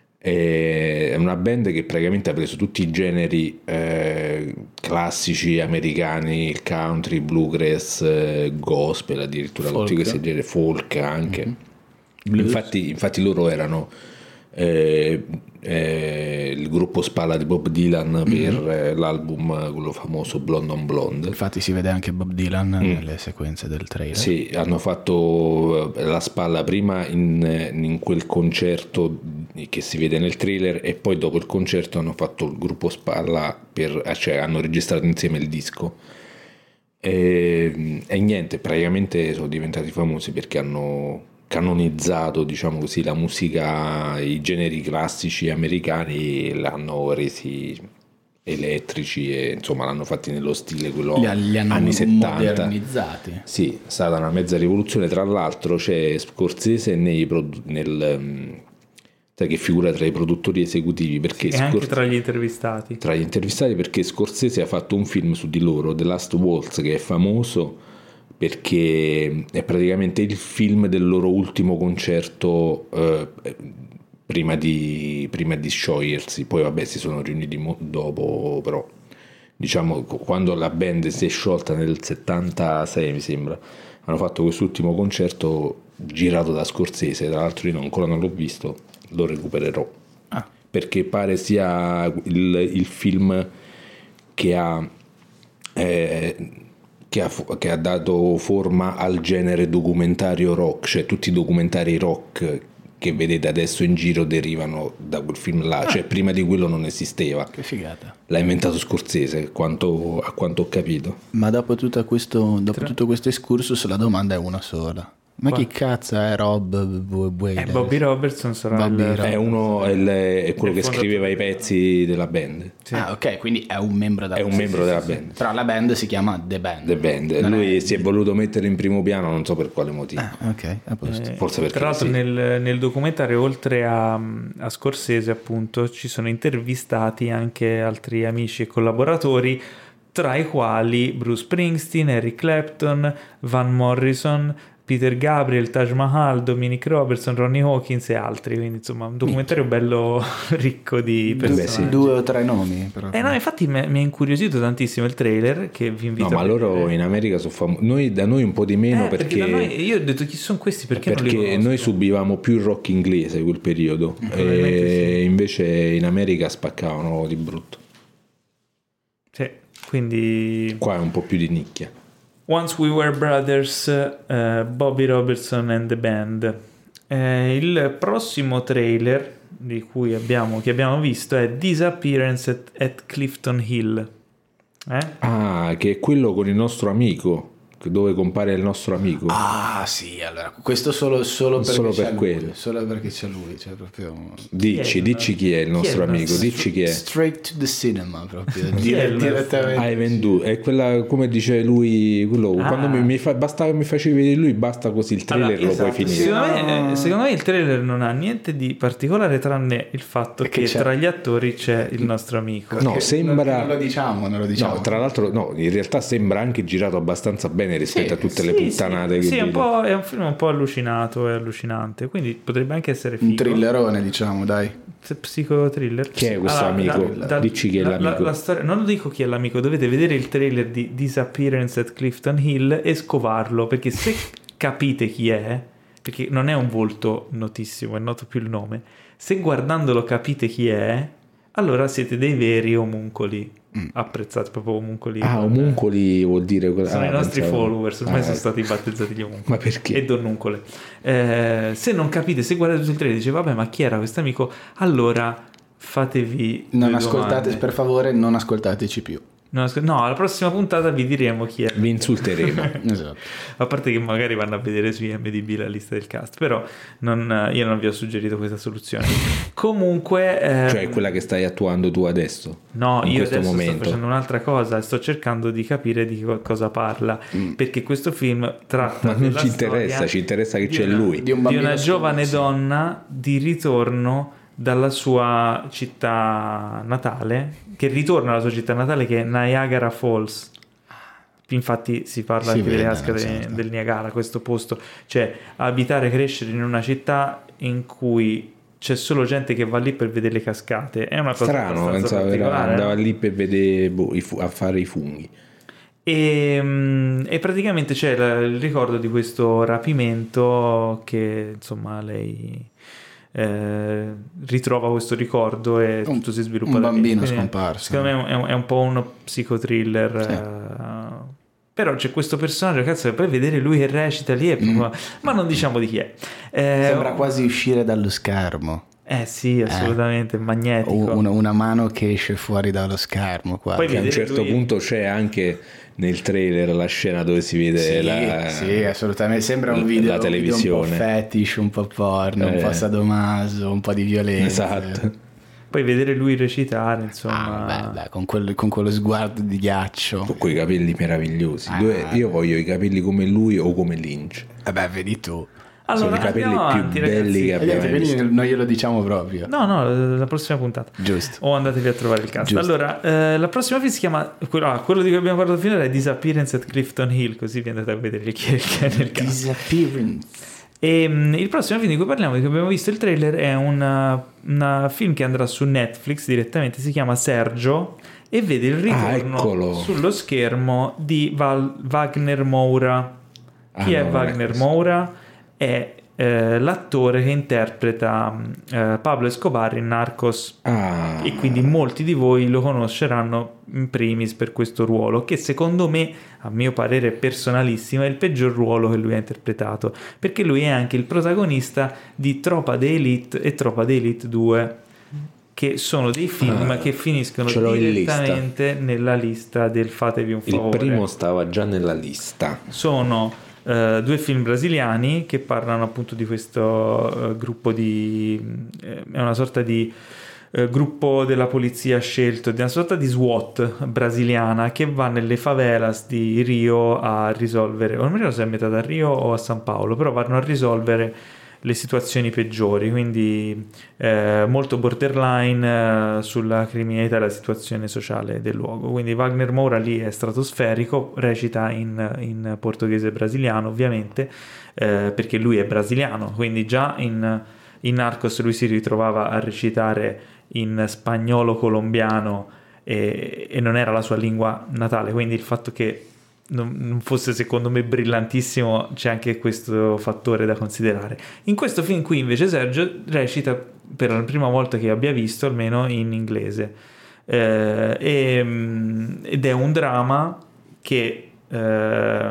È una band che praticamente ha preso tutti i generi eh, classici americani, il country, bluegrass, eh, gospel, addirittura Folk. tutti questi generi, folk anche. Mm-hmm. Infatti, infatti loro erano eh, eh, il gruppo spalla di Bob Dylan per Mm-hmm. eh, l'album, quello famoso Blonde on Blonde. Infatti si vede anche Bob Dylan Mm. nelle sequenze del trailer. Sì, hanno fatto eh, la spalla prima in, in quel concerto che si vede nel trailer e poi dopo il concerto hanno fatto il gruppo spalla per, cioè hanno registrato insieme il disco e, e niente, praticamente sono diventati famosi perché hanno canonizzato, diciamo così, la musica, i generi classici americani, l'hanno resi elettrici e insomma l'hanno fatti nello stile quello Li, li hanno anni settanta. modernizzati. Sì, è stata una mezza rivoluzione. Tra l'altro c'è Scorsese nei produ- nel um, sai che figura tra i produttori esecutivi, perché E anche Scor- tra gli intervistati. tra gli intervistati, perché Scorsese ha fatto un film su di loro, The Last Waltz, che è famoso perché è praticamente il film del loro ultimo concerto eh, prima di prima di sciogliersi. Poi vabbè si sono riuniti mo- dopo, però diciamo quando la band si è sciolta nel settantasei mi sembra, hanno fatto quest'ultimo concerto girato da Scorsese. Tra l'altro io non, ancora non l'ho visto, lo recupererò. Ah. Perché pare sia il, il film che ha eh, Che ha, che ha dato forma al genere documentario rock, cioè tutti i documentari rock che vedete adesso in giro derivano da quel film là, Ah. cioè prima di quello non esisteva. Che figata. L'ha inventato Scorsese, quanto, a quanto ho capito. Ma dopo, tutta questo, dopo tutto questo excursus la domanda è una sola. Ma Qua. chi cazzo è Rob Wailer? Eh, Bobby Robertson sarà Bobby il... Robertson. È uno, è, il- è quello Il che scriveva i pezzi della band. Sì. Ah, ok, quindi è un membro della È un sì, membro sì, della sì, sì. band. Però la band si chiama The Band. The Band. Non Lui è- si è voluto mettere in primo piano, non so per quale motivo. Ah, ok, a posto. Eh, Forse perché tra l'altro sì. nel, nel documentario, oltre a, a Scorsese appunto, ci sono intervistati anche altri amici e collaboratori, tra i quali Bruce Springsteen, Eric Clapton, Van Morrison, Peter Gabriel, Taj Mahal, Dominic Robertson, Ronnie Hawkins e altri. Quindi insomma un documentario bello ricco di Due, personaggi. due o tre nomi. Però. Eh no, infatti mi mi ha incuriosito tantissimo il trailer, che vi invito No, ma a vedere. loro in America sono famosi. Noi, da noi un po' di meno Eh, perché, da noi, io ho detto chi sono questi, perché, non li perché conosco? noi subivamo più il rock inglese quel periodo Probabilmente e sì. invece in America spaccavano di brutto. Sì, quindi Qua è un po' più di nicchia. Once We Were Brothers, eh, Bobby Robertson and the Band. Eh, il prossimo trailer di cui abbiamo, che abbiamo visto è Disappearance at, at Clifton Hill. Eh? Ah, che è quello con il nostro amico, dove compare il nostro amico. Ah, sì, allora, questo solo, solo perché Solo c'è per lui, quello. solo perché c'è lui, cioè proprio Dici, Chi è? dici chi è il nostro Chi è il amico, nostro- dici chi è. straight to the cinema proprio, Chi è il- direttamente. Hai venduto, è quella come dice lui, quello, Ah. quando mi, mi fa, basta che mi facevi vedere lui, basta così il trailer Allora, lo esatto, puoi finire. sì. Secondo, No. me, eh, secondo me il trailer non ha niente di particolare tranne il fatto Che che c'è. tra gli attori c'è il nostro amico. No, Che- sembra- non lo diciamo, non lo diciamo. No, tra l'altro no, in realtà sembra anche girato abbastanza bene rispetto Sì, a tutte le Sì, puttanate sì, che sì, è un, vedi. po', è un film un po' allucinato, è allucinante, quindi potrebbe anche essere figo. Un thrillerone, diciamo, dai. Psicotriller. Chi è questo amico? Dici chi è la- l'amico. La, la storia, non lo dico chi è l'amico, dovete vedere il trailer di Disappearance at Clifton Hill e scovarlo, perché se capite chi è, perché non è un volto notissimo, è noto più il nome, se guardandolo capite chi è, allora siete dei veri omuncoli, apprezzati proprio omuncoli. Ah, omuncoli vuol dire quella- Sono ah, i nostri pensavo- followers, ormai Ah, sono ecco. stati battezzati gli omuncoli. Ma perché? E donnuncole. Eh, se non capite, se guardate tutto il trailer e dice vabbè, ma chi era questo amico? Allora fatevi Non due ascoltate, domande. per favore, non ascoltateci più. Non ascol- no, alla prossima puntata vi diremo chi è. Vi insulteremo. Esatto. A parte che magari vanno a vedere su I M D B la lista del cast, però non- io non vi ho suggerito questa soluzione. Comunque, ehm, Cioè quella che stai attuando tu adesso. no, in io questo adesso momento. sto facendo un'altra cosa, sto cercando di capire di co- cosa parla, perché questo film tratta Ma non della ci interessa, storia ci interessa che di c'è una- lui. Di un di bambino una giovane sconosciuto. donna di ritorno dalla sua città natale, che ritorna alla sua città natale, che è Niagara Falls. Infatti si parla Si anche delle vede, cascate certo. del Niagara, questo posto, cioè abitare e crescere in una città in cui c'è solo gente che va lì per vedere le cascate è una cosa Strano, abbastanza pensavo era- particolare, andava no? lì per vedere boh, i fu- a fare i funghi. E, mm, e praticamente c'è la- il ricordo di questo rapimento che insomma lei eh, ritrova questo ricordo e Un- tutto si sviluppa un da lì. bambino Quindi, scomparso. secondo me è un, è un po' uno psicothriller. Sì. eh, però c'è questo personaggio, cazzo, e poi vedere lui che recita lì è proprio- ma non diciamo di chi è. Eh, Sembra quasi uscire dallo schermo. eh sì, assolutamente, magnetico. O una, una mano che esce fuori dallo schermo qua. Poi Che a un vedere certo lui- punto c'è anche nel trailer la scena dove si vede Sì, la, sì, assolutamente. Sembra un la video, un video televisione. un po' fetish, un po' porno, un Eh. po' sadomaso, un po' di violenza. Esatto. Poi vedere lui recitare, insomma. Ah, beh, beh, con, quel- con quello sguardo di ghiaccio. Con quei capelli meravigliosi. Ah. Dove- io voglio i capelli come lui o come Lynch. Vabbè, vedi tu. Allora, Sono i capelli andiamo più avanti, belli ragazzi. che abbiamo Vedete, mai quindi visto. non glielo diciamo proprio. No, no, la prossima puntata. Giusto. O andatevi a trovare il cast. Giusto. Allora, eh, la prossima film si chiama quello, ah, quello di cui abbiamo parlato finora è Disappearance at Clifton Hill, così vi andate a vedere chi è, chi è nel cast. Disappearance. E mh, il prossimo film di cui parliamo, di cui abbiamo visto il trailer, è un film che andrà su Netflix direttamente, si chiama Sergio e vede il Ah, ritorno eccolo. sullo schermo di Val- Wagner Moura. Chi Ah, è no, non è Wagner questo. Moura? È eh, l'attore che interpreta eh, Pablo Escobar in Narcos, Ah. e quindi molti di voi lo conosceranno in primis per questo ruolo, che secondo me, a mio parere personalissimo, è il peggior ruolo che lui ha interpretato, perché lui è anche il protagonista di Tropa de Elite e Tropa de Elite due, che sono dei film Ah, che finiscono ce l'ho in direttamente nella lista del fatevi un Il favore. primo stava già nella lista. Sono eh, due film brasiliani che parlano appunto di questo eh, gruppo di eh, è una sorta di eh, gruppo della polizia scelto, di una sorta di SWAT brasiliana che va nelle favelas di Rio a risolvere, o non mi ricordo se è a metà da Rio o a San Paolo, però vanno a risolvere le situazioni peggiori, quindi eh, molto borderline eh, sulla criminalità e la situazione sociale del luogo. Quindi Wagner Moura lì è stratosferico, recita in, in portoghese brasiliano ovviamente, eh, perché lui è brasiliano, quindi già in, in Narcos lui si ritrovava a recitare in spagnolo colombiano e, e non era la sua lingua natale, quindi il fatto che non fosse secondo me brillantissimo, c'è anche questo fattore da considerare. In questo film qui invece Sergio recita per la prima volta che abbia visto, almeno in inglese, eh, e, ed è un dramma che eh,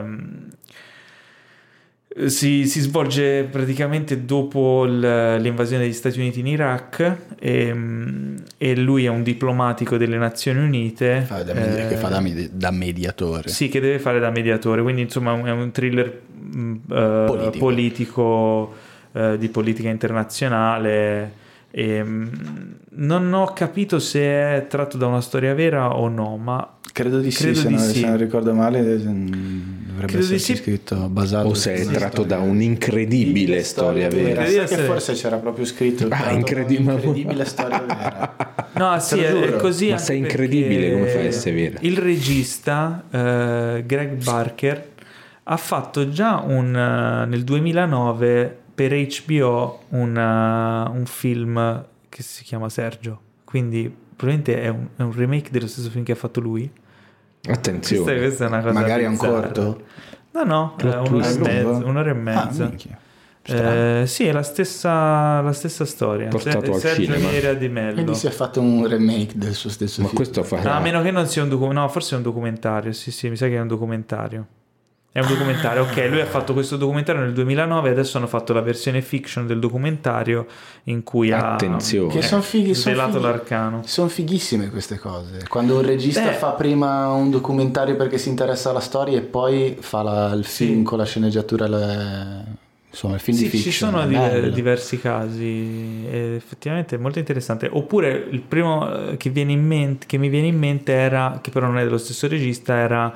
si, si svolge praticamente dopo l- l'invasione degli Stati Uniti in Iraq, e, e lui è un diplomatico delle Nazioni Unite Fa da medi- eh, che fa da, med- da mediatore. sì, che deve fare da mediatore, quindi insomma è un thriller mh, eh, Politico. politico, eh, di politica internazionale, e, mh, non ho capito se è tratto da una storia vera o no, ma Credo di sì, Credo se, di non, sì. se non ricordo male eh, dovrebbe Credo di esserci sì. scritto basato O su se è una tratto storia. da un'incredibile storia vera. Incredibile Sai che storia- forse c'era proprio scritto Ah, tratto da incredibile. un'incredibile storia vera. no, sì, Te lo è, giuro. è così. Ma anche se è incredibile, perché come fa a essere vera? Il regista eh, Greg Barker ha fatto già un eh, nel duemilanove per H B O un, eh, un film che si chiama Sergio, quindi probabilmente è un, è un remake dello stesso film che ha fatto lui. Questa, Attenzione. questa è una cosa Magari è un bizzarra. corto. No, no, Plot è un'ora e twist. mezza, un'ora e Ah, mezza. minchia. Strano. Eh, sì, è la stessa, la stessa storia. Portato al Sergio cinema. Nera di Mello. Quindi si è fatto un remake del suo stesso Ma film. questo fa... Ah, a meno che non sia un documentario. No, forse è un documentario. Sì, sì, mi sa che è un documentario. È un documentario, ok. Lui ha fatto questo documentario nel duemilanove. Adesso hanno fatto la versione fiction del documentario in cui Attenzione. Che ha son fighi, son svelato fighi. l'arcano. Sono fighissime queste cose. Quando un regista Beh. fa prima un documentario perché si interessa alla storia e poi fa la- il film Sì. con la sceneggiatura, le- insomma il film Sì, di fiction. ci sono è di- bello. diversi casi, ed effettivamente è molto interessante. Oppure il primo eh, che, viene in mente, che mi viene in mente era, che però non è dello stesso regista, era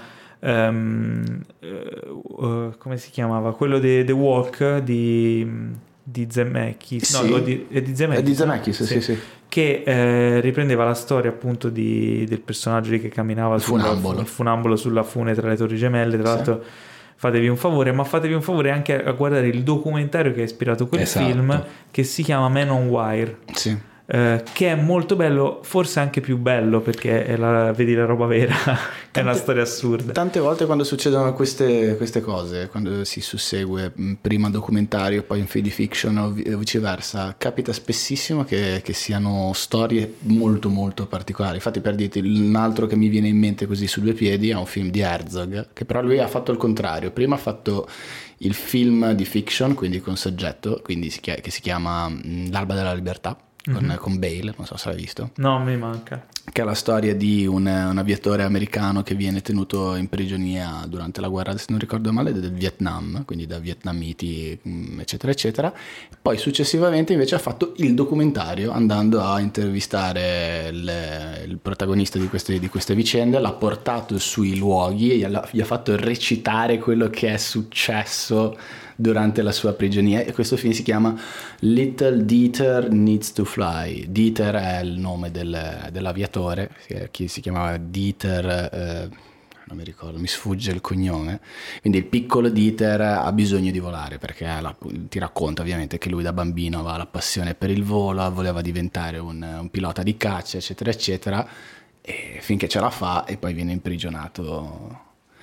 ehm, eh, uh, come si chiamava? Quello di The Walk di, di Zemeckis, Sì. no, o di, è di Zemeckis, È di Zemeckis, sì, sì. che eh, riprendeva la storia appunto di, del personaggio lì che camminava Il sulla- funambolo. il funambolo sulla fune tra le torri gemelle. Tra Sì. l'altro fatevi un favore, ma fatevi un favore anche a guardare il documentario che ha ispirato quel Esatto. film, che si chiama Man on Wire, Sì. eh, che è molto bello, forse anche più bello perché è la, vedi la roba vera, è una storia assurda. Tante volte quando succedono queste, queste cose, quando si sussegue mh, prima documentario poi in feed fiction o vi- viceversa, capita spessissimo che, che siano storie molto molto particolari. Infatti, per dirti, un altro che mi viene in mente così su due piedi è un film di Herzog, che però lui ha fatto il contrario. Prima ha fatto il film di fiction, quindi con soggetto, quindi si chia- che si chiama mh, L'alba della libertà, con, Mhm. con Bale, non so se l'hai visto, No, mi manca. che è la storia di un, un aviatore americano che viene tenuto in prigionia durante la guerra, se non ricordo male, del Vietnam, quindi da vietnamiti, mh, eccetera, eccetera. Poi successivamente invece ha fatto il documentario, andando a intervistare il, il protagonista di queste, di queste vicende, l'ha portato sui luoghi e gli ha, gli ha fatto recitare quello che è successo durante la sua prigionia, e questo film si chiama Little Dieter Needs to Fly. Dieter è il nome del, dell'aviatore, che si chiamava Dieter, eh, non mi ricordo, mi sfugge il cognome. Quindi il piccolo Dieter ha bisogno di volare, perché la- ti racconta ovviamente che lui da bambino aveva la passione per il volo, voleva diventare un, un pilota di caccia, eccetera eccetera, e finché ce la fa e poi viene imprigionato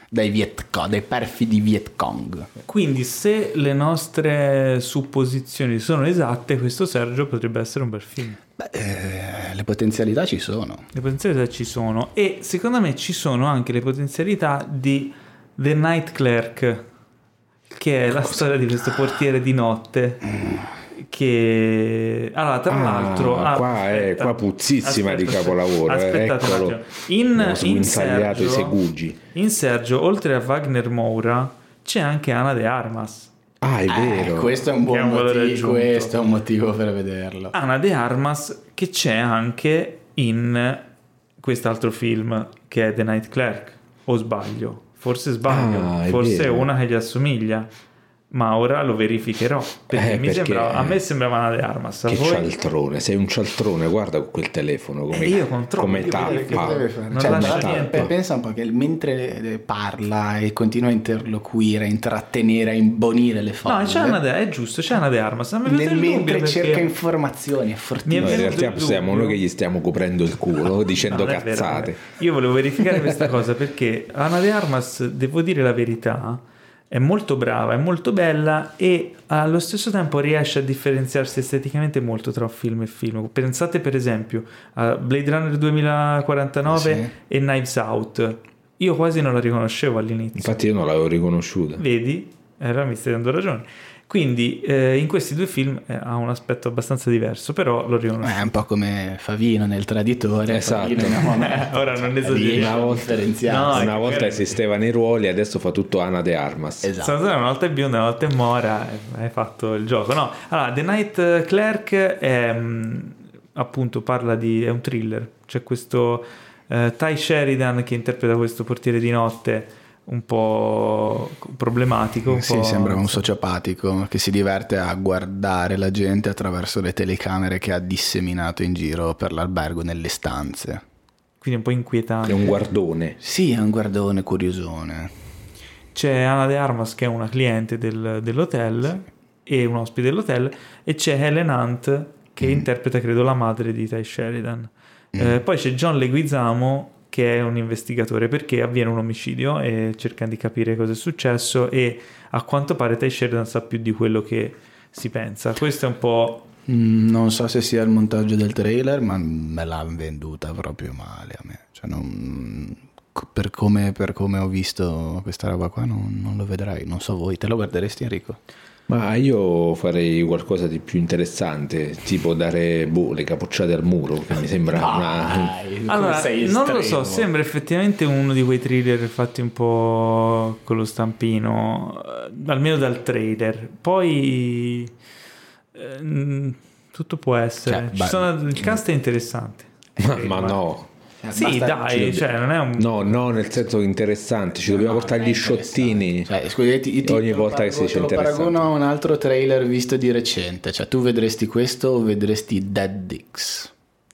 dai Viet Cong, dai perfidi Viet Cong. Quindi se le nostre supposizioni sono esatte, questo Sergio potrebbe essere un bel film. Beh, eh, le potenzialità ci sono. Le potenzialità ci sono, e secondo me ci sono anche le potenzialità di The Night Clerk, che è la storia di questo portiere di notte che allora tra Ah, l'altro ah, qua è aspetta, qua puzzissima aspetta, di capolavoro, aspetta, eh, aspetta un eccolo, attimo. in, in sguinzagliato i Sergio, segugi. in Sergio, oltre a Wagner Moura, c'è anche Ana de Armas. Ah, è Eh, vero. questo è un Che è buon un valore motivo, aggiunto. questo è un motivo per vederlo. Ana de Armas che c'è anche in quest'altro film che è The Night Clerk, o sbaglio? Forse sbaglio, Ah, è forse è vero. una che gli assomiglia, ma ora lo verificherò, perché Eh, mi perché- sembrava, a me sembrava Ana de Armas, a Che voi? cialtrone, sei un cialtrone, guarda con quel telefono come, E io controllo, come io tappa. vedo che deve fare? Non Cioè, lascia ma- niente. pe- pensa un po' che mentre eh, parla e continua a interloquire, a intrattenere, a imbonire le foglie, No, c'è Ana de, è giusto, c'è Ana de Armas. Mi è venuto nel il dubbio mentre perché- cerca informazioni, è Mi è fortissimo. No, in venuto realtà il siamo dubbio. noi che gli stiamo coprendo il culo dicendo No, non è vero, cazzate. non è vero. Io volevo verificare questa cosa perché Ana de Armas, devo dire la verità, è molto brava, è molto bella e allo stesso tempo riesce a differenziarsi esteticamente molto tra film e film. Pensate per esempio a Blade Runner duemilaquarantanove Sì. e Knives Out. Io quasi non la riconoscevo all'inizio. Infatti io non l'avevo riconosciuta. Vedi? Era, mi stai dando ragione. Quindi eh, in questi due film eh, ha un aspetto abbastanza diverso, però lo riconosco. È un po' come Favino nel Traditore. Esatto. Favino in Amone. Ora non Lì esageriamo. una volta differenziato. No, Una è volta che- esistevano i ruoli, adesso fa tutto Ana de Armas. Esatto. Sono stata una volta è bionda, una volta è mora, e hai fatto il gioco. No, allora, The Night Clerk è mh, appunto parla di è un thriller. C'è questo eh, Ty Sheridan che interpreta questo portiere di notte un po' problematico, un Sì, po', sembra un sociopatico che si diverte a guardare la gente attraverso le telecamere che ha disseminato in giro per l'albergo nelle stanze. quindi un po' inquietante. È un guardone. Sì, è un guardone curiosone. C'è Ana de Armas che è una cliente del- dell'hotel e un ospite dell'hotel, e c'è Helen Hunt che interpreta credo la madre di Ty Sheridan. Eh, poi c'è John Leguizamo che è un investigatore perché avviene un omicidio e cerca di capire cosa è successo, e a quanto pare Ty Sheridan sa più di quello che si pensa. Questo è un po'... Mm, non so se sia il montaggio del trailer, ma me l'ha venduta proprio male a me. Cioè, non- per, come, per come ho visto questa roba qua non, non lo vedrai. Non so voi, te lo guarderesti Enrico? Ma io farei qualcosa di più interessante, tipo dare boh, le capocciate al muro, che mi sembra una... Allora, non lo so, sembra effettivamente uno di quei thriller fatti un po' con lo stampino, eh, almeno dal trailer. Poi ehm, tutto può essere. Cioè, Ci beh, sono- il cast è interessante. Ma, ma no. Sì, dai, cioè non è un... No, no, nel senso interessante, ci dobbiamo portare gli sciottini. Cioè, scusate, ti- Ogni te lo volta che paragono- si dice te lo interessante. paragono a un altro trailer visto di recente. Cioè, tu vedresti questo o vedresti Dead Dicks?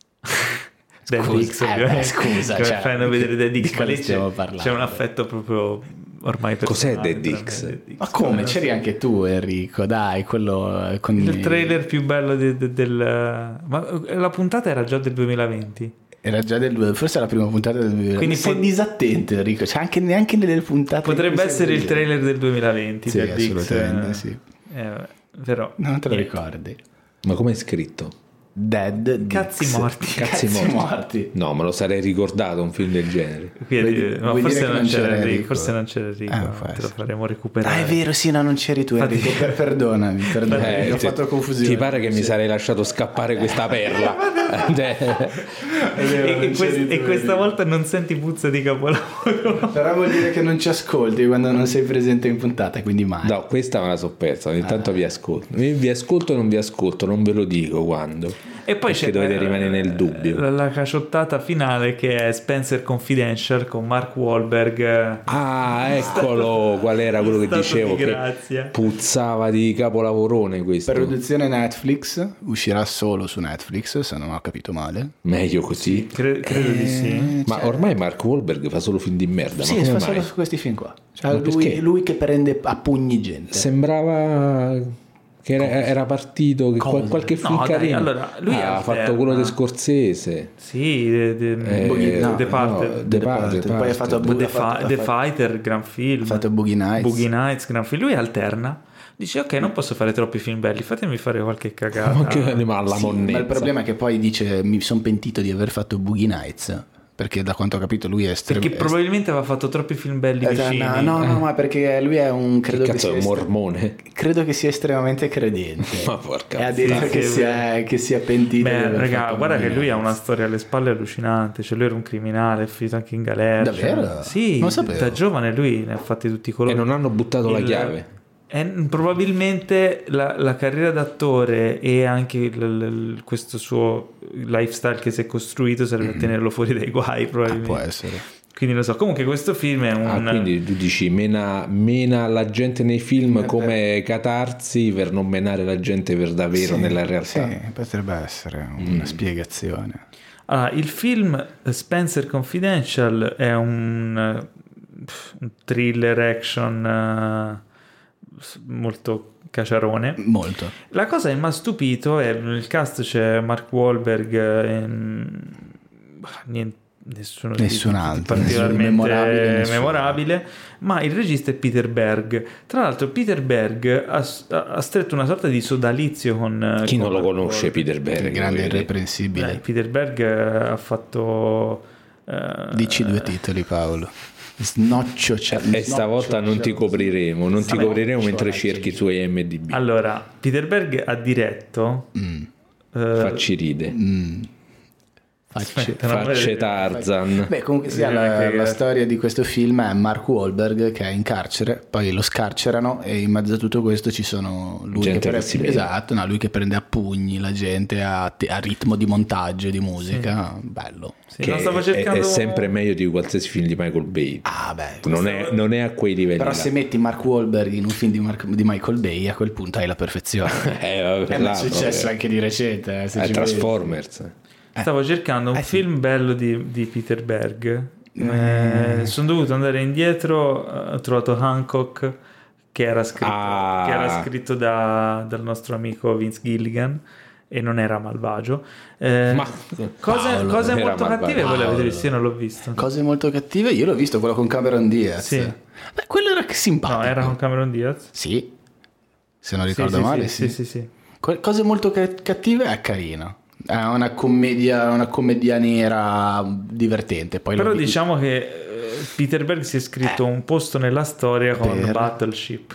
Dead Scusa, Dicks, eh, ovviamente. beh, scusa, Come cioè, fai a non vedere Dead di Dicks? Ma cosa lì c'è, stiamo parlando? c'è un affetto proprio ormai Cos'è personale Dead tra me e Dicks? Dead Dicks. Ma come? C'eri anche tu Enrico, dai, quello eh, con Il i- trailer più bello de- de- del... Ma la puntata era già del duemilaventi. Era già del forse la prima puntata del duemila. Quindi sei pot- disattento Enrico, c'è anche neanche nelle puntate. in Potrebbe cui essere sei il trailer del duemilaventi. Sì, Dead Dicks, assolutamente, eh. sì. Eh, vabbè, però Non te lo niente. ricordi? Ma com'è scritto? Dead Cazzi Dicks. morti. Cazzi Cazzi morti. morti. No, me lo sarei ricordato un film del genere. Quindi, Vuoi- no, vuoi forse, dire che non non c'era c'era Enrico, Enrico? forse non c'era Enrico, Ah, no, può te lo essere. faremo recuperare. Ah, è vero, sì, no, non c'eri tu Enrico, Infatti- per- perdonami, perdonami, Eh, ho ti- fatto confusione. Ti pare che mi sarei lasciato scappare questa perla? Cioè, È vero, E, non e quest- c'eri tu, e questa Enrico. volta non senti puzza di capolavoro. Però vuol dire che non ci ascolti quando non sei presente in puntata, quindi mai. no, questa me la so persa. Ogni tanto vi ascolto. Vi vi ascolto o non vi ascolto, non ve lo dico quando. E poi Perché c'è dovete eh, rimanere nel dubbio. La, la caciottata finale che è Spencer Confidential con Mark Wahlberg. Ah, eccolo qual era quello che Stato dicevo. di Che grazia. puzzava di capolavorone questo. Produzione Netflix, uscirà solo su Netflix, se non ho capito male. Meglio così. Cre- credo di sì. Ma ormai Mark Wahlberg fa solo film di merda. Sì, ma come fa mai? solo su questi film qua. Cioè, Ma lui, perché? lui che prende a pugni gente. Sembrava Che era, era partito che qual- qualche film No, dai, carino. allora, lui Ah, ha alterna. fatto quello di Scorsese. Sì, de, de, Eh, Boogie- no, The no, Parted. The The Parted, Parted. The Poi ha Parted. fatto The, ha Fi- fatto- The ha fatto- Fighter, gran film. Ha fatto Boogie Nights. Boogie Nights, gran film. Lui alterna. Dice ok, non posso fare troppi film belli, fatemi fare qualche cagata. Ma che animale alla Sì, monnezza. ma il problema è che poi dice mi sono pentito di aver fatto Boogie Nights, perché da quanto ho capito lui è estremamente... Perché probabilmente aveva fatto troppi film belli vicini. No, no, no, ma perché lui è un... Credo Che che cazzo sia è un estre- mormone? Credo che sia estremamente credente. Ma porca E ha detto Sì, che, sì, sia, che sia pentito. di Beh, aver raga, fatto guarda Boogie che lui ha Nights. una storia alle spalle allucinante. Cioè, lui era un criminale, è finito anche in galera. Davvero? Cioè, sì, Non sapevo. da giovane lui ne ha fatti tutti i colori. E non hanno buttato la Il- chiave. E probabilmente la, la carriera d'attore e anche il- il- questo suo lifestyle che si è costruito serve a tenerlo fuori dai guai, Ah, probabilmente. può essere. Quindi lo so. Comunque, questo film è un. Ah, quindi tu dici mena, mena la gente nei film come catarsi per non menare la gente per davvero Sì, nella realtà. Sì, potrebbe essere una spiegazione. Allora, il film Spencer Confidential è un, un thriller action eh, molto caciarone. Molto. La cosa che mi ha stupito è nel cast c'è Mark Wahlberg e niente, nessuno di- Nessun di altro, particolarmente nessun memorabile, nessuno. memorabile, ma il regista è Peter Berg. Tra l'altro Peter Berg ha, ha stretto una sorta di sodalizio con Chi con non lo Mark conosce Wahlberg. Peter Berg? Il grande vedi? irreprensibile. Dai, Peter Berg eh, ha fatto eh, Dici due titoli, Paolo. Snoccio c'è. E stavolta non ti copriremo, non ti Vabbè, copriremo mentre cioè, cerchi su I M D B. allora Peter Berg ha diretto Mm. eh, Facci ride. Mm. Facce- Aspetta, no, Facce vedi- Tarzan. Beh, comunque sia, Eh, la, che- la storia di questo film è Mark Wahlberg che è in carcere, poi lo scarcerano e in mezzo a tutto questo ci sono lui, Gente che, che si prende, vede. esatto, no, lui che prende a pugni la gente a, te- a ritmo di montaggio di musica, bello. sì, Che non stavo è, cercando è sempre meglio di qualsiasi film di Michael Bay. Ah, beh. Non è, non è a quei livelli. Però là. se metti Mark Wahlberg in un film di, Mark- di Michael Bay, a quel punto hai la perfezione. Eh, vabbè, Eh, là ma è successo proprio. anche di recente. Eh, se Eh, ci Transformers. stavo cercando un Eh, sì. film bello di, di Peter Berg. Eh, sono dovuto andare indietro, ho trovato Hancock che era scritto, Ah. che era scritto da- dal nostro amico Vince Gilligan e non era malvagio. Eh, Ma cose, Paolo, cose non era molto malvagio. cattive voi l'avete Paolo. visto? Io non l'ho visto. Cose molto cattive, io l'ho visto quello con Cameron Diaz. Sì. Beh, quello era che simpatico. No, era con Cameron Diaz. Sì, se non Sì, ricordo sì, male, sì, sì. sì, sì, sì. Que- Cose molto ca- cattive è carino. È una commedia, una commedia nera divertente. Poi Però l'ho vi- diciamo che eh, Peter Berg si è scritto un posto nella storia con Per- Battleship.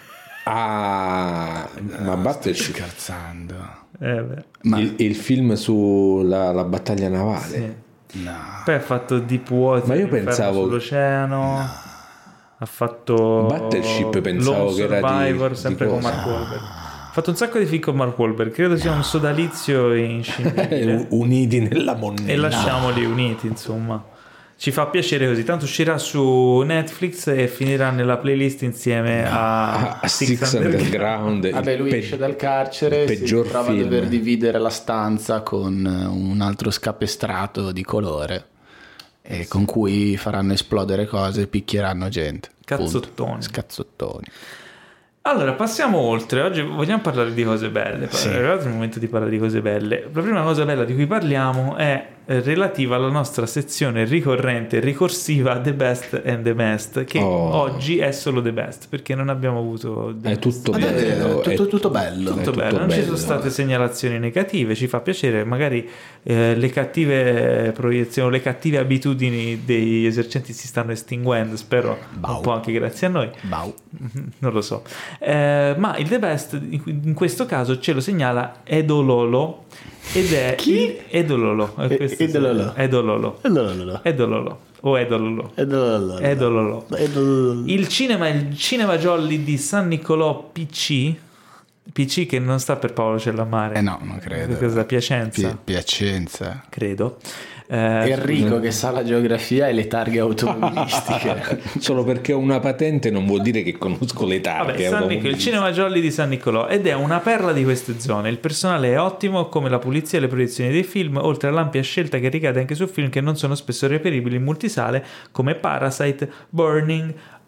Ah, ma Battleship. scherzando. Eh, beh, Ma Il, il film sulla la battaglia navale. sì. no. Poi ha fatto Deepwater, Ma io Inferno pensavo- sull'oceano. Ha fatto Battleship pensavo Lone che era di- Survivor, di sempre con cosa? Mark Wahlberg. Ha fatto un sacco di film con Mark Wahlberg. Credo sia un sodalizio inscindibile. Uniti nella moneta. E lasciamoli uniti, insomma. Ci fa piacere così. Tanto uscirà su Netflix e finirà nella playlist insieme a, a Six Six Underground. Underground. Vabbè, lui Pe- esce dal carcere, si peggior trova a film. dover dividere la stanza con un altro scapestrato di colore e con cui faranno esplodere cose e picchieranno gente. Punto. Cazzottoni. Scazzottoni. Allora, passiamo oltre. Oggi vogliamo parlare di cose belle. Sì. È arrivato il momento di parlare di cose belle. La prima cosa bella di cui parliamo è eh, relativa alla nostra sezione ricorrente, ricorsiva The Best and the Best, che Oh. oggi è solo The Best, perché non abbiamo avuto The È tutto Ah, bello. tutto, è- tutto bello. è tutto bello, non ci sono state segnalazioni negative, ci fa piacere, magari eh, le cattive proiezioni, le cattive abitudini degli esercenti si stanno estinguendo, spero Bau. un po' anche grazie a noi. Bau. Non lo so. Eh, ma il The Best in in questo caso ce lo segnala Edololo ed è Chi? il- Edololo. Eh, E- questo Edololo. sì. Edololo. Edololo. Edololo. O Edololo. Edololo. Edololo. Edololo. Il cinema è il Cinema Jolly di San Nicolò P C. P C che non sta per Paolo Cellammare. Eh no, non credo. Cosa, Piacenza? Pi- Piacenza. Credo. Eh, Enrico che sa la geografia e le targhe automobilistiche. Solo perché ho una patente non vuol dire che conosco le targhe. Vabbè, San Nic- il automobilistiche. Cinema Jolly di San Nicolò ed è una perla di queste zone. Il personale è ottimo, come la pulizia e le proiezioni dei film, oltre all'ampia scelta che ricade anche su film che non sono spesso reperibili in multisale come Parasite, Burning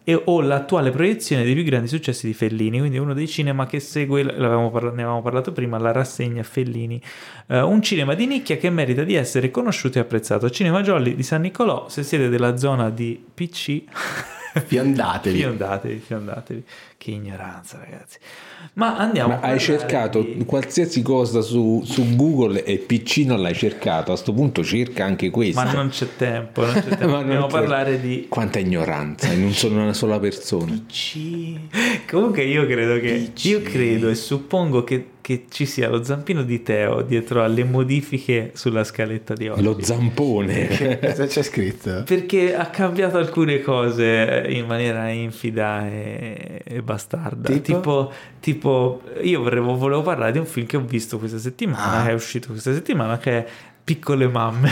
e, o l'attuale proiezione dei più grandi successi di Fellini, quindi uno dei cinema che segue, l'avevamo parla- ne avevamo parlato prima, la rassegna Fellini, uh, un cinema di nicchia che merita di essere conosciuto e apprezzato. Cinema Jolly di San Nicolò, se siete della zona di P C Fiondatevi. fiondatevi, fiondatevi, che ignoranza ragazzi. Ma andiamo Ma a hai parlare cercato di- qualsiasi cosa su, su Google e P C non l'hai cercato, a sto punto cerca anche questo. ma non c'è tempo, non c'è tempo. Ma non Dobbiamo c'è- parlare di Quanta ignoranza, e non sono una sola persona. P C. comunque io credo che P C. io credo e suppongo che, che ci sia lo zampino di Teo dietro alle modifiche sulla scaletta di oggi. Lo zampone. Cosa c'è scritto? Perché ha cambiato alcune cose in maniera infida e, e bastarda. Tipo? Tipo, tipo, io volevo, volevo parlare di un film che ho visto questa settimana, Ah. che è uscito questa settimana, che è Piccole Mamme.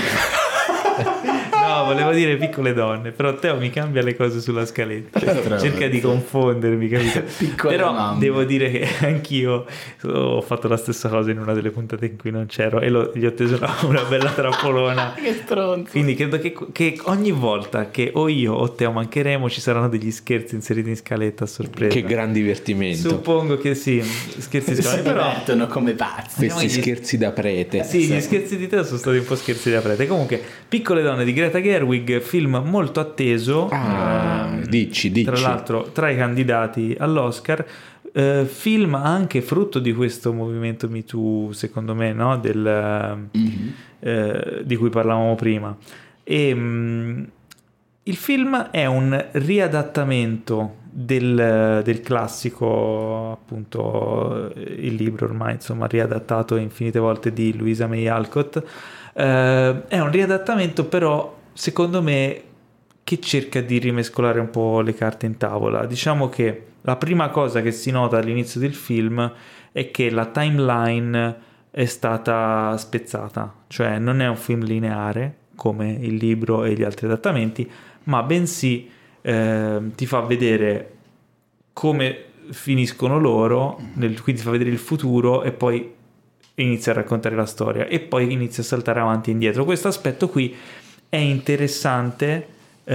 No, volevo dire Piccole Donne, però Teo mi cambia le cose sulla scaletta. Che Cerca di confondermi, capito? Piccole Però mamme. devo dire che anch'io ho fatto la stessa cosa in una delle puntate in cui non c'ero e lo- gli ho teso una, una bella trappolona. Che stronzo. Quindi credo che, che ogni volta che o io o Teo mancheremo ci saranno degli scherzi inseriti in scaletta a sorpresa. Che gran divertimento. Suppongo che sì, scherzi in Si scaletta, però divertono come pazzi. Questi Andiamo agli- scherzi da prete. sì, gli scherzi di Teo sono stati un po' scherzi da prete. Comunque, Piccole Donne di Greta Gerwig, film molto atteso. Ah, ehm, dici, dici. Tra l'altro, tra i candidati all'Oscar. eh, film anche frutto di questo movimento Me Too, secondo me, no? Del, Mhm. eh, di cui parlavamo prima. E, mh, il film è un riadattamento del, del classico, appunto, il libro ormai, insomma, riadattato infinite volte di Louisa May Alcott. Eh, è un riadattamento, però, secondo me, che cerca di rimescolare un po' le carte in tavola. Diciamo che la prima cosa che si nota all'inizio del film è che la timeline è stata spezzata, cioè non è un film lineare come il libro e gli altri adattamenti, ma bensì eh, ti fa vedere come finiscono loro, nel, quindi ti fa vedere il futuro e poi inizia a raccontare la storia e poi inizia a saltare avanti e indietro. Questo aspetto qui è interessante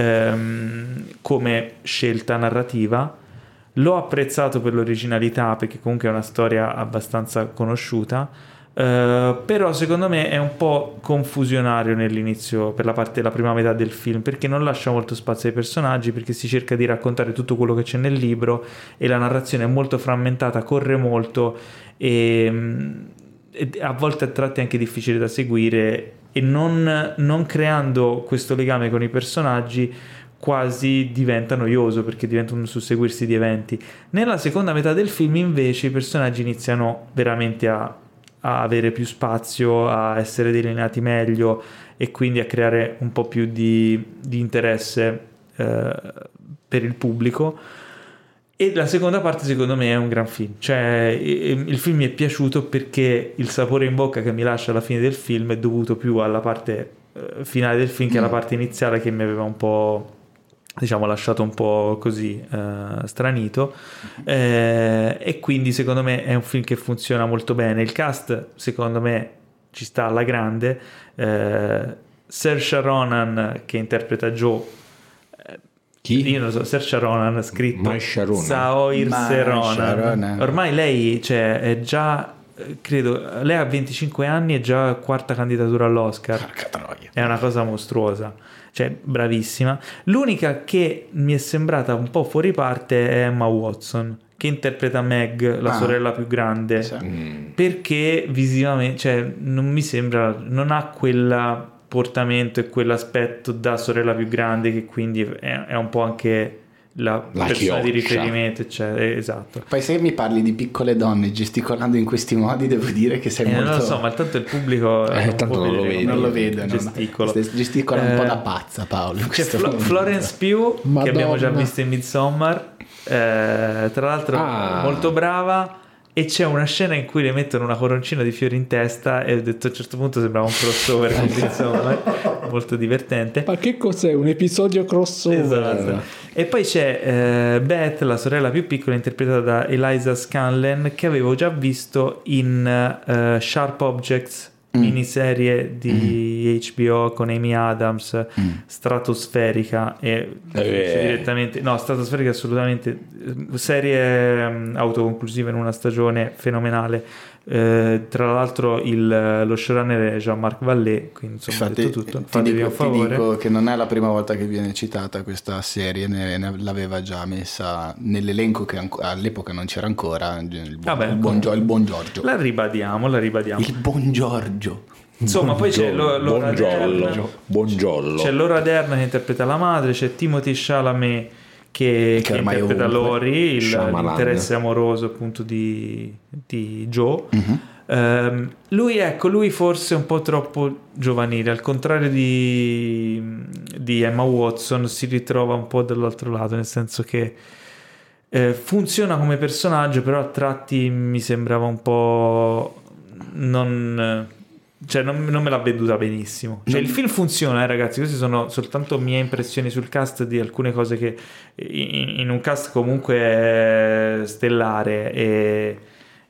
ehm, come scelta narrativa. L'ho apprezzato per l'originalità, perché comunque è una storia abbastanza conosciuta, eh, però secondo me è un po' confusionario nell'inizio, per la parte, la prima metà del film, perché non lascia molto spazio ai personaggi, perché si cerca di raccontare tutto quello che c'è nel libro e la narrazione è molto frammentata, corre molto e, e a volte a tratti è anche difficile da seguire, e non, non creando questo legame con i personaggi quasi diventa noioso, perché diventa un susseguirsi di eventi. Nella seconda metà del film invece i personaggi iniziano veramente a, a avere più spazio, a essere delineati meglio e quindi a creare un po' più di, di interesse eh, per il pubblico. E la seconda parte secondo me è un gran film, cioè il film mi è piaciuto perché il sapore in bocca che mi lascia alla fine del film è dovuto più alla parte eh, finale del film che alla parte iniziale, che mi aveva un po', diciamo, lasciato un po' così eh, stranito, eh, e quindi secondo me è un film che funziona molto bene. Il cast secondo me ci sta alla grande. eh, Saoirse Ronan che interpreta Joe, Chi? io non lo so, Saoirse Ronan scritto Maisha Ronan. Saoirse Maisha Ronan. Ronan. Ormai lei, cioè, è già, eh, credo, lei ha venticinque anni e già quarta candidatura all'Oscar. Porca troia. È una cosa mostruosa, cioè bravissima. L'unica che mi è sembrata un po' fuori parte è Emma Watson, che interpreta Meg, la Ah. sorella più grande, Sì. Mm. perché visivamente, cioè, non mi sembra, non ha quel portamento e quell'aspetto da sorella più grande, che quindi è, è un po' anche la, La persona di chioccia. riferimento, cioè, eh, esatto. Poi se mi parli di piccole donne gesticolando in questi modi, devo dire che sei Eh, molto... non lo so, ma tanto il pubblico Eh, non tanto può non lo vedere vedi. come non lo vedo, no, gesticolo. no. Gesticola un po' Eh, da pazza, Paolo. in C'è questo Flo- momento. Florence Pugh, che Madonna. abbiamo già visto in Midsommar, eh, tra l'altro Ah. molto brava, e c'è una scena in cui le mettono una coroncina di fiori in testa e ho detto, a un certo punto sembrava un crossover con Midsommar, molto divertente. Ma che cos'è? Un episodio crossover? Esatto. E poi c'è eh, Beth, la sorella più piccola, interpretata da Eliza Scanlen, che avevo già visto in eh, Sharp Objects, Mm. miniserie di H B O con Amy Adams, Mm. Stratosferica, e Eh. direttamente no, Stratosferica assolutamente, serie um, autoconclusiva in una stagione fenomenale. Eh, tra l'altro il, lo showrunner è Jean-Marc Vallée, quindi insomma, Infatti, detto tutto, ti fatevi dico, un ti favore. dico che non è la prima volta che viene citata questa serie, ne, ne l'aveva già messa nell'elenco che anco- all'epoca non c'era ancora, il buon, Vabbè, il buon, Gio- il buon Giorgio. La ribadiamo, la ribadiamo. Il buon Giorgio. Insomma, poi c'è lo, Laura Dern, Buongiorno. Buongiorno. c'è Laura Dern che interpreta la madre, c'è Timothy Chalamet che, Che che ormai interpreta ovunque. Lori, il- Shyamalan. l'interesse amoroso appunto di, di Joe. Mhm. Ehm, lui, ecco, lui forse è un po' troppo giovanile, al contrario di, di Emma Watson, si ritrova un po' dall'altro lato, nel senso che eh, funziona come personaggio, però a tratti mi sembrava un po' non, cioè non, non me l'ha venduta benissimo. Cioè, il film funziona, eh, ragazzi, queste sono soltanto mie impressioni sul cast di alcune cose che in, in un cast comunque stellare e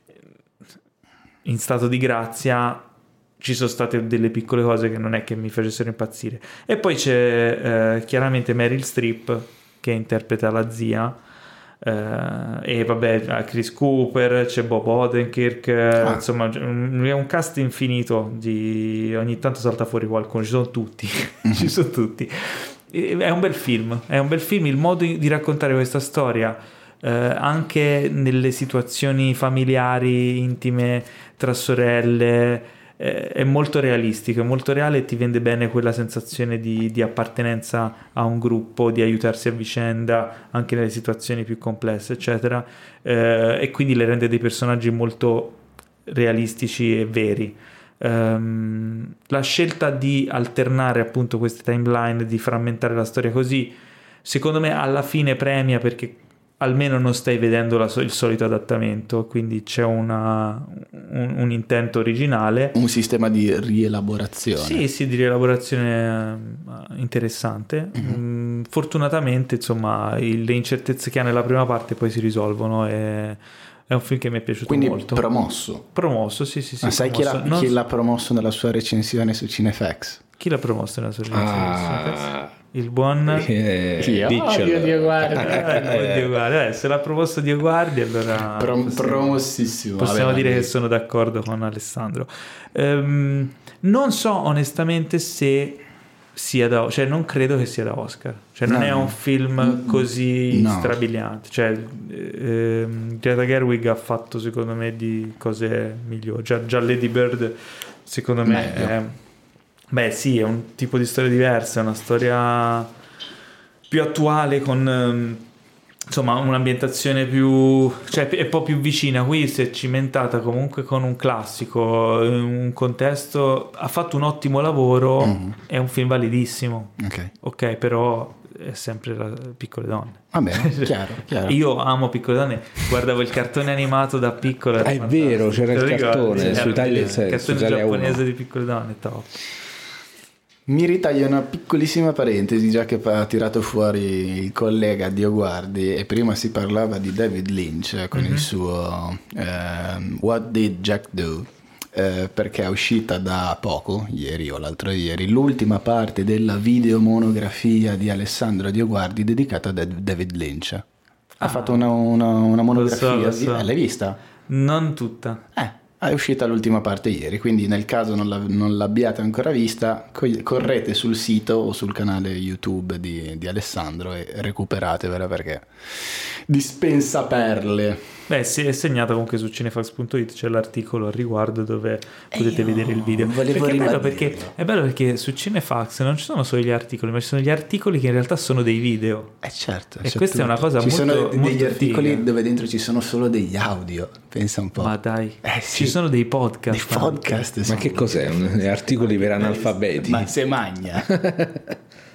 in stato di grazia ci sono state delle piccole cose che non è che mi facessero impazzire. E poi c'è eh, chiaramente Meryl Streep che interpreta la zia, eh, e vabbè, Chris Cooper, c'è Bob Odenkirk, Ah. insomma è un cast infinito di... ogni tanto salta fuori qualcuno, ci sono tutti ci sono tutti. È un bel film, è un bel film, il modo di raccontare questa storia, eh, anche nelle situazioni familiari intime tra sorelle, eh, è molto realistico, è molto reale e ti vende bene quella sensazione di, di appartenenza a un gruppo, di aiutarsi a vicenda anche nelle situazioni più complesse, eccetera, eh, e quindi le rende dei personaggi molto realistici e veri. Um, la scelta di alternare appunto queste timeline, di frammentare la storia così, secondo me alla fine premia, perché almeno non stai vedendo la so- il solito adattamento, quindi c'è una, un, un intento originale, Un sistema di rielaborazione. sì sì, di rielaborazione eh, interessante. Mm, fortunatamente insomma il- le incertezze che ha nella prima parte poi si risolvono, e è un film che mi è piaciuto Quindi molto. promosso. Promosso, sì sì sì. Ma sai chi l'ha, promosso. Non chi so- l'ha promosso nella sua recensione su Cinefax? Chi l'ha promosso nella sua recensione? Ah, Il buon eh, Chi? Oh, diccelo. Dio, Dio, guarda. Eh, il buon Dio Guardi. Eh, se l'ha promosso Dio Guardi, allora Pro- possiamo, promossissimo. possiamo Vabbè, dire vabbè. che sono d'accordo con Alessandro. Ehm, non so onestamente se sia da, cioè non credo che sia da Oscar, cioè non No. è un film così No. strabiliante, cioè ehm, Greta Gerwig ha fatto secondo me di cose migliori, già, già Lady Bird secondo me Meglio. è, beh sì, è un tipo di storia diversa, è una storia più attuale, con ehm, insomma un'ambientazione più, cioè è un po' più vicina. Qui si è cimentata comunque con un classico, un contesto, ha fatto un ottimo lavoro, Mhm. è un film validissimo, Ok. ok, però è sempre la Piccole Donne. Va bene, chiaro, chiaro. Io amo Piccole Donne, guardavo il cartone animato da piccolo, era Ah, è fantastico. vero, c'era il Te lo ricordi? cartone, Sì, su era Italia- bellissimo. il sì, cartone su Italia giapponese uno. di Piccole Donne, top. Mi ritaglio una piccolissima parentesi, già che ha tirato fuori il collega Dio Guardi, e prima si parlava di David Lynch con Mhm. il suo ehm, What Did Jack Do? Eh, perché è uscita da poco, ieri o l'altro ieri, l'ultima parte della videomonografia di Alessandro Dio Guardi dedicata a Da- David Lynch. Ha Ah. fatto una, una- una monografia, Lo so, lo di- so. eh, l'hai vista? Non tutta. Eh, è uscita l'ultima parte ieri, quindi nel caso non, la- non l'abbiate ancora vista, co- correte sul sito o sul canale YouTube di, di Alessandro e recuperatevela, perché dispensa perle. Beh, sì, è segnata comunque su cinefax punto it, c'è l'articolo al riguardo dove potete io vedere il video. volevo Perché è, bello ribadirlo. perché, è bello perché su Cinefax non ci sono solo gli articoli, ma ci sono gli articoli che in realtà sono dei video. Eh certo, E c'è questa è una cosa ci molto- sono de- degli molto articoli figa. dove dentro ci sono solo degli audio, pensa un po'. Ma dai, Eh, sì. ci sono dei podcast. Dei podcast. Ma che cos'è? Un- Articoli per analfabeti? Ma se magna.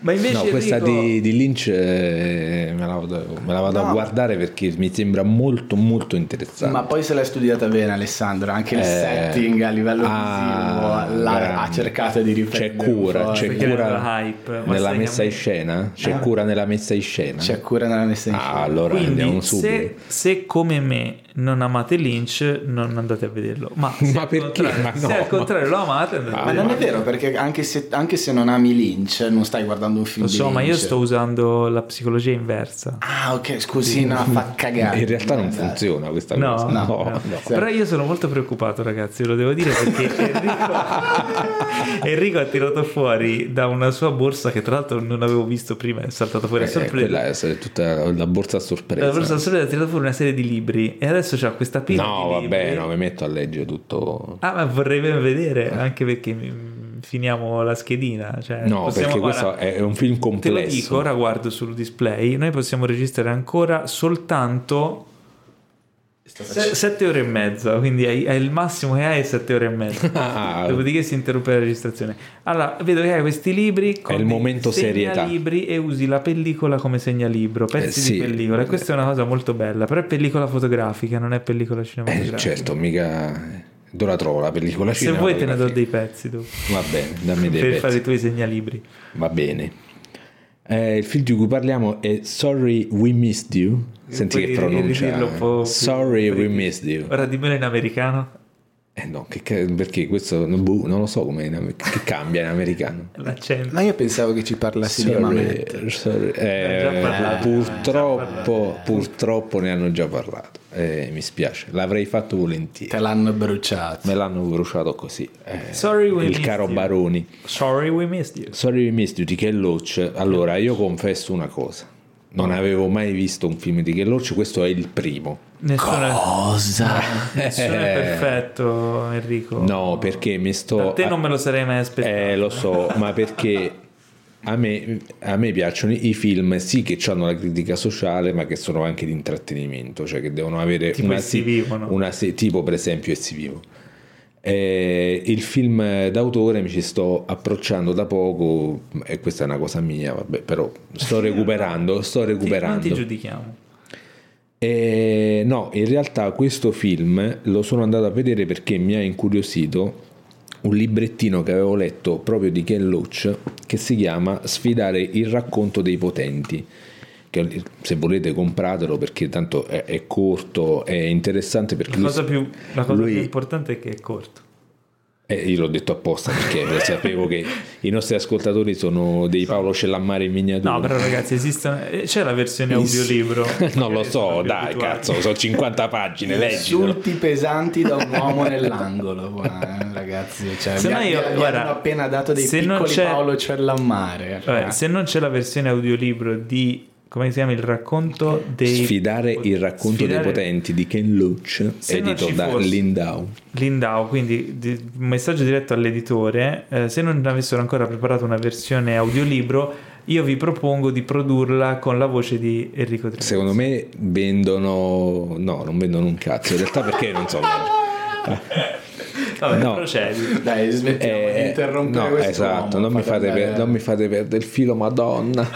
Ma invece no, questa Enrico... di, di Lynch eh, me la vado, me la vado No. a guardare perché mi sembra molto molto interessante. Ma poi se l'hai studiata bene Alessandro, anche il Eh, setting a livello ah, visivo l'ha- grande. ha cercato di riprendere C'è cura, un po', c'è perché cura era hype, ma nella sai che messa a me- in scena? C'è Eh. cura nella messa in scena? c'è cura nella messa in Ah, scena. allora andiamo Quindi subito. se, se come me non amate Lynch non andate a vederlo, ma se, Ma al, perché? contrario, Ma se no. al contrario lo amate andate a Ma vederlo. non è vero, perché anche se, anche se non ami Lynch non stai guardando un film Lo so, di ma io Lynch. sto usando la psicologia inversa. Ah, ok, scusi, no, fa cagare. In realtà non Dai. funziona questa No, cosa. no, No, no. no. Però io sono molto preoccupato, ragazzi, lo devo dire, perché Enrico, Enrico ha tirato fuori da una sua borsa che tra l'altro non avevo visto prima, è saltato fuori a Eh, sorpresa. quella è tutta la borsa a sorpresa. La borsa a sorpresa ha tirato fuori una serie di libri e adesso c'ha questa pila No, di libri. vabbè, no, mi metto a leggere tutto. Ah, ma vorrei ben vedere, anche perché mi- finiamo la schedina. Cioè, No, possiamo- perché guarda, questo è un film te lo complesso. dico, ora guardo sul display, noi possiamo registrare ancora soltanto se- sette ore e mezza, quindi hai, hai il massimo che hai è sette ore e mezza. Ah, Dopodiché si interrompe la registrazione. Allora, vedo che hai questi libri con È il dei momento serietà. segnalibri e usi la pellicola come segnalibro, pezzi Eh, sì. di pellicola. E questa è una cosa molto bella, però è pellicola fotografica, non è pellicola eh, cinematografica. certo, mica. Dove la trovo la pellicola Se vuoi te ne do cinematografica? dei pezzi tu, Va bene, dammi dei per pezzi. fare i tuoi segnalibri. Va bene. Eh, il film di cui parliamo è Sorry We Missed You. Senti Puoi che ri- pronuncia. ridirlo un po' più- Sorry We perché- Missed You. Ora dimmelo in americano. Eh no, che, che- perché questo boh, non lo so come in- che cambia in americano. L'accento. Ma io pensavo che ci parlassi di Sorry, Mamet. sorry. Eh, già Eh, parlato, purtroppo, purtroppo ne hanno già parlato. Eh, mi spiace, l'avrei fatto volentieri. Te l'hanno bruciato. Me l'hanno bruciato così. Eh, Sorry we il missed caro you. Baroni. Sorry we missed you. Sorry We Missed You di Ken Loach. Allora, io confesso una cosa. Non avevo mai visto un film di Ken Loach, questo è il primo. Nessuno è, Cosa? nessuno è perfetto, Enrico. No, perché mi sto... Da te non me lo sarei mai aspettato. Eh, lo so, ma perché a me, a me piacciono i film, sì, che hanno la critica sociale, ma che sono anche di intrattenimento, cioè che devono avere Tipo una, Essi sì- Vivo, no? una sì- tipo per esempio Essi Vivo. Eh, il film d'autore mi ci sto approcciando da poco e questa è una cosa mia, vabbè, però sto recuperando, sto Ti- non recuperando. ti giudichiamo. Eh, no, in realtà questo film lo sono andato a vedere perché mi ha incuriosito un librettino che avevo letto proprio di Ken Loach che si chiama Sfidare il racconto dei potenti, che se volete compratelo perché tanto è, è corto, è interessante perché La lui- cosa, più, la cosa lui- più importante è che è corto. eh, io l'ho detto apposta perché sapevo che i nostri ascoltatori sono dei Paolo Cellammare in miniatura. No, però ragazzi, esistono, eh, c'è la versione audiolibro. non lo Magari sono so, più dai, abituati. cazzo, sono cinquanta pagine, leggilo. Insulti pesanti da un uomo nell'angolo, qua, eh, ragazzi. Cioè, Se vi, no io- vi- vi guarda, hanno appena dato dei se non piccoli c'è- Paolo Cellammare. Vabbè, Eh. se non c'è la versione audiolibro di, come si chiama, il racconto dei Sfidare il racconto Sfidare- dei potenti di Ken Loach, Se non edito ci da fosse- Lindau. Lindau, quindi di- un messaggio diretto all'editore, eh, se non avessero ancora preparato una versione audiolibro, io vi propongo di produrla con la voce di Enrico Trevesi. Secondo me vendono, no, non vendono un cazzo in realtà perché non so. Vabbè, no. procedi. Dai, smettiamo di Eh, interrompere no, questo esatto, uomo, non mi, fate andare- per- non mi fate perdere il filo, Madonna.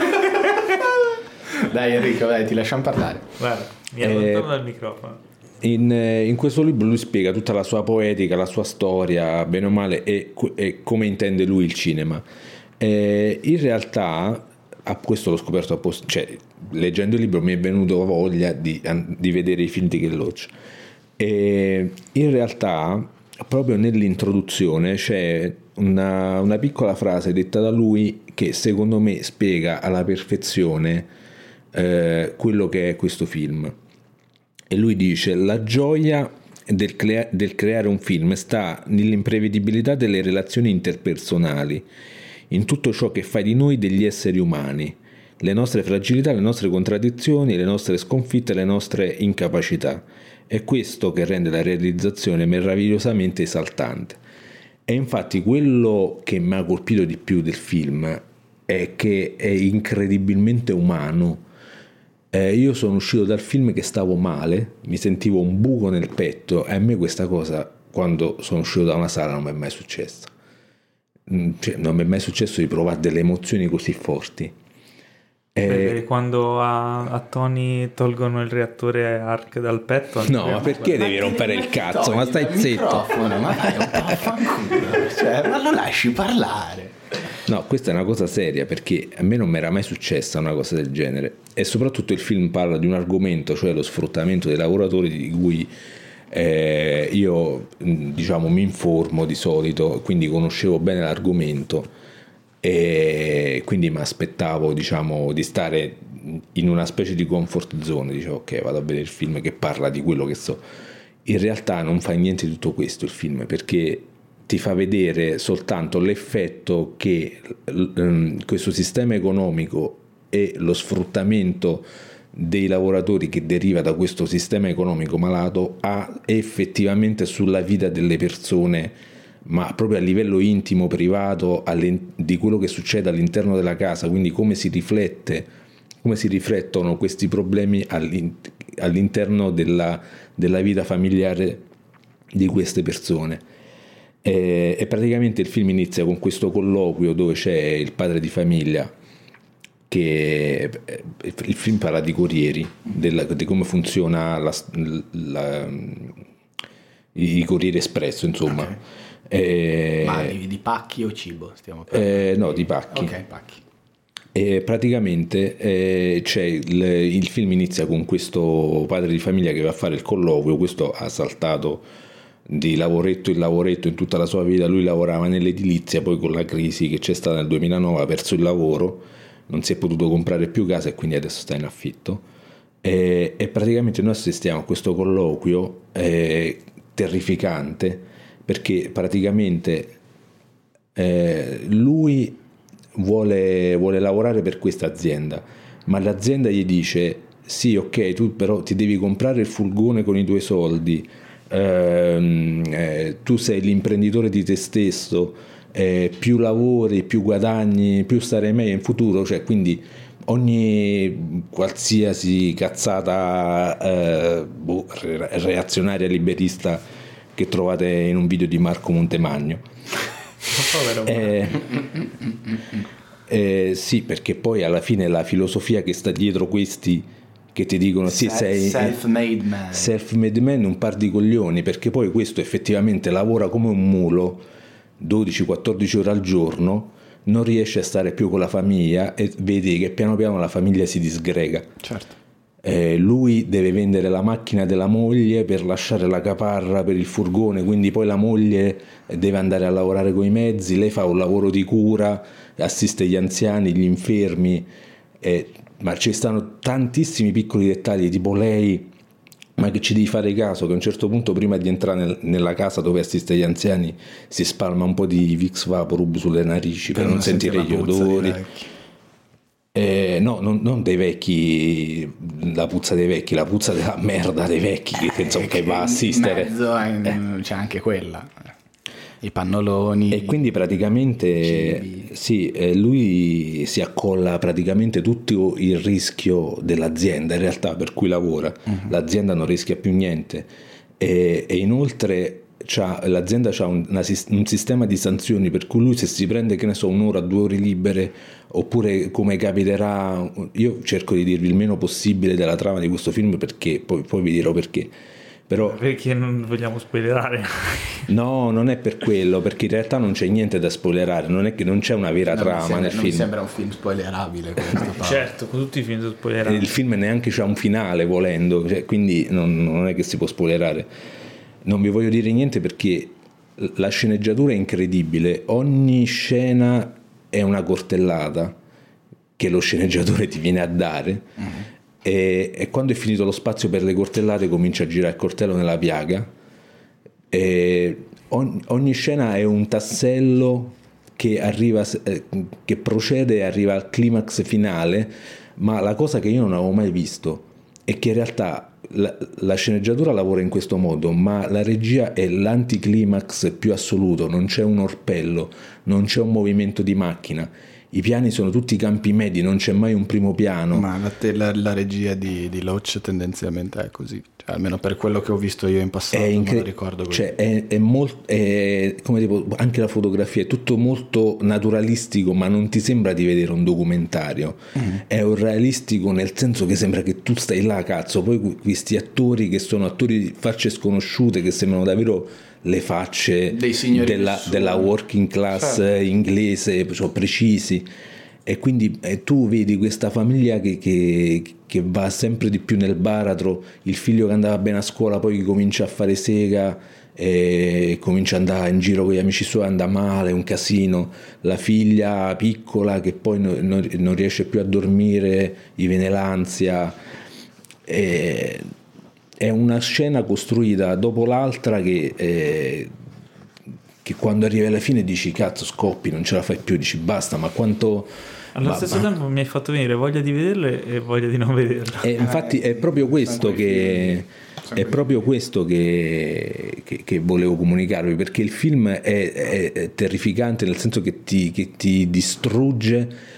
Dai Enrico, dai, ti lasciamo parlare. Guarda, mi Eh, allontano dal microfono. In, eh, in questo libro lui spiega tutta la sua poetica, la sua storia, bene o male, e, e come intende lui il cinema. Eh, in realtà, a questo l'ho scoperto apposta, cioè leggendo il libro mi è venuto voglia di, di vedere i film di Ken Loach. E in realtà, proprio nell'introduzione c'è una, una piccola frase detta da lui che secondo me spiega alla perfezione eh, quello che è questo film. E lui dice: la gioia del, crea- del creare un film sta nell'imprevedibilità delle relazioni interpersonali, in tutto ciò che fa di noi degli esseri umani, le nostre fragilità, le nostre contraddizioni, le nostre sconfitte, le nostre incapacità. È questo che rende la realizzazione meravigliosamente esaltante. E infatti quello che mi ha colpito di più del film è che è incredibilmente umano. Eh, io sono uscito dal film che stavo male, mi sentivo un buco nel petto e a me questa cosa quando sono uscito da una sala non mi è mai successa. cioè, non mi è mai successo di provare delle emozioni così forti. Eh, quando a, a Tony tolgono il reattore Arc dal petto. No, ma perché devi ma rompere il cazzo? Ma stai zitto. Ma vai un po' a fanculo, cioè, ma lo lasci parlare. No, questa è una cosa seria, perché a me non mi era mai successa una cosa del genere, e soprattutto il film parla di un argomento, cioè lo sfruttamento dei lavoratori, di cui eh, io diciamo mi informo di solito, quindi conoscevo bene l'argomento, e quindi mi aspettavo, diciamo, di stare in una specie di comfort zone. Dicevo ok, vado a vedere il film che parla di quello che so. In realtà non fa niente di tutto questo il film, perché ti fa vedere soltanto l'effetto che um, questo sistema economico e lo sfruttamento dei lavoratori che deriva da questo sistema economico malato ha effettivamente sulla vita delle persone, ma proprio a livello intimo, privato, di quello che succede all'interno della casa, quindi come si riflette, come si riflettono questi problemi all'interno della, della vita familiare di queste persone. E, e praticamente il film inizia con questo colloquio dove c'è il padre di famiglia, che il film parla di corrieri, della, di come funziona la, la, i corrieri espresso, insomma. Okay. Eh, Ma di, di pacchi o cibo stiamo parlando? Eh, no, di pacchi. Ok, pacchi. E praticamente eh, c'è il, il film inizia con questo padre di famiglia che va a fare il colloquio. Questo ha saltato di lavoretto in lavoretto in tutta la sua vita. Lui lavorava nell'edilizia, poi con la crisi che c'è stata nel duemilanove ha perso il lavoro, non si è potuto comprare più casa e quindi adesso sta in affitto. E, e praticamente noi assistiamo a questo colloquio eh, terrificante, perché praticamente eh, lui vuole, vuole lavorare per questa azienda, ma l'azienda gli dice sì, ok, tu però ti devi comprare il furgone con i tuoi soldi, ehm, eh, tu sei l'imprenditore di te stesso, eh, più lavori, più guadagni, più starai meglio in futuro, cioè quindi ogni qualsiasi cazzata eh, boh, reazionaria liberista che trovate in un video di Marco Montemagno. eh, eh, sì, perché poi alla fine la filosofia che sta dietro questi che ti dicono sì, sei self-made man, self-made man, un par di coglioni, perché poi questo effettivamente lavora come un mulo dodici quattordici ore al giorno, non riesce a stare più con la famiglia e vedi che piano piano la famiglia si disgrega. Certo. Eh, lui deve vendere la macchina della moglie per lasciare la caparra per il furgone, quindi poi la moglie deve andare a lavorare coi mezzi, lei fa un lavoro di cura, assiste gli anziani, gli infermi, eh, ma ci stanno tantissimi piccoli dettagli, tipo lei, ma che ci devi fare caso che a un certo punto prima di entrare nel, nella casa dove assiste gli anziani si spalma un po' di Vicks Vaporub sulle narici per, per non sentire gli odori. Eh, no, non, non dei vecchi, la puzza dei vecchi, la puzza della merda dei vecchi che, insomma, eh, che, che va a assistere. In mezzo eh. C'è anche quella, i pannoloni. E quindi praticamente sì, eh, lui si accolla praticamente tutto il rischio dell'azienda in realtà per cui lavora. Uh-huh. L'azienda non rischia più niente e, e inoltre c'ha, l'azienda ha un, un sistema di sanzioni per cui lui se si prende, che ne so, un'ora, due ore libere, oppure come capiterà, io cerco di dirvi il meno possibile della trama di questo film perché poi, poi vi dirò perché, però perché non vogliamo spoilerare. No, non è per quello, perché in realtà non c'è niente da spoilerare, non è che non c'è una vera no, trama sembra, nel non film. Mi sembra un film spoilerabile questo. Certo, con tutti i film sono spoilerabili. Il film neanche c'ha un finale volendo, cioè, quindi non, non è che si può spoilerare. Non vi voglio dire niente perché la sceneggiatura è incredibile, ogni scena è una cortellata che lo sceneggiatore ti viene a dare. Uh-huh. e, e quando è finito lo spazio per le cortellate comincia a girare il coltello nella piaga e ogni, ogni scena è un tassello che arriva, eh, che procede e arriva al climax finale, ma la cosa che io non avevo mai visto è che in realtà la, la sceneggiatura lavora in questo modo, ma la regia è l'anticlimax più assoluto, non c'è un orpello, non c'è un movimento di macchina. i piani sono tutti campi medi, non c'è mai un primo piano. Ma la, te, la, la regia di, di Loach tendenzialmente è così, cioè, almeno per quello che ho visto io in passato, è incre- me lo ricordo così. Cioè, è, è molto, è, come tipo, anche la fotografia è tutto molto naturalistico, ma non ti sembra di vedere un documentario. Mm. È un realistico nel senso che sembra che tu stai là, cazzo. Poi questi attori che sono attori di facce sconosciute, che sembrano davvero le facce della, della working class, certo, inglese, cioè precisi, e quindi eh, tu vedi questa famiglia che, che, che va sempre di più nel baratro, il figlio che andava bene a scuola poi comincia a fare sega e comincia ad andare in giro con gli amici suoi, anda male, un casino, la figlia piccola che poi non, non, non riesce più a dormire, gli viene l'ansia, e è una scena costruita dopo l'altra che, eh, che quando arrivi alla fine dici cazzo scoppi, non ce la fai più, dici basta, ma quanto... Allo ma, stesso ma... tempo mi hai fatto venire voglia di vederlo e voglia di non vederlo. E infatti è proprio questo che... È proprio questo che, che, che volevo comunicarvi, perché il film è, è, è terrificante nel senso che ti, che ti distrugge,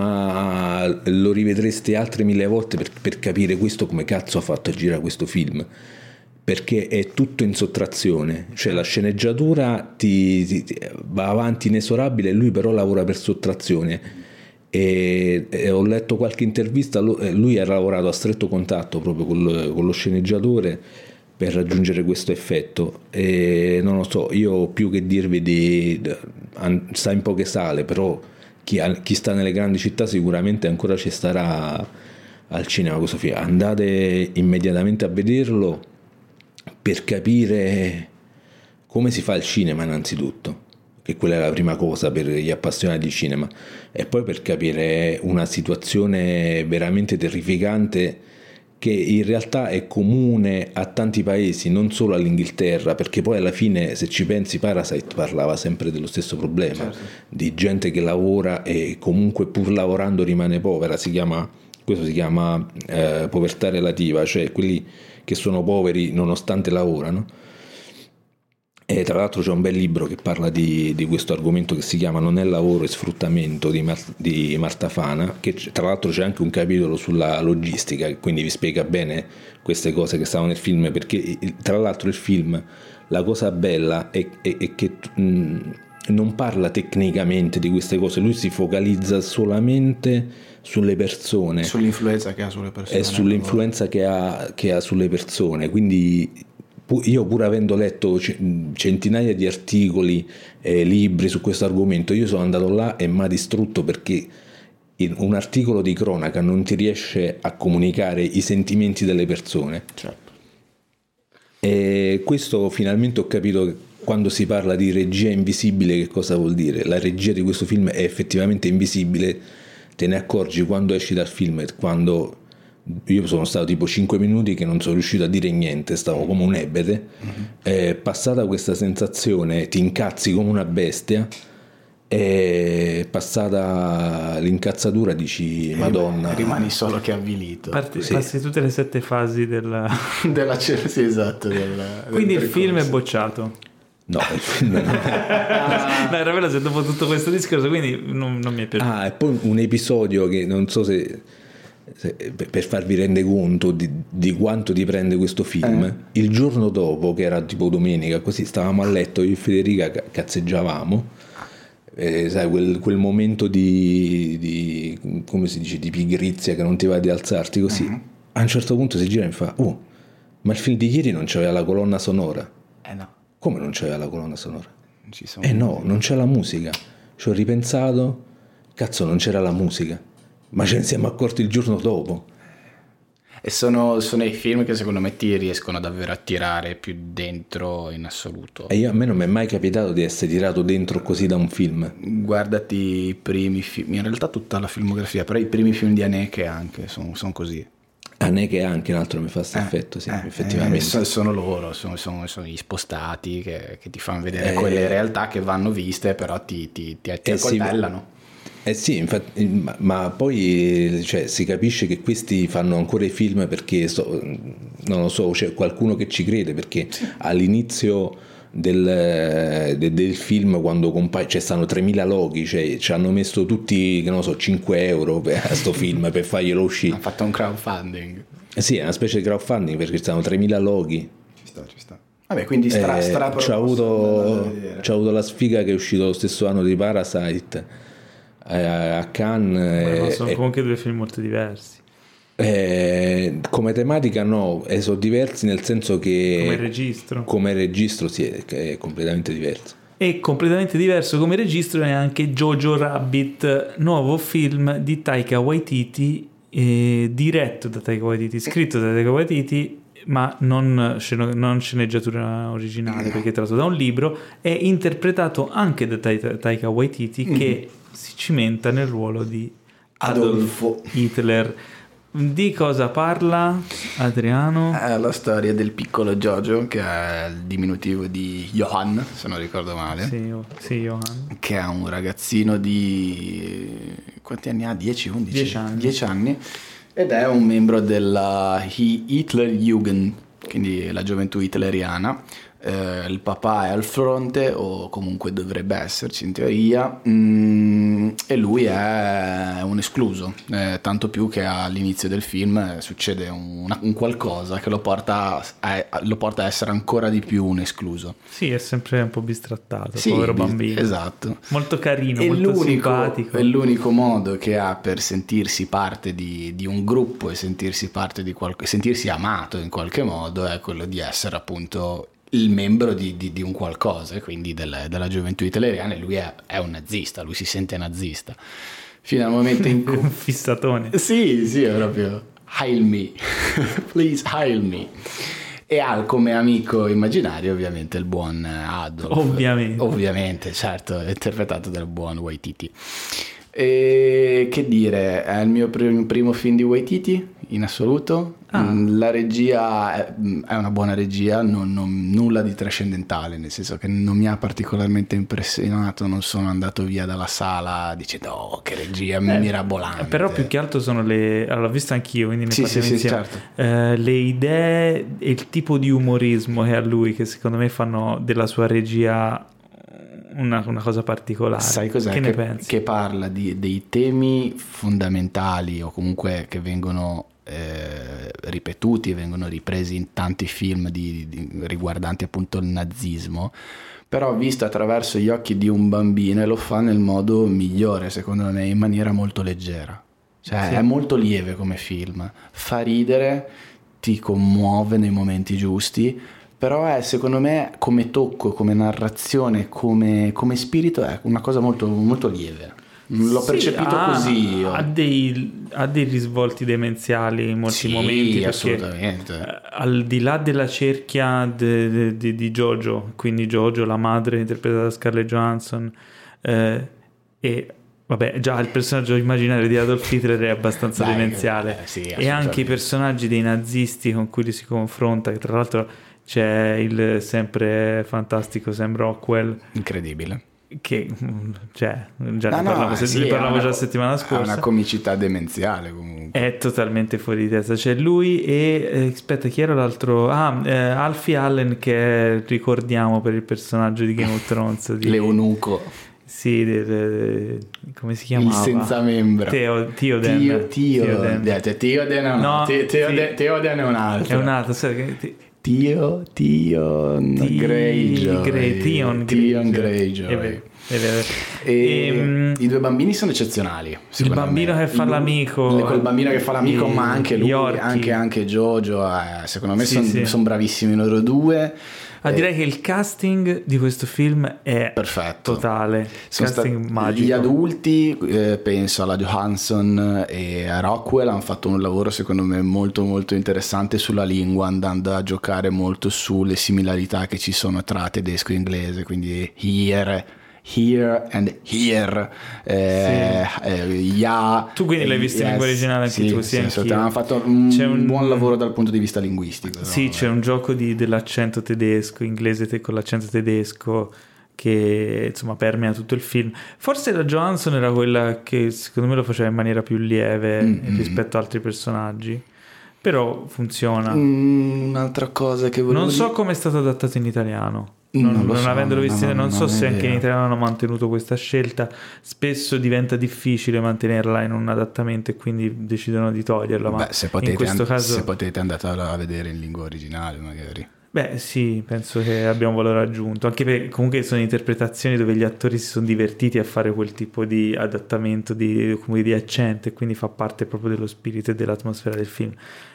ma lo rivedreste altre mille volte per, per capire questo come cazzo ha fatto a girare questo film, perché è tutto in sottrazione, cioè la sceneggiatura ti, ti, ti va avanti inesorabile, lui però lavora per sottrazione. E, e ho letto qualche intervista, lui ha lavorato a stretto contatto proprio con lo, con lo sceneggiatore per raggiungere questo effetto, e non lo so, io più che dirvi di, di sta in poche sale, però chi, chi sta nelle grandi città sicuramente ancora ci starà al cinema questo film, andate immediatamente a vederlo per capire come si fa il cinema innanzitutto, che quella è la prima cosa per gli appassionati di cinema, e poi per capire una situazione veramente terrificante che in realtà è comune a tanti paesi, non solo all'Inghilterra, perché poi alla fine, se ci pensi, Parasite parlava sempre dello stesso problema, certo, di gente che lavora e comunque pur lavorando rimane povera, si chiama, questo si chiama eh, povertà relativa, cioè quelli che sono poveri nonostante lavorano. E tra l'altro c'è un bel libro che parla di, di questo argomento che si chiama Non è lavoro e sfruttamento di, Mar- di Marta Fana, che tra l'altro c'è anche un capitolo sulla logistica, che quindi vi spiega bene queste cose che stavano nel film, perché tra l'altro il film, la cosa bella è, è, è che mh, non parla tecnicamente di queste cose, lui si focalizza solamente sulle persone, sull'influenza che ha sulle persone e sull'influenza che ha, che ha sulle persone, quindi io pur avendo letto centinaia di articoli e libri su questo argomento, io sono andato là e mi ha distrutto, perché un articolo di cronaca non ti riesce a comunicare i sentimenti delle persone, certo. E questo finalmente ho capito che quando si parla di regia invisibile che cosa vuol dire. La regia di questo film è effettivamente invisibile, te ne accorgi quando esci dal film, quando io sono stato tipo cinque minuti che non sono riuscito a dire niente, stavo come un ebete, mm-hmm. È passata questa sensazione, ti incazzi come una bestia, è passata l'incazzatura, dici Madonna, rimani solo che avvilito. Parti, sì. Passi tutte le sette fasi della, della sì, esatto, del, quindi del il film è bocciato. No, il film no. No, era vero, se dopo tutto questo discorso, quindi non, non mi è piaciuto. Ah, e poi un episodio che non so se per farvi rendere conto di, di quanto ti prende questo film, eh. Il giorno dopo, che era tipo domenica, così stavamo a letto io e Federica, cazzeggiavamo, eh, sai, quel, quel momento di, di come si dice, di pigrizia, che non ti va di alzarti così, uh-huh. A un certo punto si gira e mi fa oh, ma il film di ieri non c'aveva la colonna sonora. Eh no. Come non c'aveva la colonna sonora? Non ci sono eh no, non c'è la musica. Ci ho ripensato, cazzo, non c'era la musica. Ma ce ne siamo accorti il giorno dopo. E sono, sono i film che secondo me ti riescono davvero a tirare più dentro in assoluto. E io, a me non mi è mai capitato di essere tirato dentro così da un film. Guardati i primi film, in realtà tutta la filmografia, però i primi film di Haneke anche sono, sono così. Haneke anche un altro mi fa questo eh, effetto, sì, eh, effettivamente. Eh, sono loro, sono, sono, sono gli spostati che, che ti fanno vedere eh, quelle realtà che vanno viste, però ti, ti, ti, ti eh, accoltellano. Sì. Eh sì, infatti, ma, ma poi cioè, si capisce che questi fanno ancora i film perché so, non lo so, c'è qualcuno che ci crede, perché sì. All'inizio del, de, del film quando compaiono, cioè stanno tremila loghi, cioè ci hanno messo tutti, che non so, cinque euro per a sto film per farglielo uscire. Ha fatto un crowdfunding. Eh sì, è una specie di crowdfunding perché stanno tremila loghi. Ci sta, ci sta. Vabbè, quindi stra, eh, stra c'ha avuto, c'ha avuto la sfiga che è uscito lo stesso anno di Parasite eh, a Cannes. Beh, ma eh, sono eh, comunque due film molto diversi. Eh, come tematica no, eh, sono diversi nel senso che Come registro. come registro sì, è, è completamente diverso. E completamente diverso come registro è anche Jojo Rabbit, nuovo film di Taika Waititi, eh, diretto da Taika Waititi, scritto da Taika Waititi, ma non, sceno- non sceneggiatura originale perché è tratto da un libro, è interpretato anche da Ta- Taika Waititi mm-hmm. che si cimenta nel ruolo di Adolfo Hitler. Di cosa parla, Adriano? È la storia del piccolo Jojo, che è il diminutivo di Johann, se non ricordo male. Sì, oh, sì, Johann. Che è un ragazzino di... quanti anni ha? dieci undici? dieci anni. dieci anni. Ed è un membro della Hitlerjugend, quindi la gioventù hitleriana. Eh, il papà è al fronte, o comunque dovrebbe esserci in teoria, mm, e lui è un escluso, eh, tanto più che all'inizio del film eh, succede un, un qualcosa che lo porta, a, lo porta a essere ancora di più un escluso. Sì, è sempre un po' bistrattato, Sì, povero bis- bambino. esatto. Molto carino, È molto l'unico, simpatico. è l'unico modo che ha per sentirsi parte di, di un gruppo e sentirsi parte di qualche, sentirsi amato in qualche modo, è quello di essere appunto il membro di, di, di un qualcosa, e quindi del, della gioventù hitleriana. E lui è, è un nazista, lui si sente nazista fino al momento in cui un fissatone. sì, sì, è proprio Heil me please heil me. E ha come amico immaginario ovviamente il buon Adolf, Ovviamente. ovviamente, certo, interpretato dal buon Waititi. E che dire, è il mio pr- primo film di Waititi in assoluto. Ah. La regia è, è una buona regia, non, non, nulla di trascendentale, nel senso che non mi ha particolarmente impressionato, non sono andato via dalla sala dicendo oh che regia eh, mirabolante. Però più che altro sono le, allora, l'ho visto anch'io, quindi ne sì, parliamo sì, insieme. sì, certo. eh, le idee e il tipo di umorismo che ha lui, che secondo me fanno della sua regia Una, una cosa particolare. Sai cos'è? Che, che, ne pensi? Che parla di, dei temi fondamentali, o comunque che vengono eh, ripetuti, vengono ripresi in tanti film di, di, riguardanti appunto il nazismo, però visto attraverso gli occhi di un bambino, e lo fa nel modo migliore secondo me, in maniera molto leggera, cioè sì. È molto lieve come film, fa ridere, ti commuove nei momenti giusti, però è secondo me come tocco, come narrazione, come, come spirito è una cosa molto, molto lieve. L'ho sì, percepito ha, così io. Ha dei, ha dei risvolti demenziali in molti sì, momenti, assolutamente. Perché, al di là della cerchia de, de, de, di Jojo, quindi Jojo, la madre interpretata da Scarlett Johansson, eh, e vabbè, già il personaggio immaginario di Adolf Hitler è abbastanza Dai, demenziale, eh, sì, e anche i personaggi dei nazisti con cui li si confronta, che tra l'altro c'è il sempre fantastico Sam Rockwell, incredibile, che cioè già no, ne parlavo, no, se sì, ne parlavo una, già la settimana scorsa. Ha una comicità demenziale comunque, è totalmente fuori di testa. C'è lui e eh, aspetta, chi era l'altro? Ah, eh, Alfie Allen, che ricordiamo per il personaggio di Game of Thrones di... l'eunuco. Sì, de, de, de, come si chiamava? Il senza membro. Teo, Theoden. Tio, Tio, Theoden. Theoden è un no, Theoden, Theoden è un altro. È un altro, sai, Tio, Tion Greyjoy. Grey, Tion Tion Greyjoy. È vero, è vero. E e, i due bambini sono eccezionali. Il bambino me. che fa lui, l'amico. Quel bambino che fa l'amico, e, ma anche lui, anche, anche Jojo. Eh, secondo me sì, sono sì. son bravissimi loro due. Ah, direi che il casting di questo film è perfetto, totale. Sono casting stati magico. Gli adulti, eh, penso alla Johansson e a Rockwell, hanno fatto un lavoro secondo me molto molto interessante sulla lingua, andando a giocare molto sulle similarità che ci sono tra tedesco e inglese, quindi here, here and here, eh, sì. eh, yeah, tu quindi l'hai visto yes, in lingua originale anche sì, tu? Sì, sì, hanno fatto un, c'è un buon lavoro dal punto di vista linguistico. Sì, no? C'è un gioco di, dell'accento tedesco, inglese te, con l'accento tedesco, che insomma permea tutto il film. Forse la Johansson era quella che secondo me lo faceva in maniera più lieve mm-hmm. rispetto ad altri personaggi, però funziona. Mm, un'altra cosa che volevo non so dire... come è stato adattato in italiano. Non, Non lo non so, avendolo visto, no, non no, so non se è anche in vero. Italia hanno mantenuto questa scelta. Spesso diventa difficile mantenerla in un adattamento e quindi decidono di toglierla, ma Beh, se in potete, questo an- caso se potete andatela a vedere in lingua originale magari. beh sì, penso che abbia un valore aggiunto, anche perché comunque sono interpretazioni dove gli attori si sono divertiti a fare quel tipo di adattamento di, come di accento, e quindi fa parte proprio dello spirito e dell'atmosfera del film.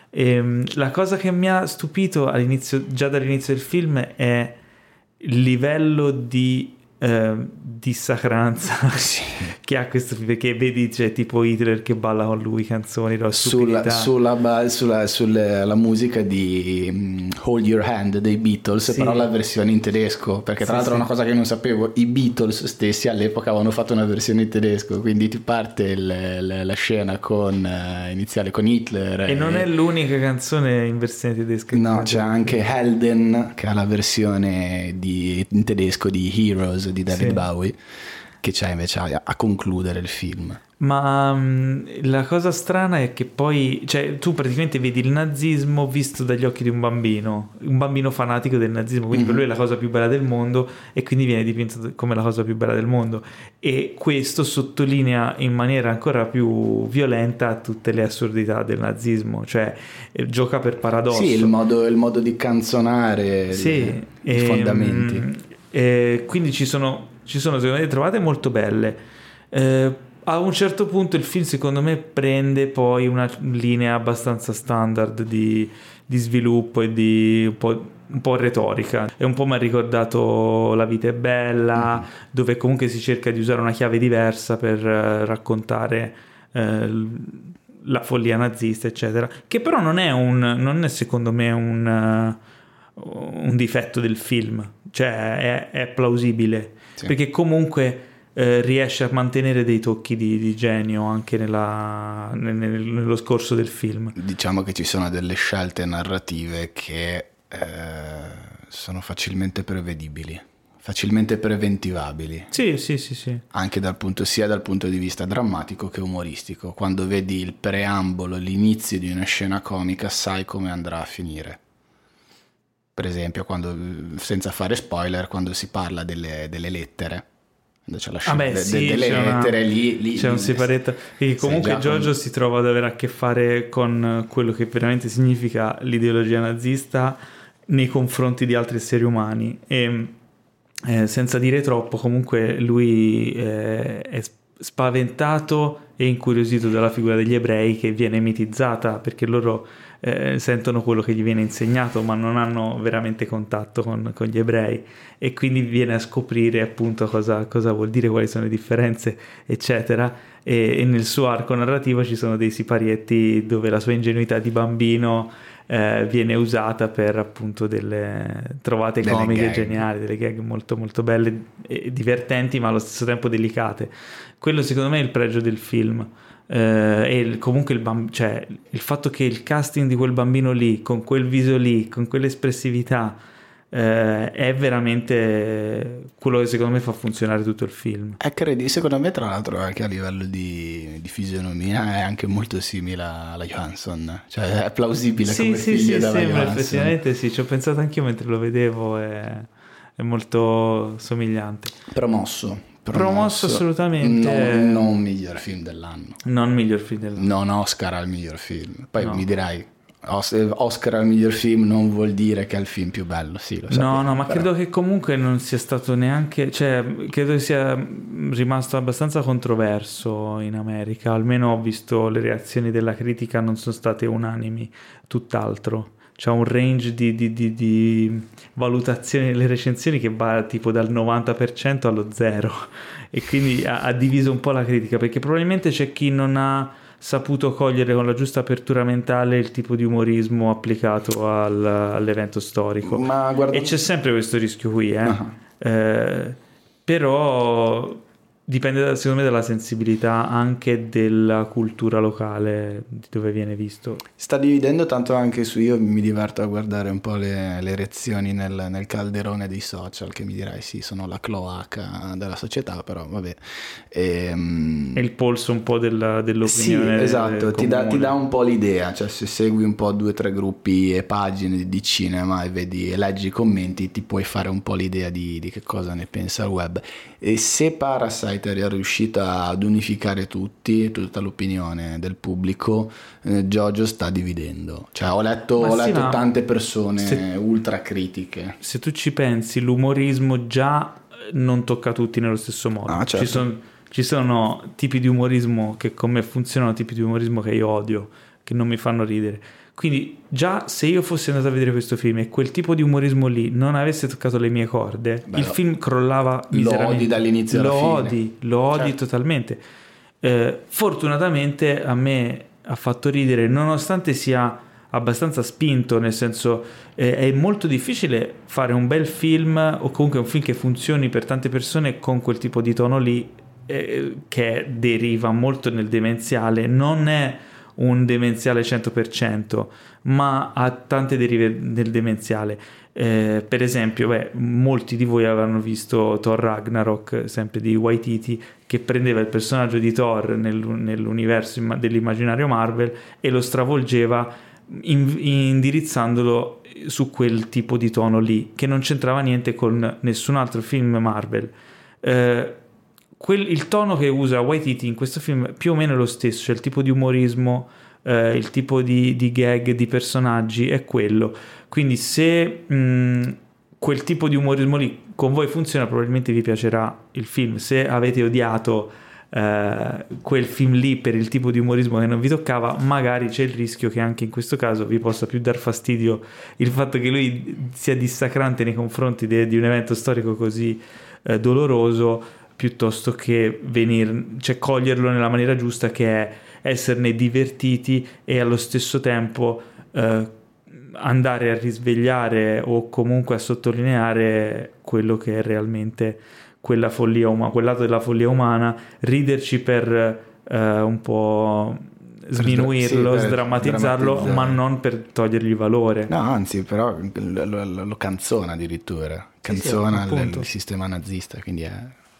E, la cosa che mi ha stupito all'inizio, già dall'inizio del film, è il livello di eh, dissacranza che ha questo film, perché vedi c'è tipo Hitler che balla con lui canzoni, no, Sulla, stupidità. sulla, ba- sulla, sulla la musica di mm, Hold Your Hand dei Beatles, Sì. però la versione in tedesco, perché tra Sì, l'altro sì. una cosa che non sapevo, i Beatles stessi all'epoca avevano fatto una versione in tedesco, quindi ti parte il- la, la scena con eh, iniziale con Hitler E non è l'unica canzone in versione tedesca. no, c'è anche Helden che ha la versione di, in tedesco di Heroes di David Sì. Bowie, che c'è invece a, a concludere il film. Ma mh, la cosa strana è che poi, cioè, tu praticamente vedi il nazismo visto dagli occhi di un bambino, un bambino fanatico del nazismo, quindi Mhm. per lui è la cosa più bella del mondo e quindi viene dipinto come la cosa più bella del mondo. E questo sottolinea in maniera ancora più violenta tutte le assurdità del nazismo, cioè eh, gioca per paradosso. Sì, il modo, il modo di canzonare, Sì, i e, fondamenti. mm, e quindi ci sono, ci sono secondo me trovate molto belle. Eh, a un certo punto il film secondo me prende poi una linea abbastanza standard di, di sviluppo e di un po', un po' retorica, e un po' mi ha ricordato La vita è bella, mm-hmm. dove comunque si cerca di usare una chiave diversa per uh, raccontare uh, la follia nazista eccetera, che però non è un non è secondo me un, uh, un difetto del film, cioè è, è plausibile, sì. Perché comunque eh, riesce a mantenere dei tocchi di, di genio anche nella, nel, nello scorso del film. Diciamo che ci sono delle scelte narrative che eh, sono facilmente prevedibili, facilmente preventivabili. Sì, sì, sì, sì. Anche dal punto, sia dal punto di vista drammatico che umoristico. Quando vedi il preambolo, l'inizio di una scena comica, sai come andrà a finire. Per esempio, quando, senza fare spoiler, quando si parla delle, delle lettere. C'è la scena ah beh, de, sì, delle c'è lettere una, lì, lì c'è un siparetto, perché comunque Giorgio con... si trova ad avere a che fare con quello che veramente significa l'ideologia nazista nei confronti di altri esseri umani, e eh, senza dire troppo comunque lui eh, è spaventato e incuriosito dalla figura degli ebrei, che viene mitizzata perché loro eh, sentono quello che gli viene insegnato ma non hanno veramente contatto con, con gli ebrei, e quindi viene a scoprire appunto cosa, cosa vuol dire, quali sono le differenze eccetera, e, e nel suo arco narrativo ci sono dei siparietti dove la sua ingenuità di bambino eh, viene usata per appunto delle trovate delle comiche gag. geniali, delle gag molto molto belle e divertenti ma allo stesso tempo delicate. Quello secondo me è il pregio del film. Uh, e il, comunque il, bamb- cioè, il fatto che il casting di quel bambino lì, con quel viso lì, con quell'espressività, uh, è veramente quello che secondo me fa funzionare tutto il film. Eh, credi, secondo me tra l'altro anche a livello di, di fisionomia è anche molto simile alla Johansson, cioè è plausibile sì, come sì, figlio sì, della sembra, Johansson. effettivamente sì, ci ho pensato anch'io mentre lo vedevo, è, è molto somigliante. Promosso Promosso, promosso assolutamente. Non, non miglior film dell'anno. Non miglior film dell'anno. Non Oscar al miglior film. Poi no. mi dirai, Oscar al miglior film non vuol dire che è il film più bello. Sì, lo sappiamo, no, no, ma però... credo che comunque non sia stato neanche, cioè credo che sia rimasto abbastanza controverso in America. Almeno ho visto le reazioni della critica, non sono state unanimi, tutt'altro. C'è un range di, di, di, di valutazioni nelle recensioni che va tipo dal novanta per cento allo zero, e quindi ha, ha diviso un po' la critica, perché probabilmente c'è chi non ha saputo cogliere con la giusta apertura mentale il tipo di umorismo applicato al, all'evento storico. Ma guarda... E c'è sempre questo rischio qui, eh? Uh-huh. Eh, però dipende da, secondo me dalla sensibilità anche della cultura locale di dove viene visto. Sta dividendo tanto anche su, io mi diverto a guardare un po' le, le reazioni nel, nel calderone dei social, che mi dirai sì, sono la cloaca della società, però vabbè. E, È il polso un po' della, dell'opinione. Sì, esatto, ti dà, ti dà comune. un po' l'idea, cioè se segui un po' due o tre gruppi e pagine di, di cinema e vedi e leggi i commenti, ti puoi fare un po' l'idea di, di che cosa ne pensa il web. E se Parasite è riuscita ad unificare tutti, tutta l'opinione del pubblico, eh, Jojo sta dividendo. Cioè ho letto, Ma ho sì, letto ma tante persone se- ultra critiche. Se tu ci pensi, l'umorismo già non tocca tutti nello stesso modo. Ah, certo. Ci son- ci sono tipi di umorismo che con me funzionano, tipi di umorismo che io odio, che non mi fanno ridere. Quindi già se io fossi andato a vedere questo film e quel tipo di umorismo lì non avesse toccato le mie corde, Beh, il lo- film crollava lo miseramente. odi dall'inizio alla lo fine. odi, lo odi Certo. totalmente. Eh, fortunatamente a me ha fatto ridere, nonostante sia abbastanza spinto, nel senso eh, è molto difficile fare un bel film o comunque un film che funzioni per tante persone con quel tipo di tono lì, eh, che deriva molto nel demenziale. Non è un demenziale cento per cento, ma ha tante derive del demenziale. Eh, per esempio, beh, molti di voi avranno visto Thor Ragnarok, sempre di Waititi, che prendeva il personaggio di Thor nel- nell'universo imma- dell'immaginario Marvel e lo stravolgeva in- indirizzandolo su quel tipo di tono lì, che non c'entrava niente con nessun altro film Marvel. Eh, quel- il tono che usa Waititi in questo film più o meno è lo stesso, cioè il tipo di umorismo, eh, il tipo di, di gag, di personaggi è quello. Quindi se mh, quel tipo di umorismo lì con voi funziona, probabilmente vi piacerà il film. Se avete odiato eh, quel film lì per il tipo di umorismo che non vi toccava, magari c'è il rischio che anche in questo caso vi possa più dar fastidio il fatto che lui sia dissacrante nei confronti de- di un evento storico così eh, doloroso, piuttosto che venir, cioè coglierlo nella maniera giusta, che è esserne divertiti e allo stesso tempo eh, andare a risvegliare o comunque a sottolineare quello che è realmente quella follia umana, quel lato della follia umana, riderci per eh, un po' sminuirlo, sì, per sdrammatizzarlo, drammatizzare. ma non per togliergli valore. No, anzi, però lo, lo- lo canzona addirittura, canzona sì, il, appunto. il sistema nazista, quindi è...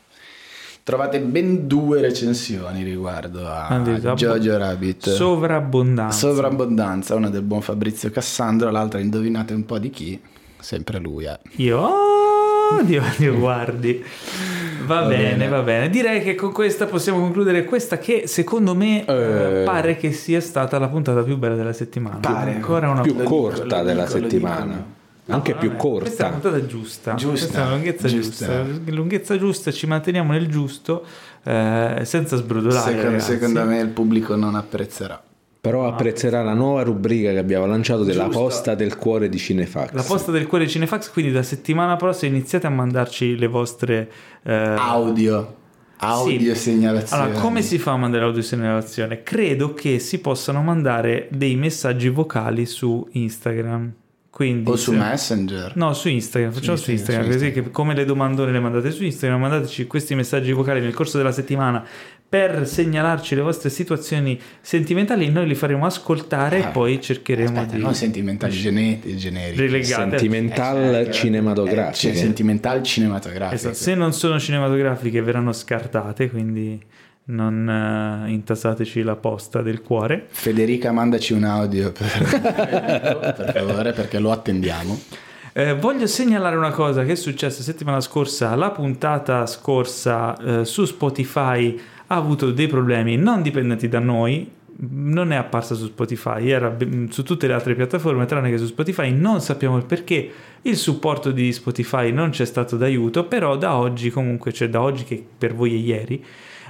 Trovate ben due recensioni riguardo a Addirittura, Jojo Rabbit. Sovrabbondanza. Sovrabbondanza, una del buon Fabrizio Cassandro, l'altra indovinate un po' di chi? Sempre lui, eh. Io, oh, Dio, Dio, guardi. Va, Va bene, bene. va bene. Direi che con questa possiamo concludere questa che secondo me eh, Eh. pare che sia stata la puntata più bella della settimana. Pare. Ancora una più Lo corta dico, lo della dico, lo settimana. dicono. Anche No, più vabbè, Questa è la corta. puntata giusta. Giusta, Questa è la lunghezza giusta. giusta. Lunghezza giusta, ci manteniamo nel giusto, eh, senza sbrodolare. Secondo, ragazzi. secondo me il pubblico non apprezzerà. Però apprezzerà la nuova rubrica che abbiamo lanciato della Giusto. posta del cuore di Cinefax. La posta del cuore Cinefax, quindi da settimana prossima iniziate a mandarci le vostre eh, Audio. Audio Sì. segnalazioni. Allora, come si fa a mandare audio segnalazione? Credo che si possano mandare dei messaggi vocali su Instagram. Quindi, O su se- Messenger. No, su Instagram, facciamo su Instagram, Instagram, su così che come le domandone le mandate su Instagram, mandateci questi messaggi vocali nel corso della settimana per segnalarci le vostre situazioni sentimentali, noi li faremo ascoltare Ah, e poi cercheremo Aspetta, di non sentimentali gene- generici. relegate. Sentimental Eh, cinematografiche. cioè, sentimental cinematografiche. Esatto, se non sono cinematografiche verranno scartate, quindi non eh, intasateci la posta del cuore. Federica, mandaci un audio per, per favore, perché lo attendiamo. Eh, voglio segnalare una cosa che è successa settimana scorsa. La puntata scorsa eh, su Spotify ha avuto dei problemi non dipendenti da noi, non è apparsa su Spotify, era be- su tutte le altre piattaforme tranne che su Spotify. Non sappiamo il perché, il supporto di Spotify non c'è stato d'aiuto, però da oggi, comunque, cioè da oggi che per voi è ieri,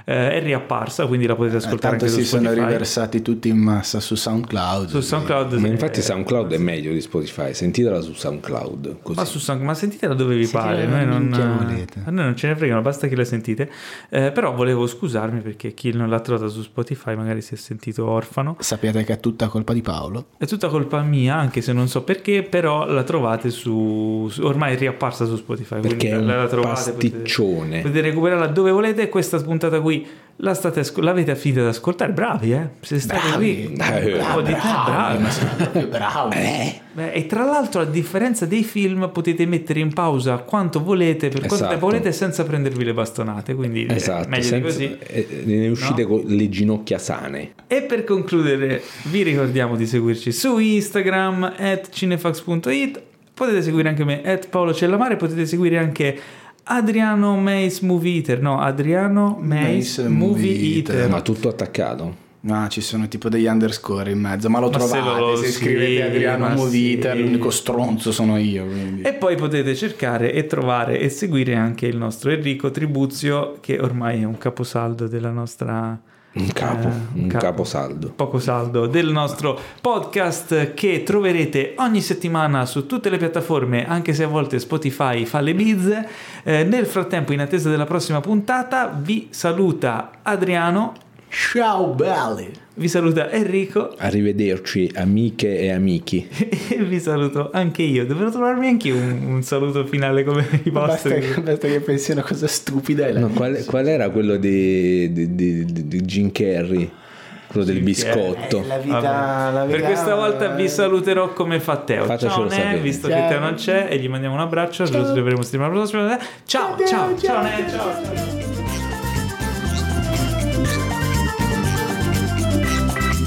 eh, è riapparsa, quindi la potete ascoltare eh, tanto anche si su Spotify. sono riversati tutti in massa su SoundCloud. Su SoundCloud, Ma sì. infatti SoundCloud è meglio di Spotify, sentitela su SoundCloud. Così. Ma, su Sound- ma sentitela dove vi Sì, pare, che noi non, minchia volete. a noi non ce ne fregano, basta che la sentite. Eh, però volevo scusarmi perché chi non l'ha trovata su Spotify magari si è sentito orfano. Sappiate che è tutta colpa di Paolo. È tutta colpa mia, anche se non so perché, però la trovate su, su- ormai è riapparsa su Spotify. Perché quindi è un la, la trovate, pasticcione. Potete, potete recuperarla dove volete. Questa puntata qui la state asco- l'avete finita ad ascoltare, bravi, eh? Se state Bravi, qui, bravi, un po' di te, bravi. ma siete proprio bravi. Beh, e tra l'altro, a differenza dei film, potete mettere in pausa quanto volete, per quanto Esatto. tempo volete, senza prendervi le bastonate. Quindi Esatto, eh, meglio senza- di così. eh, ne uscite No? con le ginocchia sane. E per concludere, vi ricordiamo di seguirci su Instagram at cinefax punto it. Potete seguire anche me at Paolo Cellamare. Potete seguire anche Adriano Mace Movie Eater. No, Adriano Mace, Mace Movie Movie Eater. Eater. Ma tutto attaccato. No, ci sono tipo degli underscore in mezzo, ma lo Ma se trovate lo- se sì, scrivete Adriano ma Moviter, sì. l'unico stronzo sono io, quindi. E poi potete cercare e trovare e seguire anche il nostro Enrico Tribuzio, che ormai è un caposaldo della nostra... Un capo, eh, un capo. caposaldo. Poco saldo del nostro podcast, che troverete ogni settimana su tutte le piattaforme, anche se a volte Spotify fa le bizze. Eh, nel frattempo, in attesa della prossima puntata, vi saluta Adriano, Ciao belli! vi saluta Enrico Arrivederci amiche e amici. e vi saluto anche io. Dovrò trovarmi anche un, un saluto finale come i Basta, vostri. che- basta che pensi a una cosa stupida e la No, qual, qual era quello di, di, di, di- di Jim Carrey? Quello del Jim biscotto. Eh, la vita, Vabbè. la vita- Per questa volta vi saluterò come fa Teo. Fatecelo Ciao Ne, sapere. visto Ciao. che Teo non c'è, e gli mandiamo un abbraccio. Lo troveremo settimana prossima. Ciao, ciao, ciao, ciao, Ne, ciao.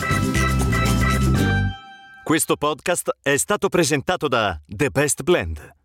Questo podcast è stato presentato da The Best Blend,